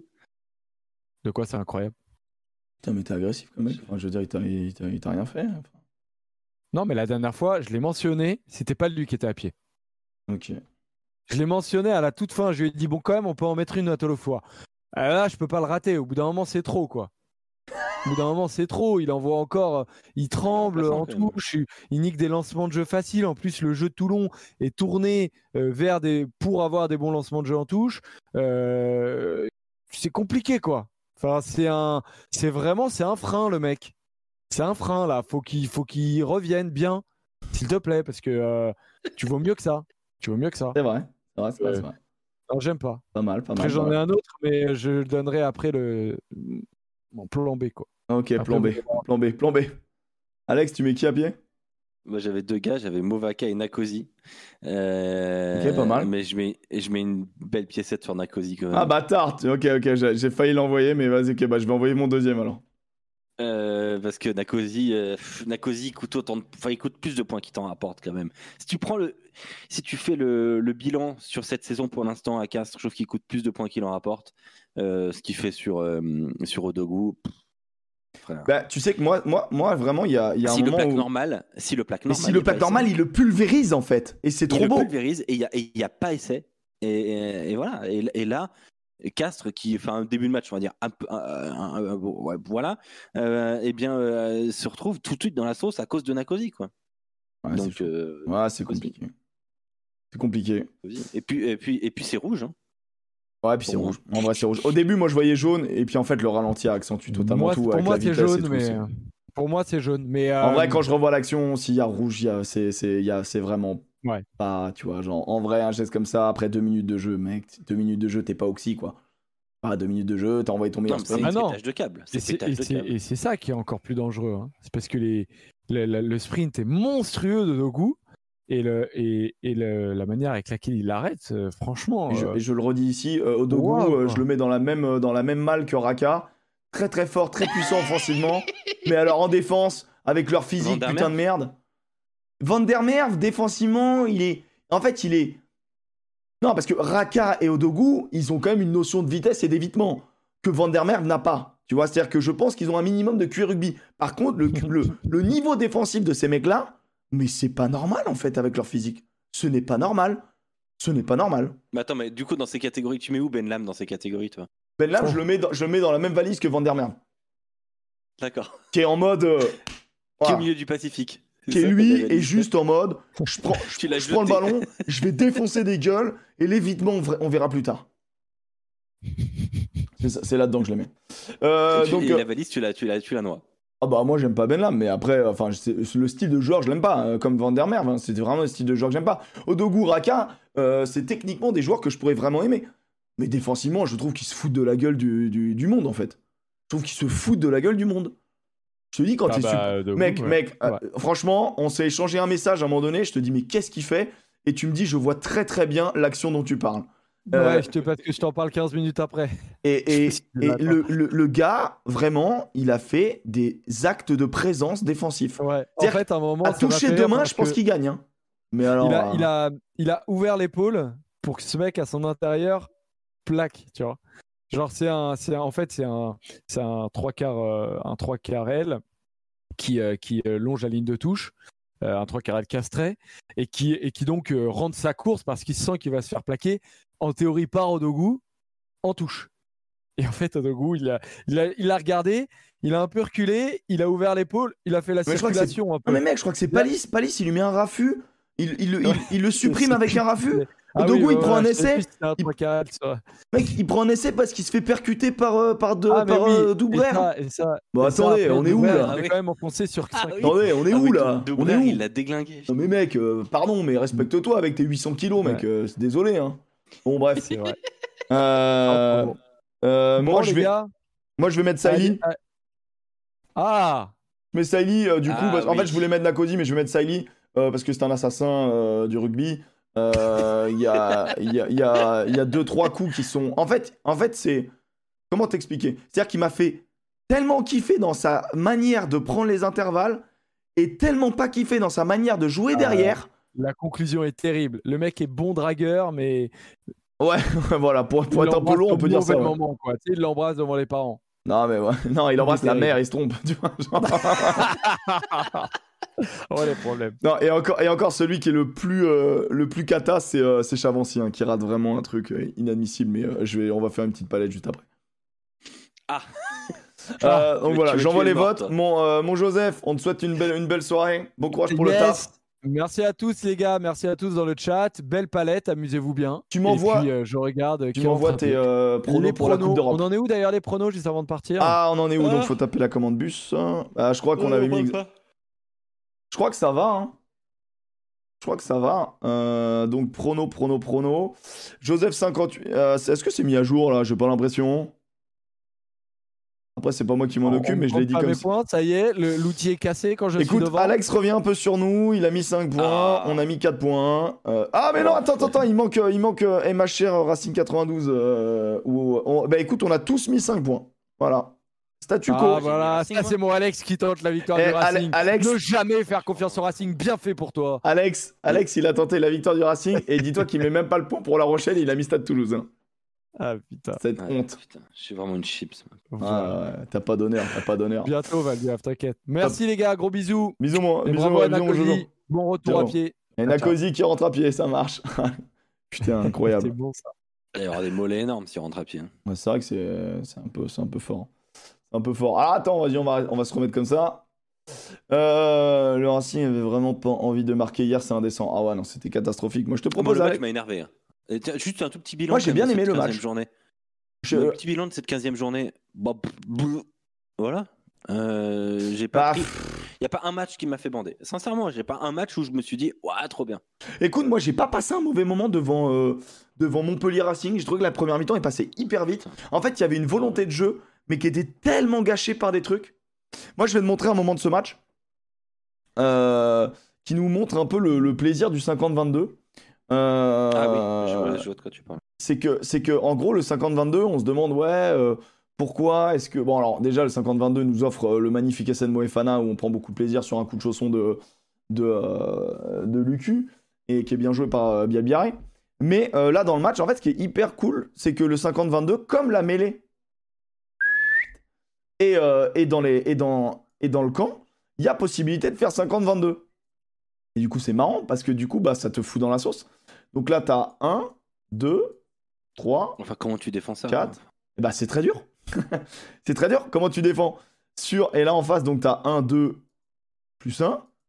De quoi c'est incroyable? Putain, mais t'es agressif comme mec. Enfin, je veux dire, il t'a, il t'a- il t'a rien fait. Enfin, Non, mais la dernière fois, je l'ai mentionné, c'était pas lui qui était à pied. ok. Je l'ai mentionné à la toute fin, je lui ai dit, bon, quand même, on peut en mettre une à Tolofua. Ah, là, je peux pas le rater, au bout d'un moment, c'est trop, quoi. Au bout d'un moment, c'est trop. Il envoie encore, euh, il tremble remplaçant, en quand même. touche, il, il nique des lancements de jeu faciles. En plus, le jeu de Toulon est tourné euh, vers des, pour avoir des bons lancements de jeu en touche. Euh, c'est compliqué, quoi. Enfin, c'est un, c'est vraiment, c'est un frein, le mec. C'est un frein là. Faut qu'il, faut qu'il revienne bien, s'il te plaît, parce que euh, tu vaux mieux que ça. Tu vaux mieux que ça. C'est vrai. C'est vrai, c'est vrai, c'est vrai. Non, j'aime pas. Pas mal, pas mal. Après, j'en ai voilà. un autre, mais je le donnerai après le mon plan B, quoi. Ok, Après, plan B. vous- Plan B, plan B. Alex, tu mets qui à pied? Moi, j'avais deux gars, j'avais Movaka et Nakosi. Euh, Ok, pas mal. Mais je mets, je mets une belle piécette sur Nakosi quand même. Ah, bâtard. Ok, ok, j'ai, j'ai failli l'envoyer, mais vas-y, ok, bah, je vais envoyer mon deuxième alors. Euh, parce que Nakosi, euh, pff, Nakosi coûte autant de... enfin, il coûte plus de points qu'il t'en rapporte quand même. Si tu prends le, si tu fais le, le bilan sur cette saison pour l'instant à Castres, je trouve qu'il coûte plus de points qu'il en rapporte. Euh, ce qu'il fait sur euh, sur Odogu. pff, frère. Bah, tu sais que moi, moi, moi vraiment, il y a, il y a si un le moment plaque où. normal, si le plaque Mais normal, si le il y a plaque pas normal, essai. il le pulvérise en fait. Et c'est il trop le beau. pulvérise et il y a, et il y a pas essai. Et, et, et voilà. Et, et là, Castres qui fait un début de match, on va dire un peu, un- un- un- ouais, voilà, euh, eh bien, euh, se retrouve tout de suite dans la sauce à cause de Nakosi, quoi. Ouais, c'est Donc, chaud. euh, Ouais, c'est Nakosi. compliqué. C'est compliqué. Et puis, et puis, et puis, c'est rouge. Hein. Ouais, puis c'est Pour moi. rouge. En vrai, c'est rouge. Au début, moi, je voyais jaune, et puis en fait, le ralenti accentue totalement Moi, tout. pour avec moi, la c'est vitesse et jaune, tout, mais c'est- pour moi, c'est jaune. Mais En euh, vrai, quand je revois l'action, s'il y a rouge, il y a- c'est, c'est, il y a- c'est vraiment Ouais. pas, tu vois, genre, en vrai, un geste comme ça, après deux minutes de jeu, mec, deux minutes de jeu, t'es pas oxy, quoi. Pas deux minutes de jeu, t'as envoyé ton Non, meilleur mais c'est sprint. Ah non. pétage de câble. Et C'est c'est, pétage et de c'est- câble. et c'est ça qui est encore plus dangereux. Hein. C'est parce que les, le, le- le sprint est monstrueux de Dogu et, le, et, et le- la manière avec laquelle il l'arrête, euh, franchement. Et je, euh, et je le redis ici, euh, Odogu, Wow, euh, quoi. je le mets dans la même, euh, dans la même malle que Raka. Très très fort, très puissant offensivement. Mais alors en défense, avec leur physique, Van der putain de merde. Van der Merwe, défensivement, il est. En fait, il est. Non, parce que Raka et Odogu, ils ont quand même une notion de vitesse et d'évitement que Van der Merwe n'a pas. Tu vois, c'est-à-dire que je pense qu'ils ont un minimum de Q I rugby. Par contre, le, le, le niveau défensif de ces mecs-là, mais c'est pas normal en fait avec leur physique. Ce n'est pas normal. Ce n'est pas normal. Mais attends, mais du coup, dans ces catégories, tu mets où Ben Lam dans ces catégories, toi? Ben Lam, Oh. je, le mets dans, je le mets dans la même valise que Van der Merwe, D'accord. qui est en mode. euh, Qui est voilà. au milieu du Pacifique. qui est ça, lui t'avais est dit. juste en mode je prends, je, Tu l'as je prends le jeté. ballon, je vais défoncer des gueules et l'évitement on, ver- on verra plus tard. C'est, ça- c'est là-dedans que je les mets. Euh, Tu- donc, et euh, la valise, tu la, tu la, tu la noies. ah bah moi j'aime pas Benlam, mais après, enfin c'est- c'est le style de joueur je l'aime pas, hein, comme Van der Merwe, hein, c'était vraiment le style de joueur que j'aime pas. Odogu, Raka, euh, c'est techniquement des joueurs que je pourrais vraiment aimer. Mais défensivement, je trouve qu'ils se foutent de la gueule du, du, du monde en fait. Je trouve qu'ils se foutent de la gueule du monde. Je te dis quand Ah t'es bah, super... Odogu, Mec, ouais. mec, euh, Ouais. franchement, on s'est échangé un message à un moment donné, je te dis mais qu'est-ce qu'il fait? Et tu me dis je vois très très bien l'action dont tu parles. Euh, Ouais, je te parce que je t'en parle quinze minutes après. Et, et, Je et l'attends. le, le, le gars, vraiment, il a fait des actes de présence défensifs. Ouais. En C'est-à-dire fait, à un moment, À ça m'a toucher fait deux rire mains, parce je pense que qu'il gagne. Hein. Mais alors, il a, euh, il a, il a ouvert l'épaule pour que ce mec à son intérieur plaque, tu vois. Genre c'est un, c'est un- en fait c'est un, c'est un trois quarts, euh, un trois quarts L qui, euh, qui euh, longe la ligne de touche, euh, un trois quarts L castré et qui, et qui donc euh, rentre sa course parce qu'il sent qu'il va se faire plaquer. En théorie par Odogu en touche. Et en fait Odogu il a, il a, il a regardé, il a un peu reculé, il a ouvert l'épaule, il a fait la Mais je crois que c'est- circulation un peu. non, mais mec, je crois que c'est Là- Palis. Palis, il lui met un raffut. Il, il, il, il, il le supprime C'est- avec un raffut. Ah Odogu, oui, il ouais, prend ouais, un je essai. sais plus si c'est un il- trois quarts L, ça. Mec, il prend un essai parce qu'il se fait percuter par, euh, par, de, Ah, mais par oui, euh, et Doubrer. ça- et ça- Bon, et ça, attendez, après, on est où, Doubrer, là Il est Ah quand même enfoncé sur Ah cinq. oui. Attendez, on est Ah où oui, là De- On Doubler, est où il l'a déglingué. Non mais mec, euh, pardon, mais respecte-toi avec tes huit cents kilos, mec. Ouais. euh, c'est désolé, hein. Bon, bref. C'est vrai. Euh, Bon, euh, Bon, moi, les je vais, gars. moi, je vais mettre Saïli. allez, allez. Ah Mais Saïli, euh, du coup, Ah, parce- en oui. fait, je voulais mettre Nakosi, mais je vais mettre Saïli euh, parce que c'est un assassin euh, du rugby. Euh, Il y a, il y, a, il y, a, il y a deux, trois coups qui sont. En fait, en fait c'est. Comment t'expliquer? C'est-à-dire qu'il m'a fait tellement kiffer dans sa manière de prendre les intervalles et tellement pas kiffer dans sa manière de jouer Ah. derrière. La conclusion est terrible. Le mec est bon dragueur, mais Ouais, voilà, pour, pour il être un peu l'embrasse long, on au peut dire ça. mauvais ouais. moment, quoi. Tu sais, il l'embrasse devant les parents. Non, mais ouais. Non, il embrasse Il est la terrible. mère, il se trompe. Tu vois, genre. Oh, les problèmes. Non, et encore, et encore celui qui est le plus, euh, le plus cata, c'est euh, c'est Chavancy, hein, qui rate vraiment un truc euh, inadmissible, mais euh, je vais, on va faire une petite palette juste après. Ah. Euh, Tu donc veux- voilà, tu veux j'envoie tuer les le mort, votes. toi. Mon, euh, mon Joseph, on te souhaite une belle, une belle soirée. Bon courage pour le Yes. taf. Merci à tous, les gars. Merci à tous dans le chat. Belle palette. Amusez-vous bien. Tu m'envoies- Et puis, euh, je regarde. Tu qui m'envoies rentre un tes peu. euh, Et pronos les pour la pronos. Coupe d'Europe. On en est où d'ailleurs les pronos juste avant de partir? Ah, on en est où? Donc Ah. faut taper la commande bus. hein. Ah, je crois qu'on avait mis. Je crois que ça va. Hein. Je crois que ça va. Euh, donc prono, prono, prono. Joseph cinquante-huit. euh, c'est- Est-ce que c'est mis à jour là? J'ai pas l'impression. Après, c'est pas moi qui m'en On- occupe, on mais je l'ai compte dit pas comme mes ça. points, ça y est, le- l'outil est cassé quand je suis Écoute, devant. Alex revient un peu sur nous. Il a mis cinq points. Ah. On a mis quatre points. Euh, Ah, mais non, attends, attends, attends. Il manque, euh, il manque euh, M H R Racing quatre-vingt-douze. euh, où on- Bah écoute, on a tous mis cinq points. Voilà. Statu quo. Ah voilà, Racing, ça moi. c'est mon Alex qui tente la victoire Eh, du Ale- Racing. Alex- Ne jamais faire confiance au Racing, bien fait pour toi. Alex, Alex, il a tenté la victoire du Racing et dis-toi qu'il met même pas le point pour La Rochelle, il a mis Stade Toulouse. Hein. Ah putain. Cette Ouais, honte. Putain, je suis vraiment une chips. Ah, ouais, t'as pas d'honneur, t'as pas d'honneur. Bientôt Valdiaf, t'inquiète. Merci les gars, gros bisous. Bisous moi, Et bisous bravo moi, à bisous mon Jojo. Nakosi. Bon retour Ciao. à pied. Et Nakosi qui rentre à pied, ça marche. Putain, C'est incroyable. bon ça. Il va y avoir des mollets énormes s'il rentre à pied. hein. Ouais, c'est vrai que c'est c'est un peu, c'est un peu fort. C'est un peu fort. Ah attends, vas-y, on va, on va se remettre comme ça. Euh, le Racing avait vraiment pas envie de marquer hier, c'est indécent. Ah ouais, non, c'était catastrophique. Moi, je te Moi, propose. le match Alex- m'a énervé. hein. Et tiens, juste un tout petit bilan. Moi, j'ai quand bien même de aimé cette le match. quinzième Journée. je- Le petit bilan de cette quinzième journée. Bah, pff, bleu. Voilà. Euh, j'ai pas Bah, pris- Il n'y a pas un match qui m'a fait bander. Sincèrement, j'ai pas un match où je me suis dit, ouah, trop bien. Écoute, moi, j'ai pas passé un mauvais moment devant, euh, devant Montpellier Racing. Je trouve que la première mi-temps est passée hyper vite. En fait, il y avait une volonté de jeu, mais qui était tellement gâchée par des trucs. Moi, je vais te montrer un moment de ce match euh, qui nous montre un peu le, le plaisir du cinquante vingt-deux. Euh, Ah oui, je vois, je vois de quoi tu parles. c'est que, c'est que, en gros, le cinquante vingt-deux, on se demande, ouais, euh, pourquoi est-ce que. Bon, alors, déjà, le cinquante vingt-deux nous offre euh, le magnifique S N Moefana où on prend beaucoup de plaisir sur un coup de chausson de, de, euh, de Lucu et qui est bien joué par euh, Bielbiaré. Mais euh, là, dans le match, en fait, ce qui est hyper cool, c'est que le cinquante vingt-deux, comme la mêlée, et, euh, et, dans, les, et, dans, et dans le camp, il y a possibilité de faire cinquante vingt-deux. Et du coup, c'est marrant parce que du coup, bah, ça te fout dans la sauce. Donc là, t'as un, deux, trois, Enfin, comment tu défends ça quatre. Et bah, c'est très dur. C'est très dur. Comment tu défends sur. Et là, en face, donc, t'as un, deux, plus un.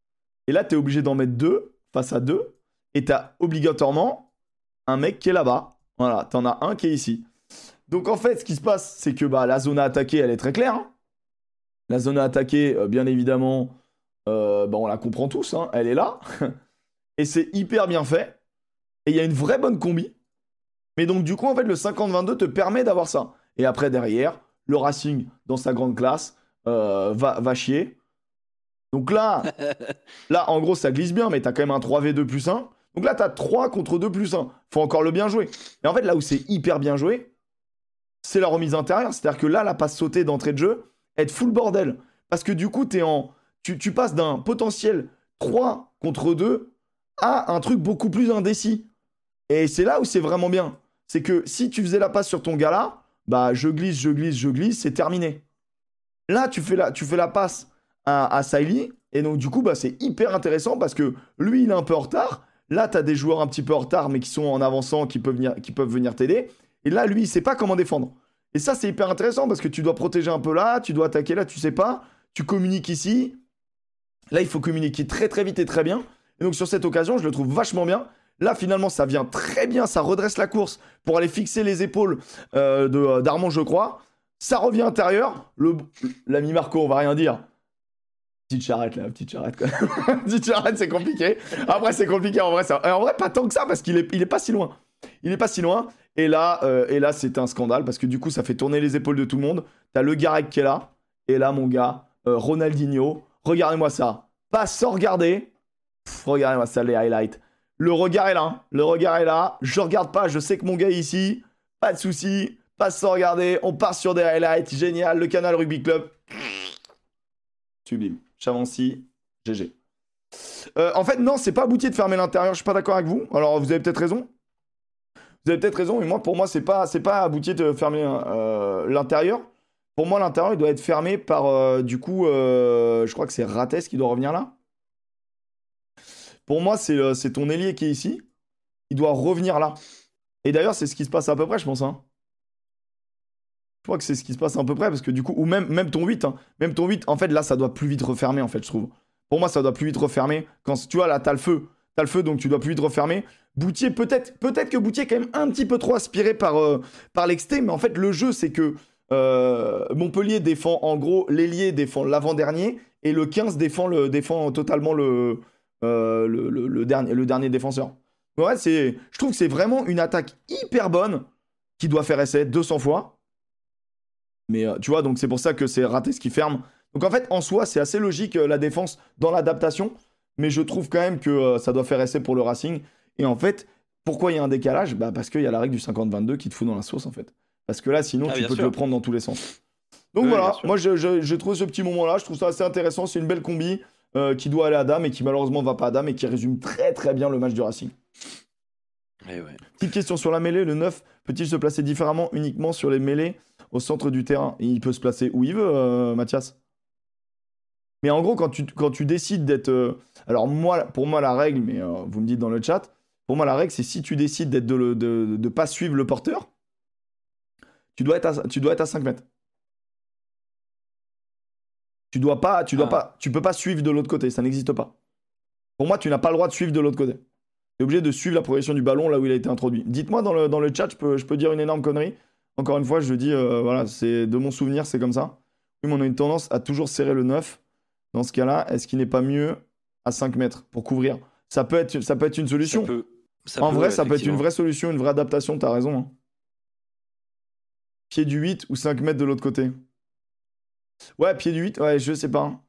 Et là, tu es obligé d'en mettre deux face à deux. Et tu as obligatoirement un mec qui est là-bas. Voilà, tu en as un qui est ici. Donc en fait, ce qui se passe, c'est que bah, la zone à attaquer, elle est très claire. Hein. La zone à attaquer, euh, bien évidemment, euh, bah, on la comprend tous. Hein. Elle est là. Et c'est hyper bien fait. Et il y a une vraie bonne combi. Mais donc du coup, en fait, le cinquante vingt-deux te permet d'avoir ça. Et après, derrière, le Racing, dans sa grande classe, euh, va, va chier. Donc là, là, en gros, ça glisse bien, mais t'as quand même un trois v deux plus un. Donc là, t'as trois contre deux plus un. Faut encore le bien jouer. Et en fait, là où c'est hyper bien joué, c'est la remise intérieure. C'est-à-dire que là, la passe sautée d'entrée de jeu, elle te fout le bordel. Parce que du coup, t'es en... tu, tu passes d'un potentiel trois contre deux à un truc beaucoup plus indécis. Et c'est là où c'est vraiment bien. C'est que si tu faisais la passe sur ton gars là, bah je glisse, je glisse, je glisse, c'est terminé. Là, tu fais la, tu fais la passe à, à Saïli, et donc du coup, bah, c'est hyper intéressant parce que lui, il est un peu en retard. Là, tu as des joueurs un petit peu en retard, mais qui sont en avançant, qui peuvent venir, qui peuvent venir t'aider. Et là, lui, il sait pas comment défendre. Et ça, c'est hyper intéressant parce que tu dois protéger un peu là, tu dois attaquer là, tu sais pas. Tu communiques ici. Là, il faut communiquer très très vite et très bien. Et donc sur cette occasion, je le trouve vachement bien. Là, finalement, ça vient très bien, ça redresse la course pour aller fixer les épaules euh, de, d'Armand, je crois. Ça revient intérieur. Le, l'ami Marco, on va rien dire. Petite charrette, là, petite charrette. Quoi. Petite charrette, c'est compliqué. Après, c'est compliqué en vrai. Ça... En vrai, pas tant que ça, parce qu'il est, il est pas si loin. Il est pas si loin. Et là, euh, et là, c'est un scandale, parce que du coup, ça fait tourner les épaules de tout le monde. T'as le Garec qui est là. Et là, mon gars, euh, Ronaldinho. Regardez-moi ça. Passe sans regarder. Pff, regardez-moi ça, les highlights. Le regard est là, hein. Le regard est là. Je regarde pas, je sais que mon gars est ici. Pas de souci. Passe sans regarder. On part sur des highlights. Génial. Le canal Rugby Club. Sublime. Chavancy. G G. Euh, en fait, non, c'est pas Boutier de fermer l'intérieur. Je suis pas d'accord avec vous. Alors, vous avez peut-être raison. Vous avez peut-être raison. Mais moi, pour moi, c'est pas, c'est pas à Boutier de fermer euh, l'intérieur. Pour moi, l'intérieur, il doit être fermé par, euh, du coup, euh, je crois que c'est Rates qui doit revenir là. Pour moi, c'est, euh, c'est ton ailier qui est ici. Il doit revenir là. Et d'ailleurs, c'est ce qui se passe à peu près, je pense. Hein. Je crois que c'est ce qui se passe à peu près, parce que du coup, ou même, même ton huit, hein, même ton huit, en fait, là, ça doit plus vite refermer, en fait, je trouve. Pour moi, ça doit plus vite refermer. Quand, tu vois, là, t'as le feu. T'as le feu, donc tu dois plus vite refermer. Boutier, peut-être, peut-être que Boutier est quand même un petit peu trop aspiré par, euh, par l'exté, mais en fait, le jeu, c'est que euh, Montpellier défend, en gros, l'ailier défend l'avant-dernier, et le quinze défend, le, défend totalement le... Euh, le, le, le, dernier, le dernier défenseur. Ouais, c'est, je trouve que c'est vraiment une attaque hyper bonne qui doit faire essai deux cents fois. Mais euh, tu vois, donc c'est pour ça que c'est raté ce qui ferme. Donc en fait, en soi, c'est assez logique euh, la défense dans l'adaptation. Mais je trouve quand même que euh, ça doit faire essai pour le Racing. Et en fait, pourquoi il y a un décalage ? Bah, parce qu'il y a la règle du cinquante vingt-deux qui te fout dans la sauce en fait. Parce que là, sinon, ah, tu peux sûr. te le prendre dans tous les sens. Donc oui, voilà, moi je, je, je trouve ce petit moment-là, je trouve ça assez intéressant. C'est une belle combi. Euh, qui doit aller à Dame et qui malheureusement va pas à Dame et qui résume très très bien le match du Racing. Et ouais. Petite question sur la mêlée, le neuf peut-il se placer différemment uniquement sur les mêlées au centre du terrain ? Et il peut se placer où il veut, euh, Mathias. Mais en gros, quand tu, quand tu décides d'être... Euh... Alors moi, pour moi la règle, mais euh, vous me dites dans le chat, pour moi la règle c'est si tu décides d'être de ne de, de pas suivre le porteur, tu dois être à, tu dois être à cinq mètres. Tu dois pas, tu dois ah. pas, tu peux pas suivre de l'autre côté, ça n'existe pas. Pour moi, tu n'as pas le droit de suivre de l'autre côté. Tu es obligé de suivre la progression du ballon là où il a été introduit. Dites-moi dans le, dans le chat, je peux, je peux dire une énorme connerie. Encore une fois, je dis, euh, voilà, c'est de mon souvenir, c'est comme ça. Oui, mais on a une tendance à toujours serrer le neuf. Dans ce cas-là, est-ce qu'il n'est pas mieux à cinq mètres pour couvrir ? Ça peut être, ça peut être une solution. Ça peut, ça en peut, vrai, ça peut être une vraie solution, une vraie adaptation, t'as raison. Hein. Pied du huit ou cinq mètres de l'autre côté ? Ouais, pied du huit, ouais, je sais pas.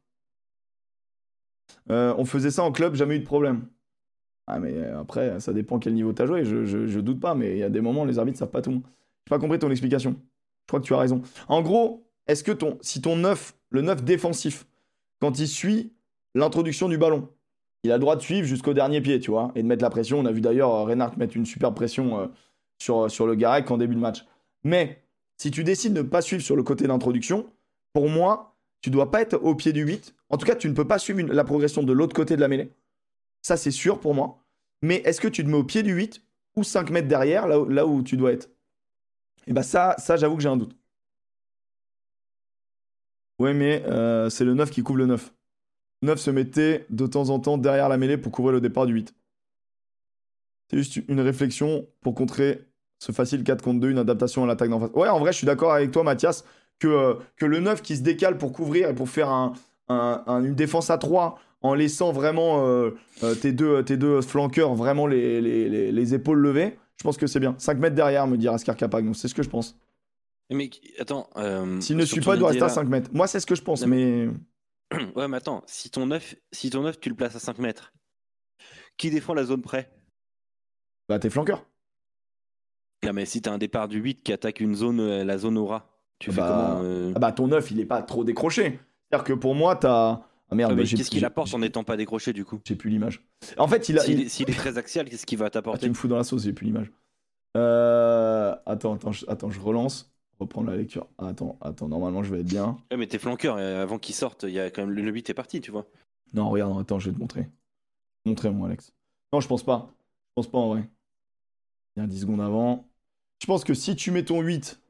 Euh, on faisait ça en club, jamais eu de problème. Ah, mais après, ça dépend quel niveau t'as joué, je, je, je doute pas, mais il y a des moments, les arbitres savent pas tout. J'ai pas compris ton explication. Je crois que tu as raison. En gros, est-ce que ton, si ton neuf, le neuf défensif, quand il suit l'introduction du ballon, il a le droit de suivre jusqu'au dernier pied, tu vois, et de mettre la pression. On a vu d'ailleurs Reinhardt mettre une super pression euh, sur, sur le Garec en début de match. Mais si tu décides de ne pas suivre sur le côté d'introduction, pour moi, tu dois pas être au pied du huit. En tout cas, tu ne peux pas suivre une, la progression de l'autre côté de la mêlée. Ça, c'est sûr pour moi. Mais est-ce que tu te mets au pied du huit ou cinq mètres derrière, là où, là où tu dois être ? Et bien ça, ça j'avoue que j'ai un doute. Ouais, mais euh, c'est le neuf qui couvre le neuf. neuf se mettait de temps en temps derrière la mêlée pour couvrir le départ du huit. C'est juste une réflexion pour contrer ce facile quatre contre deux, une adaptation à l'attaque d'en face. Ouais, en vrai, je suis d'accord avec toi, Mathias, que, euh, que le neuf qui se décale pour couvrir et pour faire un, un, un, une défense à trois en laissant vraiment euh, euh, tes, deux, tes deux flanqueurs vraiment les, les, les, les épaules levées, je pense que c'est bien. cinq mètres derrière, me dit Askar Kapak, donc c'est ce que je pense. Mais attends. Euh, S'il ne suit pas, il doit rester à cinq mètres. Moi, c'est ce que je pense, non, mais... mais... ouais, mais attends, si ton neuf, si ton neuf, tu le places à cinq mètres, qui défend la zone près? Bah, tes flanqueurs. Non, mais si t'as un départ du huit qui attaque une zone, la zone aura, tu ah fais bah... comment euh... ah bah, ton neuf, il est pas trop décroché. C'est-à-dire que pour moi, t'as... Ah merde, ah, bah, qu'est-ce qu'il apporte en n'étant pas décroché, du coup? J'ai plus l'image. En fait, il a... S'il il... est, s'il est très axial, qu'est-ce qu'il va t'apporter? Ah, tu me fous dans la sauce, j'ai plus l'image. Euh... Attends, attends, je... attends, je relance. Reprendre la lecture. Ah, attends, attends, normalement, je vais être bien. Ouais, mais tes flanqueurs, avant qu'ils sortent, il y a quand même le huit est parti, tu vois. Non, regarde, attends, je vais te montrer. Montrer, moi, Alex. Non, je pense pas. Je pense pas, en vrai. Il y a dix secondes avant. Je pense que si tu mets ton huit,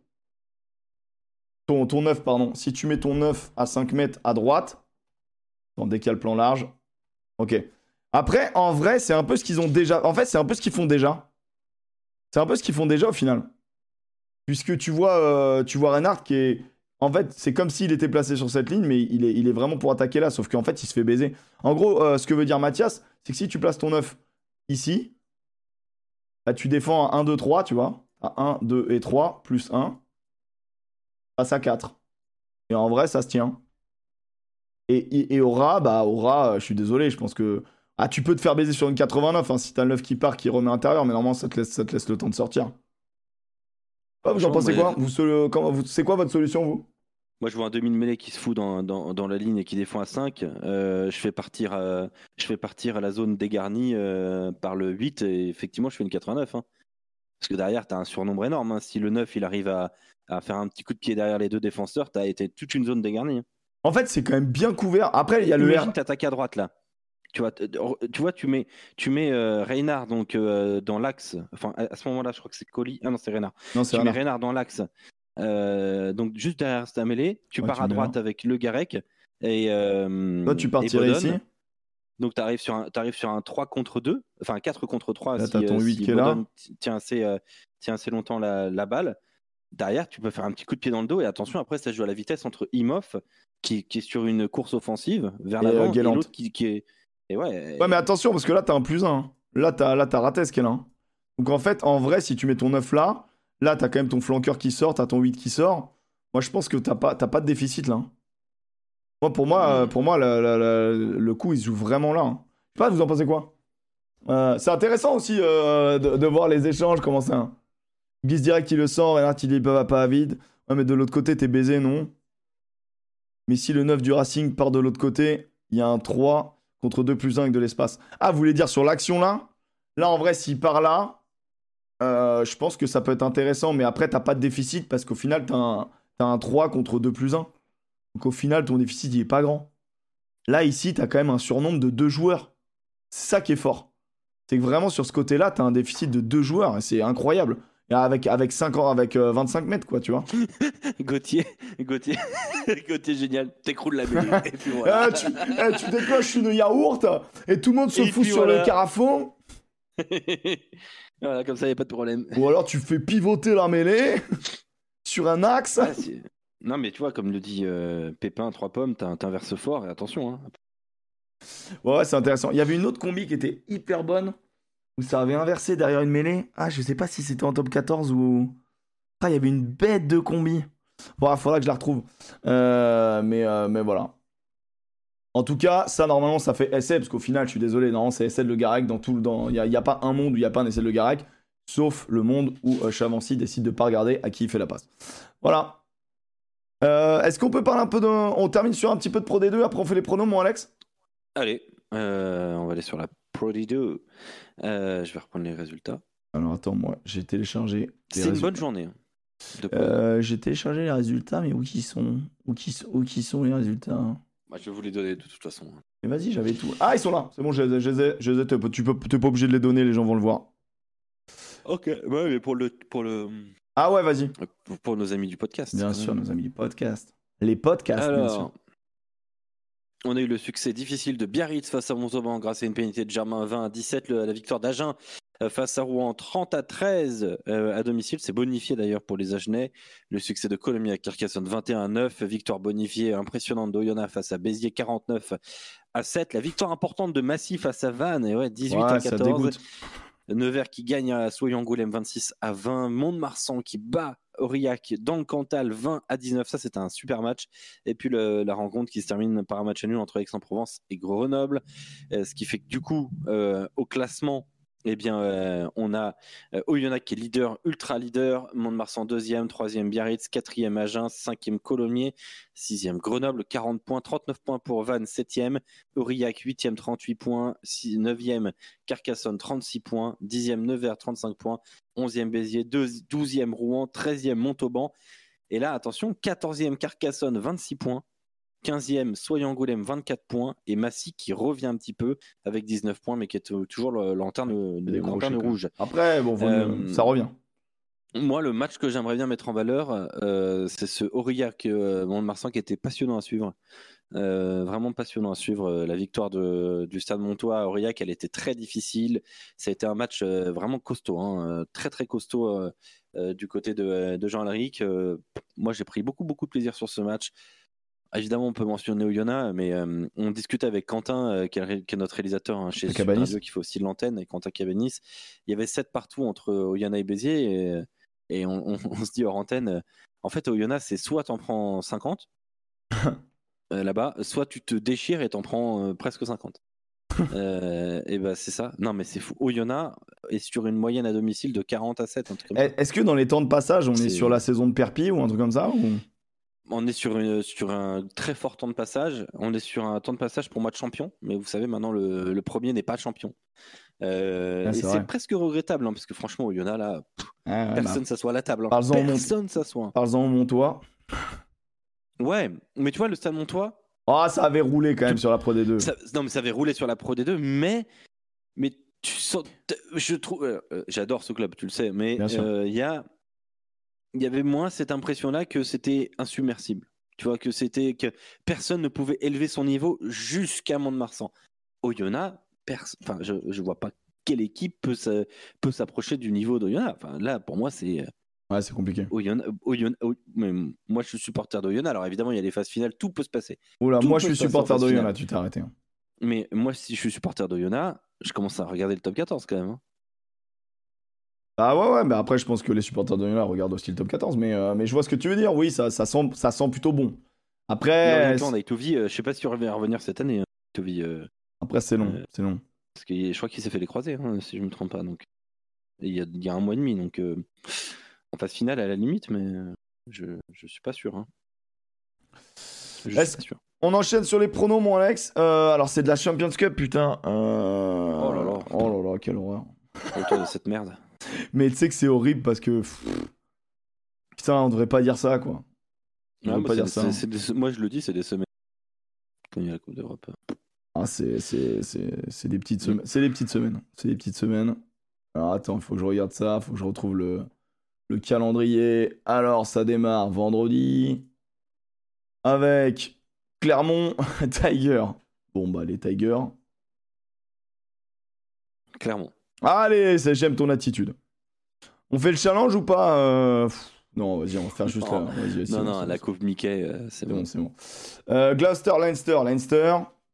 ton, ton neuf, pardon, si tu mets ton neuf à cinq mètres à droite, dans décale plan large, ok. Après, en vrai, c'est un peu ce qu'ils ont déjà... En fait, c'est un peu ce qu'ils font déjà. C'est un peu ce qu'ils font déjà, au final. Puisque tu vois, euh, tu vois Reinhardt qui est... En fait, c'est comme s'il était placé sur cette ligne, mais il est, il est vraiment pour attaquer là, sauf qu'en fait, il se fait baiser. En gros, euh, ce que veut dire Mathias, c'est que si tu places ton neuf ici, bah, tu défends à un, deux, trois, tu vois. À un, deux et trois, plus un. Passe à quatre. Et en vrai, ça se tient. Et, et, et Aura, bah Aura, euh, je suis désolé, je pense que... Ah, tu peux te faire baiser sur une quatre-vingt-neuf, hein, si t'as le neuf qui part, qui remet à l'intérieur, mais normalement, ça te laisse, ça te laisse le temps de sortir. Ah, vous en pensez quoi vous, vous, vous, C'est quoi votre solution, vous? Moi, je vois un demi de mêlée qui se fout dans, dans, dans la ligne et qui défend à cinq. Euh, je, fais partir, euh, je fais partir à la zone dégarnie euh, par le huit et effectivement, je fais une quatre-vingt-neuf. Hein. Parce que derrière, tu as un surnombre énorme. Hein. Si le neuf il arrive à, à faire un petit coup de pied derrière les deux défenseurs, tu as été toute une zone dégarnie. Hein. En fait, c'est quand même bien couvert. Après, il y a le. Imagine, tu attaques à droite là. Tu vois, tu vois, tu mets, tu mets euh, Reinhardt donc, euh, dans l'axe. Enfin, à ce moment-là, je crois que c'est Colli. Ah non, c'est Reinhardt. Non, c'est tu Reinhardt. mets Reinhardt dans l'axe. Euh, donc, juste derrière ta mêlée, tu ouais, pars tu à droite là. avec le Garec. Et, euh, Toi, tu partirais ici. Donc, tu arrives sur, un, sur un trois contre deux. Enfin, un quatre contre trois. Là, si t'as ton huit si qui est là. tient assez, euh, tient assez longtemps la, la balle. Derrière, tu peux faire un petit coup de pied dans le dos. Et attention, après, ça joue à la vitesse entre Imhoff, qui, qui est sur une course offensive vers l'avant, et, euh, et l'autre qui, qui est. Et ouais, ouais, mais attention, parce que là, t'as un plus un. Là, t'as, là, t'as raté ce qu'elle a. Hein. Donc, en fait, en vrai, si tu mets ton neuf là, là, t'as quand même ton flanqueur qui sort, t'as ton huit qui sort. Moi, je pense que t'as pas, t'as pas de déficit là. Hein. Moi, pour moi, mmh. pour moi la, la, la, le coup, il se joue vraiment là. Hein. Je sais pas, vous en pensez quoi? euh, C'est intéressant aussi euh, de, de voir les échanges, comment c'est. Hein. Guise direct, il le sent, Reinhardt, il va pas à vide. Ouais, mais de l'autre côté, t'es baisé, non? Mais si le neuf du Racing part de l'autre côté, il y a un trois contre deux plus un avec de l'espace. Ah, vous voulez dire sur l'action là? Là, en vrai, s'il part là, euh, je pense que ça peut être intéressant. Mais après, t'as pas de déficit parce qu'au final, t'as un, t'as un trois contre deux plus un. Donc au final, ton déficit, il est pas grand. Là, ici, t'as quand même un surnombre de deux joueurs. C'est ça qui est fort. C'est que vraiment, sur ce côté-là, t'as un déficit de deux joueurs. Et c'est incroyable. Et avec, avec, cinq ans, avec euh, vingt-cinq mètres, quoi, tu vois. Gauthier, Gauthier, Gauthier, génial. T'écroules la mêlée. Et puis voilà. eh, tu, eh, tu déclenches une yaourt et tout le monde se et fout sur voilà. le carafon. Voilà, comme ça, il n'y a pas de problème. Ou alors, tu fais pivoter la mêlée sur un axe. Ah, non, mais tu vois, comme le dit euh, Pépin, trois pommes, t'as un inverse fort et attention. Hein. Ouais, ouais, c'est intéressant. Il y avait une autre combi qui était hyper bonne où ça avait inversé derrière une mêlée. Ah, je sais pas si c'était en top quatorze ou. Ah, il y avait une bête de combi. Bon, il faudra que je la retrouve. Euh, mais, euh, mais voilà. En tout cas, ça, normalement, ça fait essai, parce qu'au final, je suis désolé, normalement, c'est essai de Le Garec dans tout le. Il n'y a, y a pas un monde où il n'y a pas un essai de Le Garec, sauf le monde où euh, Chavancy décide de pas regarder à qui il fait la passe. Voilà. Euh, est-ce qu'on peut parler un peu de... On termine sur un petit peu de Pro D deux, après on fait les pronos, mon Alex? Allez, euh, on va aller sur la Pro D deux. Euh, je vais reprendre les résultats. Alors attends, moi, j'ai téléchargé... C'est une bonne journée. Hein, euh, j'ai téléchargé les résultats, mais où qui sont où qui, où qui sont les résultats? Bah, je vais vous les donner de toute façon. Mais vas-y, j'avais tout. Ah, ils sont là, c'est bon, je les ai. Je les ai, tu peux, t'es pas obligé de les donner, les gens vont le voir. Ok, ouais, mais pour le... Pour le... Ah ouais, vas-y. Pour nos amis du podcast. Bien sûr, nos amis du podcast. Les podcasts, Alors, bien sûr. On a eu le succès difficile de Biarritz face à Montauban grâce à une pénalité de Germain vingt à dix-sept. Le, la victoire d'Agen euh, face à Rouen trente à treize euh, à domicile. C'est bonifié d'ailleurs pour les Agenais. Le succès de Colomiers à Carcassonne vingt et un à neuf. Victoire bonifiée impressionnante d'Oyonnax face à Béziers quarante-neuf à sept. La victoire importante de Massy face à Vannes, et ouais, dix-huit à quatorze. Nevers qui gagne à Soye-Angoulême vingt-six à vingt. Mont-de-Marsan qui bat Aurillac dans le Cantal vingt à dix-neuf. Ça, c'était un super match. Et puis le, la rencontre qui se termine par un match nul entre Aix-en-Provence et Grenoble. Euh, ce qui fait que du coup, euh, au classement, eh bien, euh, on a euh, Oyonnax qui est leader, ultra leader, Mont-de-Marsan deuxième, troisième Biarritz, quatrième Agen, cinquième Colomiers, sixième Grenoble, quarante points, trente-neuf points pour Vannes, septième, Aurillac huitième, trente-huit points, neuvième Carcassonne, trente-six points, dixième Nevers, trente-cinq points, onzième Béziers, douzième Rouen, treizième Montauban. Et là, attention, quatorzième Carcassonne, vingt-six points. quinzième Soye-Angoulême, vingt-quatre points, et Massy qui revient un petit peu avec dix-neuf points, mais qui est toujours le lanterne, le lanterne rouge. Après, bon, euh, ça revient. Moi, le match que j'aimerais bien mettre en valeur, euh, c'est ce Aurillac euh, Mont-de-Marsan qui était passionnant à suivre. Euh, vraiment passionnant à suivre. La victoire de, du Stade Montois à Aurillac, elle était très difficile. Ça a été un match euh, vraiment costaud, hein, très très costaud euh, euh, du côté de, de Jean-Alric. Euh, moi, j'ai pris beaucoup beaucoup de plaisir sur ce match. Évidemment, on peut mentionner Oyonnax, mais euh, on discutait avec Quentin, euh, qui, est, qui est notre réalisateur hein, chez Super Radio, qui fait aussi de l'antenne, et Quentin Cabanis. Il y avait sept partout entre Oyonnax et Béziers, et, et on, on, on se dit hors antenne, euh, en fait, Oyonnax, c'est soit t'en prends cinquante euh, là-bas, soit tu te déchires et t'en prends euh, presque cinquante. euh, et ben bah, c'est ça. Non, mais c'est fou. Oyonnax est sur une moyenne à domicile de quarante à sept. Un truc comme ça. Est-ce que dans les temps de passage, on c'est... est sur la saison de Perpi ou un truc comme ça ou... On est sur, une, sur un très fort temps de passage. On est sur un temps de passage pour moi de champion. Mais vous savez, maintenant, le, le premier n'est pas champion. Euh, ah, c'est et vrai. C'est presque regrettable, hein, parce que franchement, Oyonnax, là, pff, ah, ouais, personne bah... s'assoit à la table. Hein. Parle-en personne s'assoit. Parle-en au Montois. Ouais, mais tu vois, le Stade Montois. Ah, oh, ça avait roulé quand même tu... sur la Pro D deux. Ça, non, mais ça avait roulé sur la Pro D deux, mais. Mais tu sens. Je trouve. Euh, j'adore ce club, tu le sais, mais il euh, y a. Il y avait moins cette impression-là que c'était insubmersible. Tu vois, que c'était que personne ne pouvait élever son niveau jusqu'à Mont-de-Marsan. Oyonnax, pers... enfin, je ne vois pas quelle équipe peut, sa... peut s'approcher du niveau d'Oyonnax. Enfin, là, pour moi, c'est. Ouais, c'est compliqué. Oyonnax... Oyonnax... Mais moi, je suis supporter d'Oyonnax. Alors, évidemment, il y a les phases finales, tout peut se passer. Oula, moi, je suis supporter d'Oyonnax, tu t'es arrêté. Hein. Mais moi, si je suis supporter d'Oyonnax, je commence à regarder le top quatorze quand même. Hein. Ah ouais, ouais, mais après, je pense que les supporters de Oyonnax regardent aussi le top quatorze, mais, euh, mais je vois ce que tu veux dire, oui, ça, ça, sent, ça sent plutôt bon. Après. Non, on a Itovi, euh, je sais pas si tu vas revenir cette année. Hein, Itovi, euh, après, c'est long, euh, c'est long. Parce que je crois qu'il s'est fait les croisés, hein, si je me trompe pas. Donc, il y a, il y a un mois et demi, donc euh, en phase finale à la limite, mais euh, je, je suis pas sûr. Hein. Je Est-ce... suis pas sûr. On enchaîne sur les pronos, mon Alex. Euh, alors, c'est de la Champions Cup, putain. Euh... Oh là là. Oh là là, quelle horreur. Autour de cette merde. Mais tu sais que c'est horrible parce que pff, putain, on devrait pas dire ça quoi. On ouais, pas dire ça. C'est, c'est des... Moi je le dis, c'est des semaines. Quand il y a la Coupe d'Europe. Ah, c'est, c'est, c'est, c'est des petites semaines. C'est des petites semaines. C'est des petites semaines. Alors attends, il faut que je regarde ça. Il faut que je retrouve le, le calendrier. Alors ça démarre vendredi avec Clermont Tiger. Bon bah les Tigers. Clermont. Allez, ça, j'aime ton attitude. On fait le challenge ou pas euh... Non, vas-y, on va faire juste oh. là. Vas-y, vas-y, non, non, bon, la bon, Coupe Mickey, euh, c'est, c'est bon. bon. C'est bon. Euh, Gloucester, Leinster, Leinster.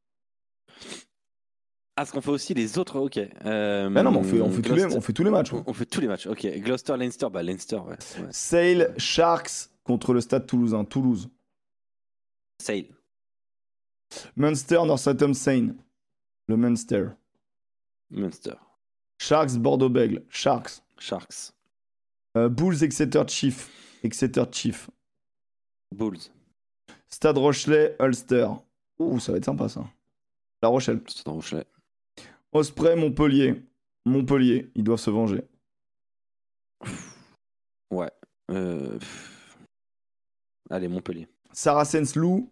Ah, ce qu'on fait aussi les autres, ok. Euh, bah non, mais on fait, on, fait tous les, on fait tous les matchs. Ouais. On fait tous les matchs, ok. Gloucester, Leinster, bah Leinster, ouais. ouais. Sale, Sharks contre le Stade Toulousain, Toulouse. Sale. Munster, Northampton, le Munster. Munster. Sharks, Bordeaux-Bègles, Sharks. Sharks. Euh, Bulls, Exeter Chief, Exeter Chief. Bulls. Stade Rochelet, Ulster. Ouh, ça va être sympa ça. La Rochelle. Stade Rochelet. Osprey, Montpellier. Montpellier, ils doivent se venger. Ouais. Euh... Allez, Montpellier. Saracens, Loup.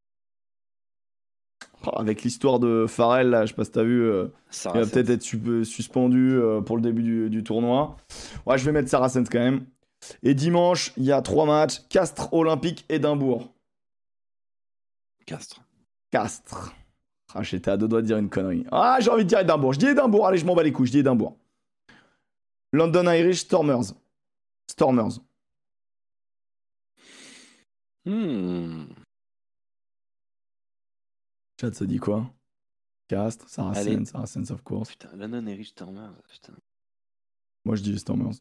Oh, avec l'histoire de Farrell, là, je sais pas si t'as vu, euh, il va peut-être être su- suspendu euh, pour le début du, du tournoi. Ouais, je vais mettre Saracens quand même. Et dimanche, il y a trois matchs. Castres, Olympique, Édimbourg. Castres. Castres. Ah, j'étais à deux doigts de dire une connerie. Ah, j'ai envie de dire Édimbourg. Je dis Édimbourg, allez, je m'en bats les couilles, je dis Édimbourg. London Irish Stormers. Stormers. Hmm. Chat, ça dit quoi? Castres, Saracens, Allez. Saracens of course. Putain, London Irish Stormers. Putain. Moi, je dis Stormers.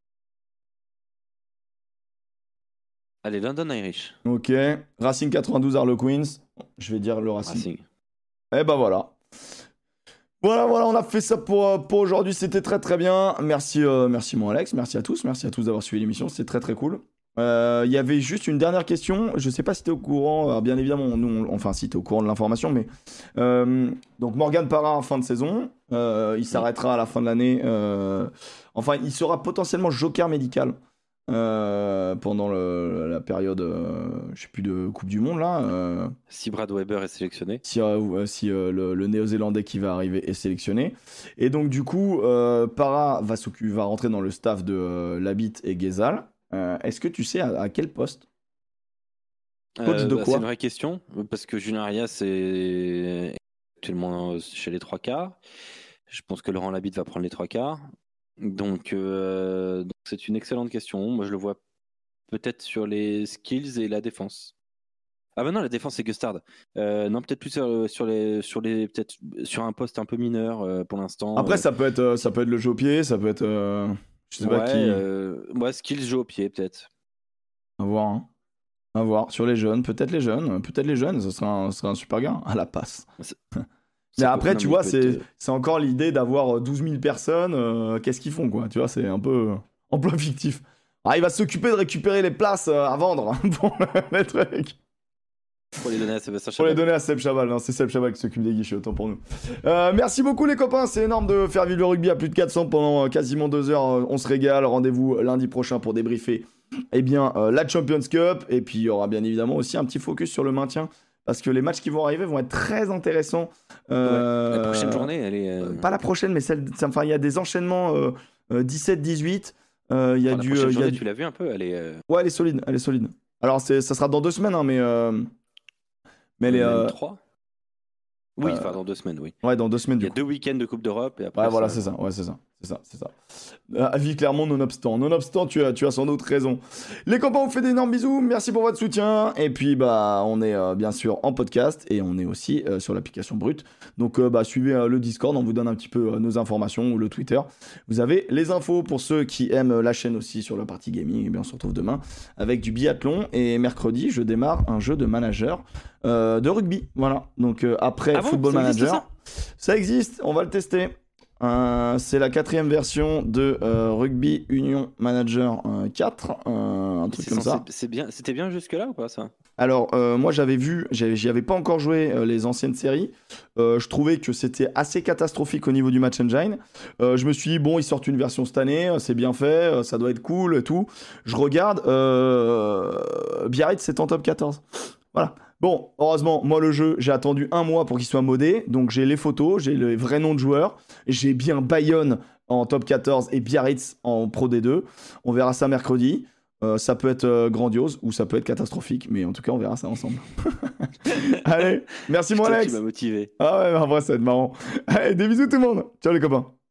Allez, London Irish. Ok. Racing quatre-vingt-douze Harlequins. Je vais dire le Racing. Racing. Et ben voilà. Voilà, voilà, on a fait ça pour, pour aujourd'hui. C'était très très bien. Merci, euh, merci mon Alex. Merci à tous. Merci à tous d'avoir suivi l'émission. C'était très très cool. Il euh, y avait juste une dernière question. Je sais pas si tu es au courant. Alors, bien évidemment, nous, on, enfin, si tu es au courant de l'information, mais euh, donc Morgan Parra en fin de saison. Euh, il s'arrêtera à la fin de l'année. Euh, enfin, il sera potentiellement joker médical. Euh, pendant le, la période, euh, je sais plus, de Coupe du Monde là. Euh, si Brad Weber est sélectionné. Si, euh, si euh, le, le Néo-Zélandais qui va arriver est sélectionné. Et donc du coup, euh, Parra va, va rentrer dans le staff de euh, Labitte et Ghezal. Euh, Est-ce que tu sais à, à quel poste? Coach euh, de bah, quoi? C'est une vraie question, parce que Julien Arias est actuellement chez les trois quarts. Je pense que Laurent Labitte va prendre les trois quarts. Donc, euh, donc c'est une excellente question. Moi, je le vois peut-être sur les skills et la défense. Ah bah non, la défense c'est Gustard. Euh, non, peut-être plus sur, sur les sur les peut-être sur un poste un peu mineur euh, pour l'instant. Après, euh... ça peut être euh, ça peut être le jeu au pied, ça peut être euh, je sais ouais, pas qui. Euh, moi, skills jeu au pied peut-être. À voir. Hein. À voir sur les jeunes, peut-être les jeunes, peut-être les jeunes, ce serait un, ce serait un super gars à la passe. Mais après, non, tu mais vois, c'est, être... c'est encore l'idée d'avoir douze mille personnes. Euh, qu'est-ce qu'ils font, quoi? Tu vois, c'est un peu euh, emploi fictif. Ah, il va s'occuper de récupérer les places euh, à vendre hein, pour les trucs. Pour les donner à Sébastien Chabal. Pour les donner à Seb Chabal. Non, c'est Seb Chabal qui s'occupe des guichets, autant pour nous. Euh, merci beaucoup, les copains. C'est énorme de faire vivre le rugby à plus de quatre cents pendant quasiment deux heures. On se régale. Rendez-vous lundi prochain pour débriefer eh bien, euh, la Champions Cup. Et puis, il y aura bien évidemment aussi un petit focus sur le maintien. Parce que les matchs qui vont arriver vont être très intéressants. Euh, ouais, la prochaine journée, elle est. Euh... Pas la prochaine, mais celle. Enfin, il y a des enchaînements euh, euh, dix-sept dix-huit. Euh, y a enfin, du. La prochaine journée, y a... tu l'as vu un peu, elle est. Euh... Ouais, elle est solide. Elle est solide. Alors, c'est, ça sera dans deux semaines, hein, mais. Euh... Mais elle est. Euh... trois Oui, euh... enfin, dans deux semaines, oui. Ouais, dans deux semaines. Il y a coup. deux week-ends de Coupe d'Europe et après. Ouais, voilà, ça... c'est ça. Ouais, c'est ça. C'est ça, c'est ça. Euh, avis Clermont, nonobstant. Nonobstant, tu as, tu as sans doute raison. Les copains, on vous fait d'énormes bisous. Merci pour votre soutien. Et puis, bah, on est euh, bien sûr en podcast et on est aussi euh, sur l'application Brut. Donc, euh, bah, suivez euh, le Discord. On vous donne un petit peu euh, nos informations ou le Twitter. Vous avez les infos pour ceux qui aiment la chaîne aussi sur la partie gaming. Et bien, on se retrouve demain avec du biathlon. Et mercredi, je démarre un jeu de manager euh, de rugby. Voilà. Donc, euh, après ah bon, Football ça Manager. Existe, ça, ça existe. On va le tester. Euh, c'est la quatrième version de euh, Rugby Union Manager euh, quatre, euh, un truc c'est comme censé, ça. C'est bien, c'était bien jusque-là ou pas ça? Alors, euh, moi j'avais vu, j'avais, j'y avais pas encore joué euh, les anciennes séries. Euh, je trouvais que c'était assez catastrophique au niveau du match engine. Euh, je me suis dit, bon, ils sortent une version cette année, c'est bien fait, ça doit être cool et tout. Je regarde, euh, Biarritz c'est en top quatorze. Voilà. Bon, heureusement, moi le jeu, j'ai attendu un mois pour qu'il soit modé, donc j'ai les photos, j'ai le vrai nom de joueur, j'ai bien Bayonne en top quatorze et Biarritz en Pro D deux. On verra ça mercredi. Euh, ça peut être euh, grandiose ou ça peut être catastrophique, mais en tout cas, on verra ça ensemble. Allez, merci mon Alex. Tu m'as motivé. Ah ouais, en vrai, ça va être marrant. Allez, des bisous tout le monde. Ciao les copains.